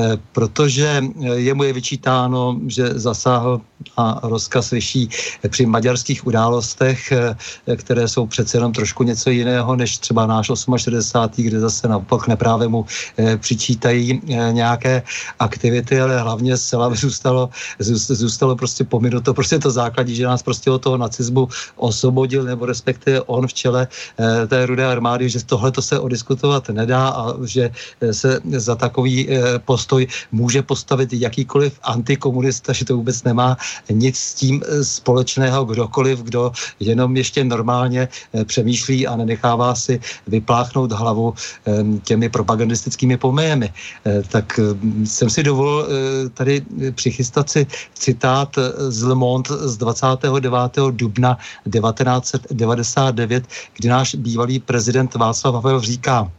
protože jemu je vyčítáno, že zasáhl a rozkaz vyšší při maďarských událostech, které jsou přece jenom trošku něco jiného, než třeba náš šedesátý osm, kde zase naopak neprávě mu přičítají nějaké aktivity, ale hlavně zcela zůstalo, zůstalo prostě pominuto, prostě to základní, že nás prostě od toho nacismu osvobodil, nebo respektive on v čele té Rudé armády, že tohleto se odiskutovat nedá a že se za takový postoj může postavit jakýkoliv antikomunista, že to vůbec nemá nic s tím společného kdokoliv, kdo jenom ještě normálně přemýšlí a nenechává si vypláchnout hlavu těmi propagandistickými pomejemi. Tak jsem si dovolil tady přichystat si citát z Le Monde z dvacátého devátého dubna devatenáct set devadesát devět, kdy náš bývalý prezident Václav Havel říká: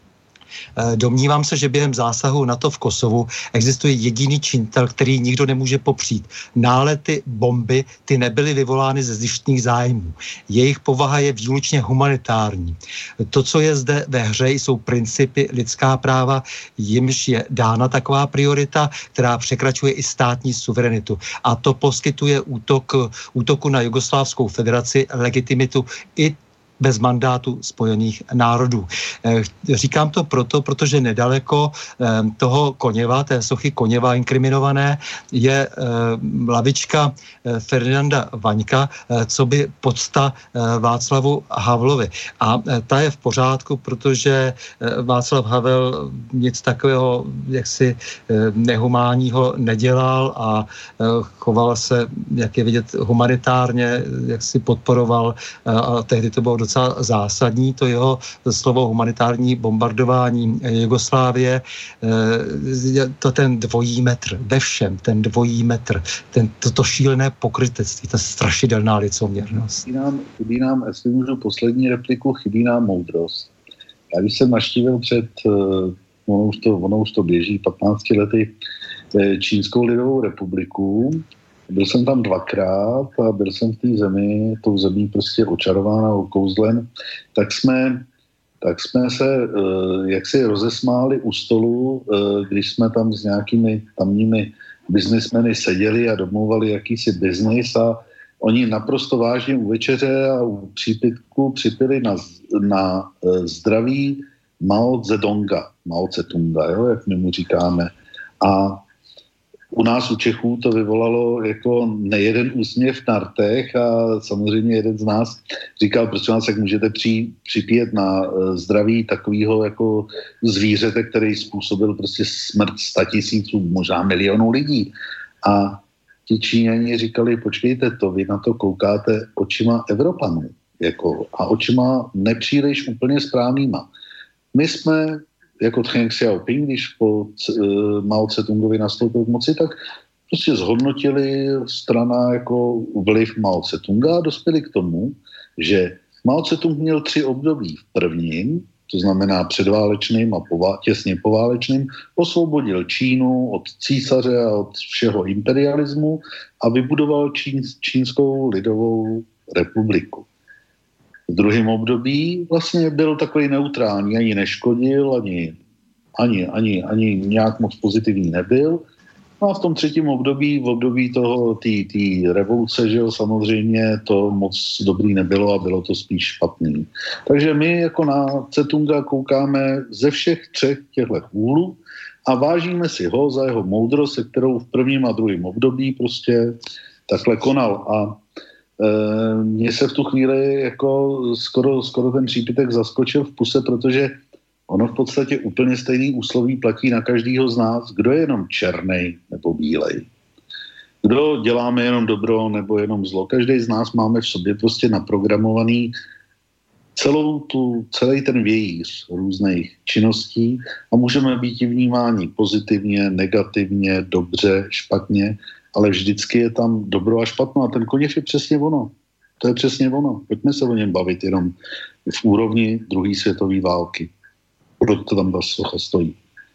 domnívám se, že během zásahu NATO v Kosovu existuje jediný činitel, který nikdo nemůže popřít. Nálety bomby, ty nebyly vyvolány ze zištných zájmů. Jejich povaha je výlučně humanitární. To, co je zde ve hře, jsou principy, lidská práva, jimž je dána taková priorita, která překračuje i státní suverenitu. A to poskytuje útok, útoku na Jugoslávskou federaci legitimitu i bez mandátu Spojených národů. Říkám to proto, protože nedaleko toho Koněva, té sochy Koněva inkriminované, je lavička Ferdinanda Vaňka, co by podsta Václavu Havlovi. A ta je v pořádku, protože Václav Havel nic takového jaksi nehumánního nedělal a choval se, jak je vidět, humanitárně, jak si podporoval, a tehdy to bylo docela zásadní, to jeho slovo humanitární bombardování Jugoslávie, to ten dvojí metr, ve všem ten dvojí metr, ten, toto šílené pokrytectví, ta strašidelná licoměrnost. Chybí nám, chybí nám, jestli můžu poslední repliku, chybí nám moudrost. Já když jsem navštívil před, ono už to, ono už to běží, patnácti lety Čínskou lidovou republiku. Byl jsem tam dvakrát a byl jsem v té zemi, tou zemí prostě očarována, okouzlen, tak jsme, tak jsme se uh, jaksi rozesmáli u stolu, uh, když jsme tam s nějakými tamními biznismeny seděli a domlouvali jakýsi biznis a oni naprosto vážně u večeře a u přípitku připili na, na uh, zdraví Mao Zedonga, Mao Tse-tunga, jo, jak my mu říkáme. A u nás, u Čechů, to vyvolalo jako nejeden úsměv na rtech a samozřejmě jeden z nás říkal, prosím vás, jak můžete při, připíjet na zdraví takového jako zvířete, který způsobil prostě smrt statisíců, možná milionů lidí. A ti Číňani říkali, počkejte to, vy na to koukáte očima Evropanů jako, a očima nepříliš úplně správnýma. My jsme jako Deng Xiaoping, když po uh, Mao Tse-tungovi nastoupil k moci, tak prostě zhodnotili strana jako vliv Mao Tse-tunga a dospěli k tomu, že Mao Tse-tung měl tři období. V prvním to znamená předválečným a pová, těsně poválečným, osvobodil Čínu od císaře a od všeho imperialismu a vybudoval Čín, Čínskou lidovou republiku. V druhém období vlastně byl takový neutrální, ani neškodil, ani, ani, ani, ani nějak moc pozitivní nebyl. No a v tom třetím období, v období toho té revoluce, že jo, samozřejmě to moc dobrý nebylo a bylo to spíš špatný. Takže my jako na Tse-tunga koukáme ze všech třech těchto úhlů a vážíme si ho za jeho moudrost, se kterou v prvním a druhém období prostě takhle konal. A e, mně se v tu chvíli jako skoro, skoro ten přípitek zaskočil v puse, protože ono v podstatě úplně stejný úsloví platí na každýho z nás, kdo je jenom černej nebo bílej. Kdo děláme jenom dobro nebo jenom zlo. Každý z nás máme v sobě prostě naprogramovaný celou tu, celý ten vějíř různých činností a můžeme být i vnímáni pozitivně, negativně, dobře, špatně, ale vždycky je tam dobro a špatno a ten koněv je přesně ono. To je přesně ono. Pojďme se o něm bavit jenom v úrovni druhé světové války. Proto to tam Socha stojí.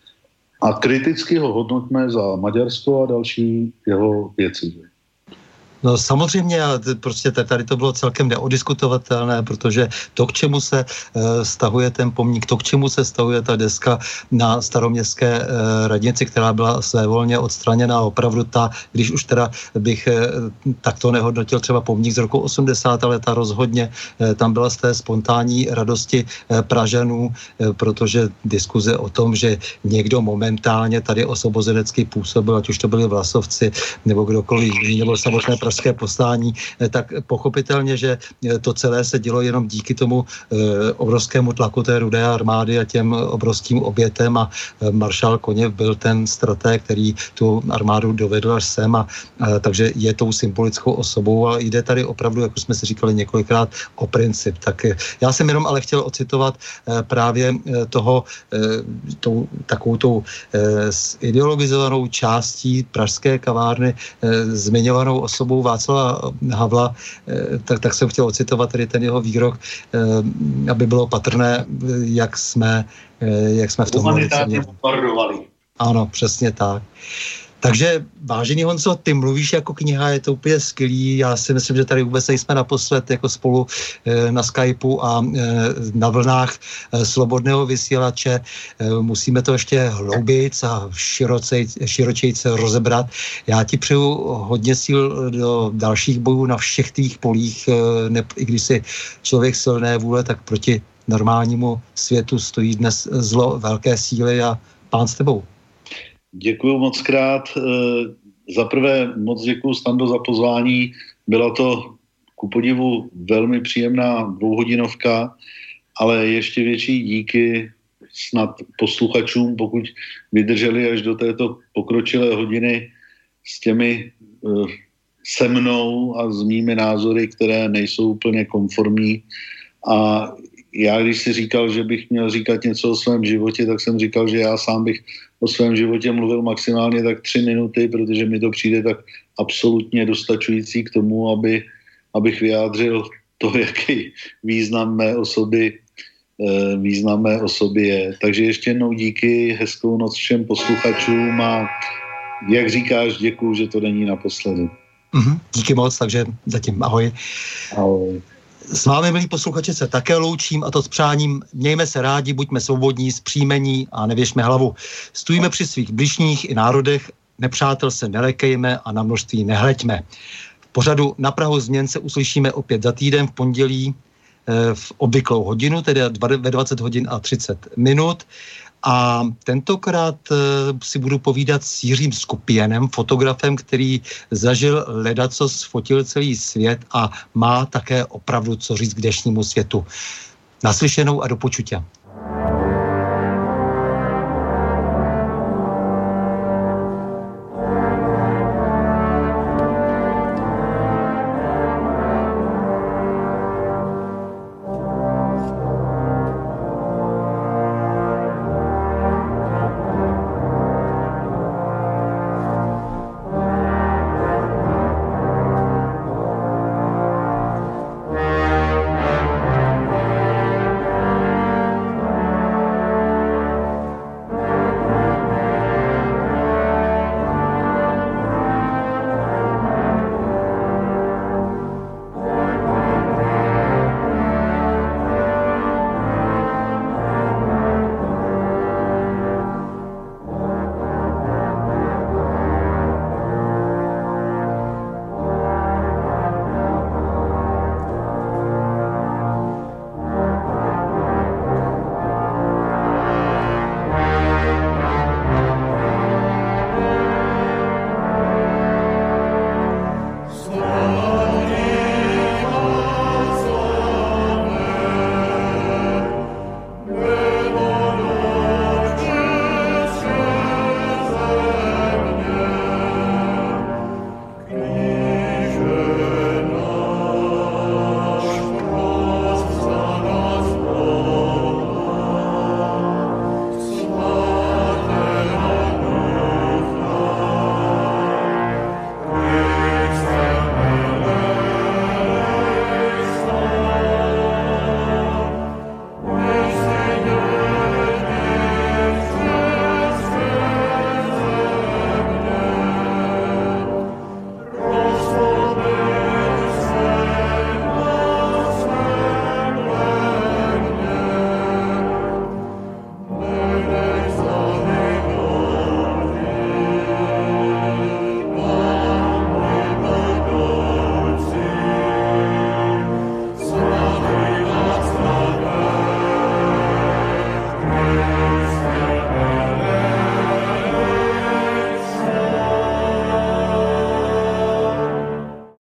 A kriticky ho hodnoťme za Maďarsko a další jeho věci. No samozřejmě, prostě tady to bylo celkem neodiskutovatelné, protože to, k čemu se stahuje ten pomník, to, k čemu se stahuje ta deska na staroměstské radnici, která byla svévolně odstraněna, opravdu ta, když už teda bych takto nehodnotil třeba pomník z roku osmdesát, ale ta rozhodně tam byla z té spontánní radosti Pražanů, protože diskuze o tom, že někdo momentálně tady osvobozenecky působil, ať už to byli Vlasovci nebo kdokoliv jiný, nebo samotné pražské povstání, tak pochopitelně, že to celé se dělo jenom díky tomu e, obrovskému tlaku té Rudé armády a těm obrovským obětem a e, maršál Koněv byl ten stratég, který tu armádu dovedl až sem a e, takže je tou symbolickou osobou a jde tady opravdu, jak už jsme si říkali několikrát, o princip. Tak e, já jsem jenom ale chtěl ocitovat e, právě e, toho e, tou, takovou tou e, ideologizovanou částí pražské kavárny e, zmiňovanou osobou Václava Havla, tak, tak jsem chtěl ocitovat tady ten jeho výrok, aby bylo patrné, jak jsme, jak jsme v tom humanitárně bombardovali. Ano, přesně tak. Takže, vážený Honzo, ty mluvíš jako kniha, je to úplně skvělý. Já si myslím, že tady vůbec nejsme naposled jako spolu e, na Skypeu a e, na vlnách e, slobodného vysílače. E, musíme to ještě hloubit a širočejc rozebrat. Já ti přeju hodně síl do dalších bojů na všech tvých polích. E, ne, I když jsi člověk silné vůle, tak proti normálnímu světu stojí dnes zlo velké síly a pán s tebou. Děkuju moc krát. Za prvé moc děkuju, Stando, za pozvání. Byla to ku podivu velmi příjemná dvouhodinovka, ale ještě větší díky snad posluchačům, pokud vydrželi až do této pokročilé hodiny s těmi se mnou a s mými názory, které nejsou úplně konformní. A já, když si říkal, že bych měl říkat něco o svém životě, tak jsem říkal, že já sám bych o svém životě mluvil maximálně tak tři minuty, protože mi to přijde tak absolutně dostačující k tomu, aby, abych vyjádřil to, jaký význam mé osoby, význam mé osoby je. Takže ještě jednou díky, hezkou noc všem posluchačům a jak říkáš, děkuju, že to není naposledy. Mm-hmm, díky moc, takže zatím ahoj. Ahoj. S vámi, milí posluchači, se také loučím a to s přáním mějme se rádi, buďme svobodní, zpříjmení a nevěšme hlavu. Stojíme při svých bližních i národech, nepřátel se nelekejme a na množství nehleďme. V pořadu Na prahu změn se uslyšíme opět za týden v pondělí v obvyklou hodinu, tedy ve dvacet hodin a třicet minut. A tentokrát si budu povídat s Jiřím Skupienem, fotografem, který zažil ledacos, fotil celý svět a má také opravdu co říct k dnešnímu světu. Naslyšenou a do počutia.